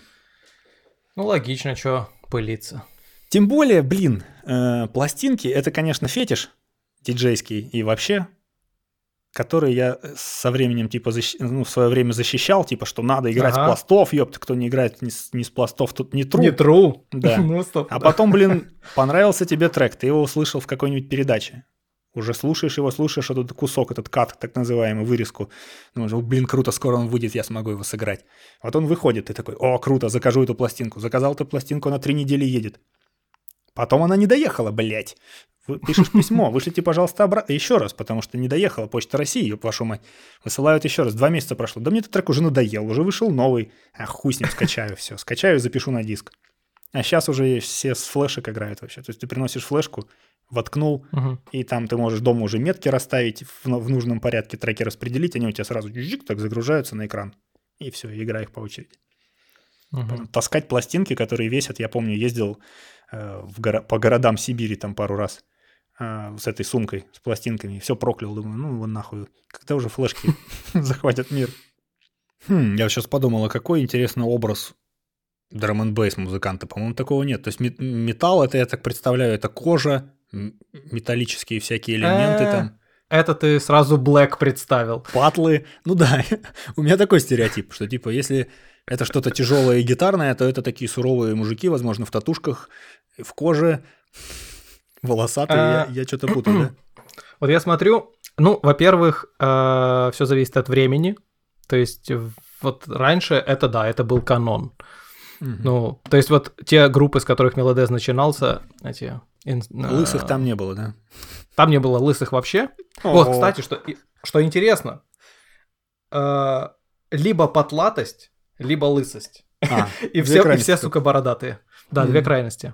Ну, логично, что пылиться. Тем более, блин, э, пластинки — это, конечно, фетиш диджейский и вообще, который я со временем, типа, защ... ну, в свое время защищал, типа, что надо играть ага. с пластов, ёпта, кто не играет не с, не с пластов, тут не тру. Не тру. Да. ну, стоп, а да. потом, блин, понравился тебе трек, ты его услышал в какой-нибудь передаче. Уже слушаешь его, слушаешь этот кусок, этот кат, так называемый, вырезку. Думаешь, блин, круто, скоро он выйдет, я смогу его сыграть. Вот он выходит, ты такой, о, круто, закажу эту пластинку. Заказал эту пластинку, она три недели едет. Потом она не доехала, блядь. Пишешь письмо, вышлите, пожалуйста, обратно. Еще раз, потому что не доехала. Почта России, ёб вашу мать. Высылают еще раз. Два месяца прошло. Да мне этот трек уже надоел, уже вышел новый. А хуй с ним, скачаю все. Скачаю и запишу на диск. А сейчас уже все с флешек играют вообще. То есть ты приносишь флешку, воткнул, угу. и там ты можешь дома уже метки расставить, в, в нужном порядке треки распределить, они у тебя сразу так загружаются на экран. И все, играй их по очереди. Угу. Таскать пластинки, которые весят, я помню, ездил э, в горо- по городам Сибири там пару раз э, с этой сумкой, с пластинками, все проклял, думаю, ну его нахуй, когда уже флешки захватят мир. Хм, я сейчас подумал, а какой интересный образ драм-н-бейс музыканта, по-моему, такого нет. То есть металл, это, я так представляю, это кожа, металлические всякие элементы там. Это ты сразу Black представил. Патлы. Ну да, у меня такой стереотип, что типа если это что-то тяжелое и гитарное, то это такие суровые мужики, возможно, в татушках, в коже, волосатые. А... Я, я что-то путаю, да? Вот я смотрю, ну, во-первых, э, все зависит от времени. То есть вот раньше это, да, это был канон. Mm-hmm. Ну, то есть вот те группы, с которых Мелодез начинался, эти... Лысых э, там не было, да? Там не было лысых вообще. О-о-о. Вот, кстати, что, что интересно, э, либо потлатость, либо лысость. А, и, все, и все, сука, бородатые. Да, mm-hmm. две крайности.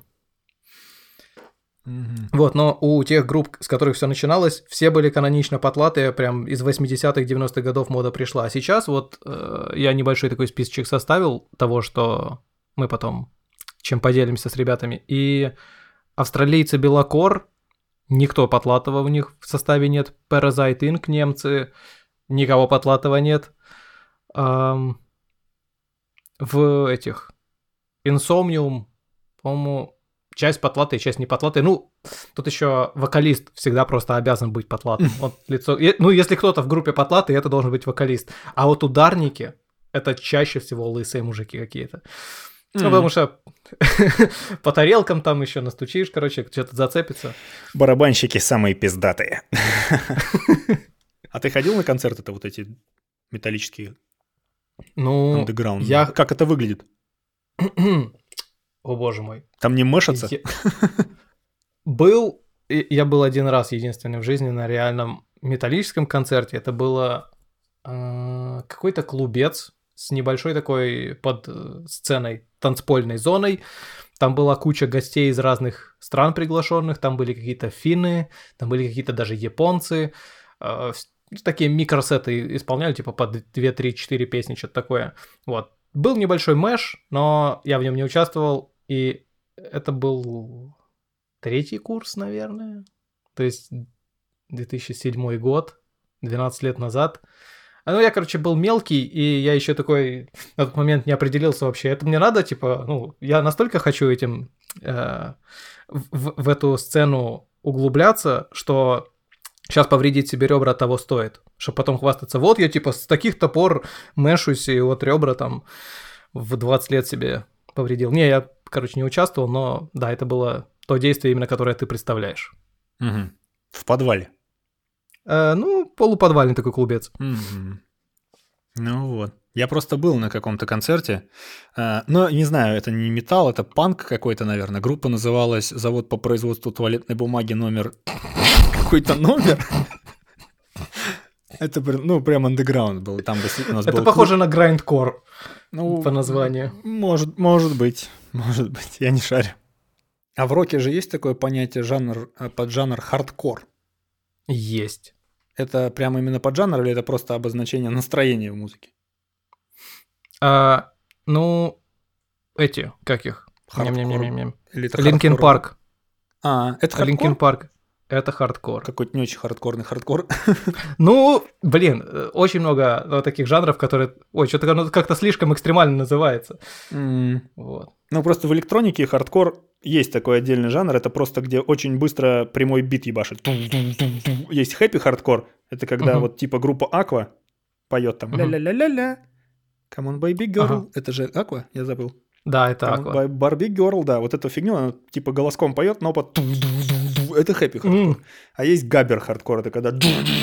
Mm-hmm. Вот, но у тех групп, с которых все начиналось, все были канонично потлатые, прям из восьмидесятых, девяностых годов мода пришла. А сейчас вот э, я небольшой такой списочек составил того, что мы потом чем поделимся с ребятами. И австралийцы Белокор, никто потлатого у них в составе нет. Parasite Incorporated, немцы, никого потлатого нет. Эм, в этих Insomnium, по-моему, часть потлатая, часть не потлатая. Ну, тут еще вокалист всегда просто обязан быть потлатым. Вот лицо... Ну, если кто-то в группе потлатый, это должен быть вокалист. А вот ударники — это чаще всего лысые мужики какие-то. Ну, потому что по тарелкам там еще настучишь, короче, что-то зацепится. Барабанщики самые пиздатые. А ты ходил на концерты-то вот эти металлические? Ну, андеграунд. Я... Как это выглядит? О, боже мой. Там не мышатся? Я... Был, я был один раз единственный в жизни на реальном металлическом концерте. Это было э, какой-то клубец с небольшой такой под сценой танцпольной зоной. Там была куча гостей из разных стран приглашенных. Там были какие-то финны, там были какие-то даже японцы. Э, такие микросеты исполняли, типа по две, три, четыре песни, что-то такое. Вот. Был небольшой мэш, но я в нем не участвовал. И это был третий курс, наверное. то есть две тысячи седьмой год, двенадцать лет назад. А, ну, я, короче, был мелкий, и я еще такой на тот момент не определился вообще. Это мне надо, типа, ну, я настолько хочу этим, э, в, в эту сцену углубляться, что сейчас повредить себе ребра того стоит. Чтобы потом хвастаться, вот я, типа, с таких-то пор мэшусь, и вот ребра там в двадцать лет себе повредил. Не, я, короче, не участвовал, но, да, это было то действие именно, которое ты представляешь. Угу. В подвале. Э, ну, полуподвальный такой клубец. Угу. Ну вот. Я просто был на каком-то концерте, э, но не знаю, это не металл, это панк какой-то, наверное. Группа называлась «Завод по производству туалетной бумаги номер...» Какой-то номер. Это, ну, прям андеграунд был. Там у нас это был похоже клуб. на грайндкор Ну, по названию. Может, может быть, может быть, я не шарю. А в роке же есть такое понятие, жанр, поджанр хардкор? Есть. Это прямо именно поджанр или это просто обозначение настроения в музыке? А, ну, эти, как их? Хардкор. Линкин Парк. А, это хардкор? Линкин Парк. Это хардкор. Какой-то не очень хардкорный хардкор. Ну, блин, очень много ну, таких жанров, которые... Ой, что-то ну, как-то слишком экстремально называется. Mm. Вот. Ну, просто в электронике хардкор есть такой отдельный жанр. Это просто где очень быстро прямой бит ебашит. Есть хэппи-хардкор. Это когда uh-huh. вот типа группа Aqua поет там uh-huh. ля-ля-ля-ля-ля. Come on, baby girl. Uh-huh. Это же Aqua? Я забыл. Да, это Aqua. Barbie Girl, да. Вот эту фигню, она типа голоском поет, но под... Это хэппи-хардкор. Mm. А есть габбер-хардкор, это когда...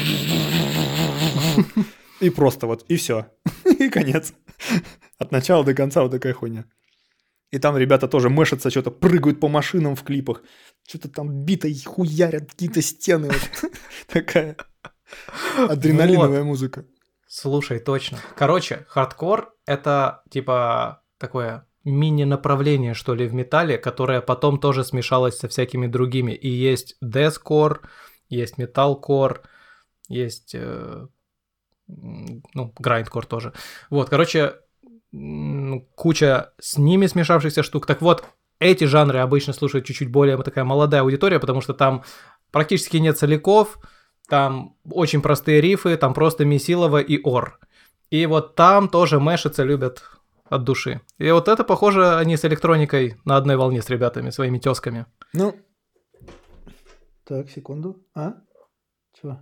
И просто вот, и все. И конец. От начала до конца вот такая хуйня. И там ребята тоже мэшатся, что-то прыгают по машинам в клипах. Что-то там битой хуярят какие-то стены. Такая адреналиновая музыка. Слушай, точно. Короче, хардкор — это типа такое... мини-направление, что ли, в металле, которое потом тоже смешалось со всякими другими. И есть deathcore, есть metalcore, есть, э, ну, grindcore тоже. Вот, короче, куча с ними смешавшихся штук. Так вот, эти жанры обычно слушают чуть-чуть более такая молодая аудитория, потому что там практически нет соляков, там очень простые рифы, там просто месилово и ор. И вот там тоже мэшиться любят от души. И вот это, похоже, они с электроникой на одной волне с ребятами, своими тёзками. Ну, так, секунду. А? Чего?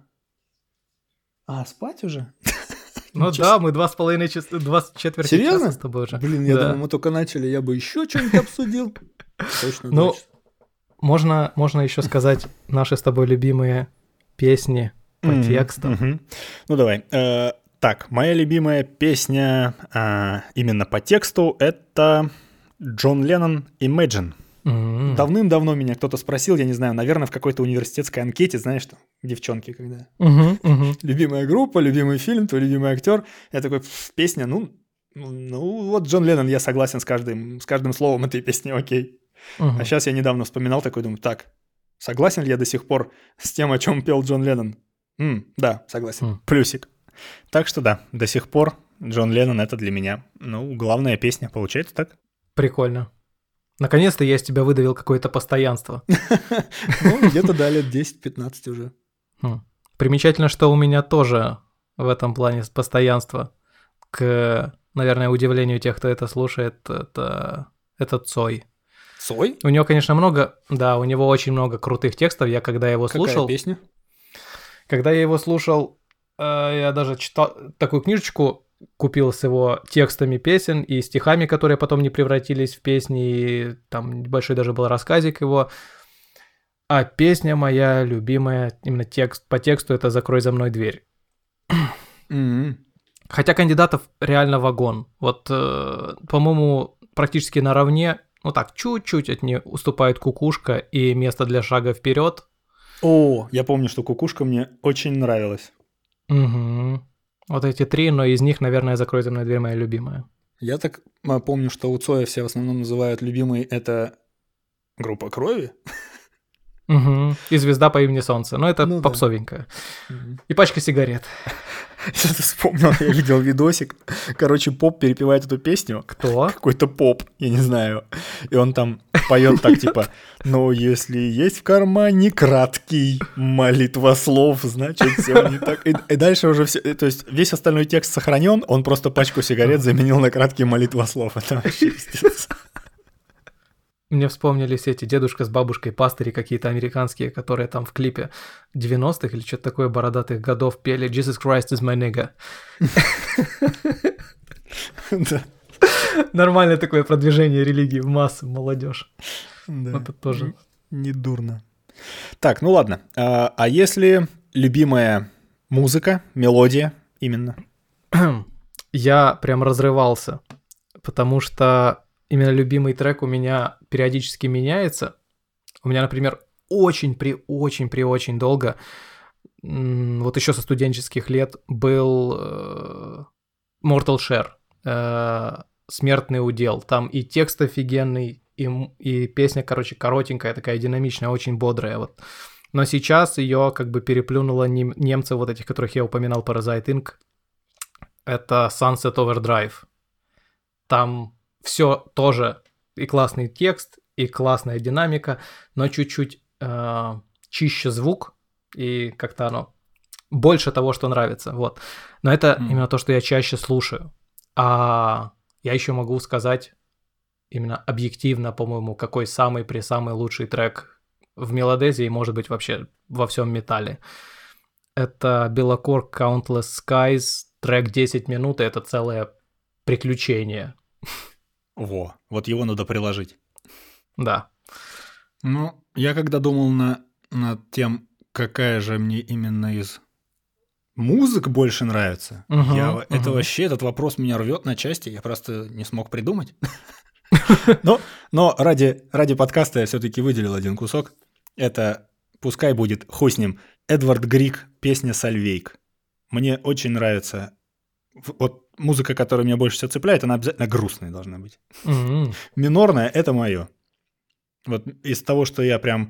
А, спать уже? Ну да, мы два с половиной часа, два с четверти Серьезно? часа с тобой уже. Блин, я думаю, мы только начали, я бы еще что-нибудь обсудил. Точно, ну, можно, можно еще сказать наши с тобой любимые песни по тексту. Ну давай. Так, моя любимая песня а, именно по тексту — это Джон Леннон «Imagine». Mm-hmm. Давным-давно меня кто-то спросил, я не знаю, наверное, в какой-то университетской анкете, знаешь, там, девчонки, когда mm-hmm. Mm-hmm. любимая группа, любимый фильм, твой любимый актер. Я такой, песня, ну, ну вот Джон Леннон, я согласен с каждым, с каждым словом этой песни, окей. Mm-hmm. А сейчас я недавно вспоминал такой, думаю, так, согласен ли я до сих пор с тем, о чем пел Джон Леннон? М, да, согласен, mm. плюсик. Так что да, до сих пор Джон Леннон — это для меня, ну, главная песня, получается так? Прикольно. Наконец-то я из тебя выдавил какое-то постоянство. Ну, где-то да, лет десять-пятнадцать уже. Примечательно, что у меня тоже в этом плане постоянство. К, наверное, удивлению тех, кто это слушает, это, это Цой. Цой? У него, конечно, много, да, у него очень много крутых текстов. Я когда его слушал... Какая песня? Когда я его слушал, я даже читал такую книжечку, купил с его текстами песен и стихами, которые потом не превратились в песни, и там небольшой даже был рассказик его. А песня моя любимая, именно текст по тексту, это «Закрой за мной дверь». Mm-hmm. Хотя кандидатов реально вагон. Вот, э, по-моему, практически наравне, ну так, чуть-чуть от нее уступает «Кукушка» и «Место для шага вперед». О, я помню, что «Кукушка» мне очень нравилась. Угу. Вот эти три, но из них, наверное, «Закрой за мной дверь» моя любимая. Я так помню, что у Цоя все в основном называют любимой это группа Крови. Угу. И звезда по имени Солнце. Ну, это Ну да. попсовенькая. Мгм. И пачка сигарет. Что-то вспомнил, я видел видосик. Короче, поп перепевает эту песню. Кто? Какой-то поп, я не знаю. И он там поет так, типа, ну, если есть в кармане краткий молитвослов, значит, все не так. И, и дальше уже все, то есть весь остальной текст сохранен, он просто пачку сигарет заменил на краткий молитвослов. Это вообще пиздец. Мне вспомнились эти дедушка с бабушкой, пастыри какие-то американские, которые там в клипе девяностых или что-то такое бородатых годов пели «Jesus Christ is my nigga». Да. Нормальное такое продвижение религии в массы, молодежь. Да. Это тоже. Не дурно. Так, ну ладно. А, а если любимая музыка, мелодия именно? Я прям разрывался, потому что именно любимый трек у меня периодически меняется. У меня, например, очень-при-очень-при-очень долго, вот еще со студенческих лет, был э, Mortal Share, э, «Смертный удел». Там и текст офигенный, и, и песня, короче, коротенькая, такая динамичная, очень бодрая. Вот. Но сейчас ее как бы переплюнуло нем- немцы, вот этих, которых я упоминал, Parasite инк. Это Sunset Overdrive. Там все тоже и классный текст, и классная динамика, но чуть-чуть э, чище звук, и как-то оно больше того, что нравится. Вот. Но это mm. именно то, что я чаще слушаю. А я еще могу сказать именно объективно, по-моему, какой самый-пресамый лучший трек в мелодезии, может быть, вообще во всем металле. Это Be'lakor Countless Skies, трек десять минут, и это целое приключение. Во, вот его надо приложить. Да. Ну, я когда думал на, над тем, какая же мне именно из музык больше нравится, угу, я, угу. это вообще, этот вопрос меня рвет на части, я просто не смог придумать. Но, но ради, ради подкаста я все-таки выделил один кусок. Это, пускай будет, хуй с ним, Эдвард Григ, песня «Сальвейк». Мне очень нравится. Вот музыка, которая меня больше всего цепляет, она обязательно грустная должна быть. Mm-hmm. Минорная — это мое. Вот из того, что я прям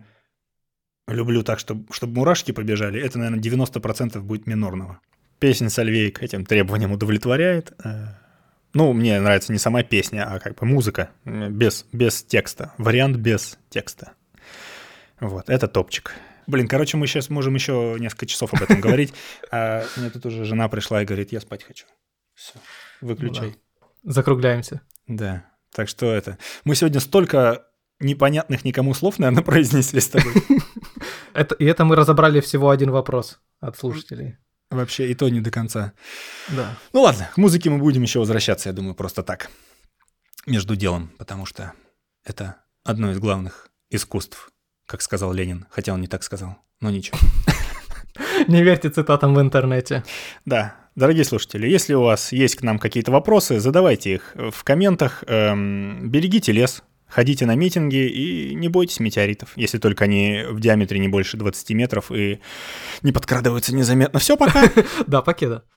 люблю так, чтобы, чтобы мурашки побежали, это, наверное, девяносто процентов будет минорного. Песня «Сальвейк» этим требованиям удовлетворяет. Ну, мне нравится не сама песня, а как бы музыка без, без текста. Вариант без текста. Вот, это топчик. Блин, короче, мы сейчас можем еще несколько часов об этом говорить. А мне тут уже жена пришла и говорит, я спать хочу. Все, выключай. Да. Закругляемся. Да, так что это... Мы сегодня столько непонятных никому слов, наверное, произнесли с тобой. это, и это мы разобрали всего один вопрос от слушателей. Вообще и то не до конца. Да. Ну ладно, к музыке мы будем еще возвращаться, я думаю, просто так. Между делом, потому что это одно из главных искусств, как сказал Ленин, хотя он не так сказал, но ничего. Не верьте цитатам в интернете. Да, дорогие слушатели, если у вас есть к нам какие-то вопросы, задавайте их в комментах, эм, берегите лес, ходите на митинги и не бойтесь метеоритов, если только они в диаметре не больше двадцати метров и не подкрадываются незаметно. Все, пока. Да, покеда.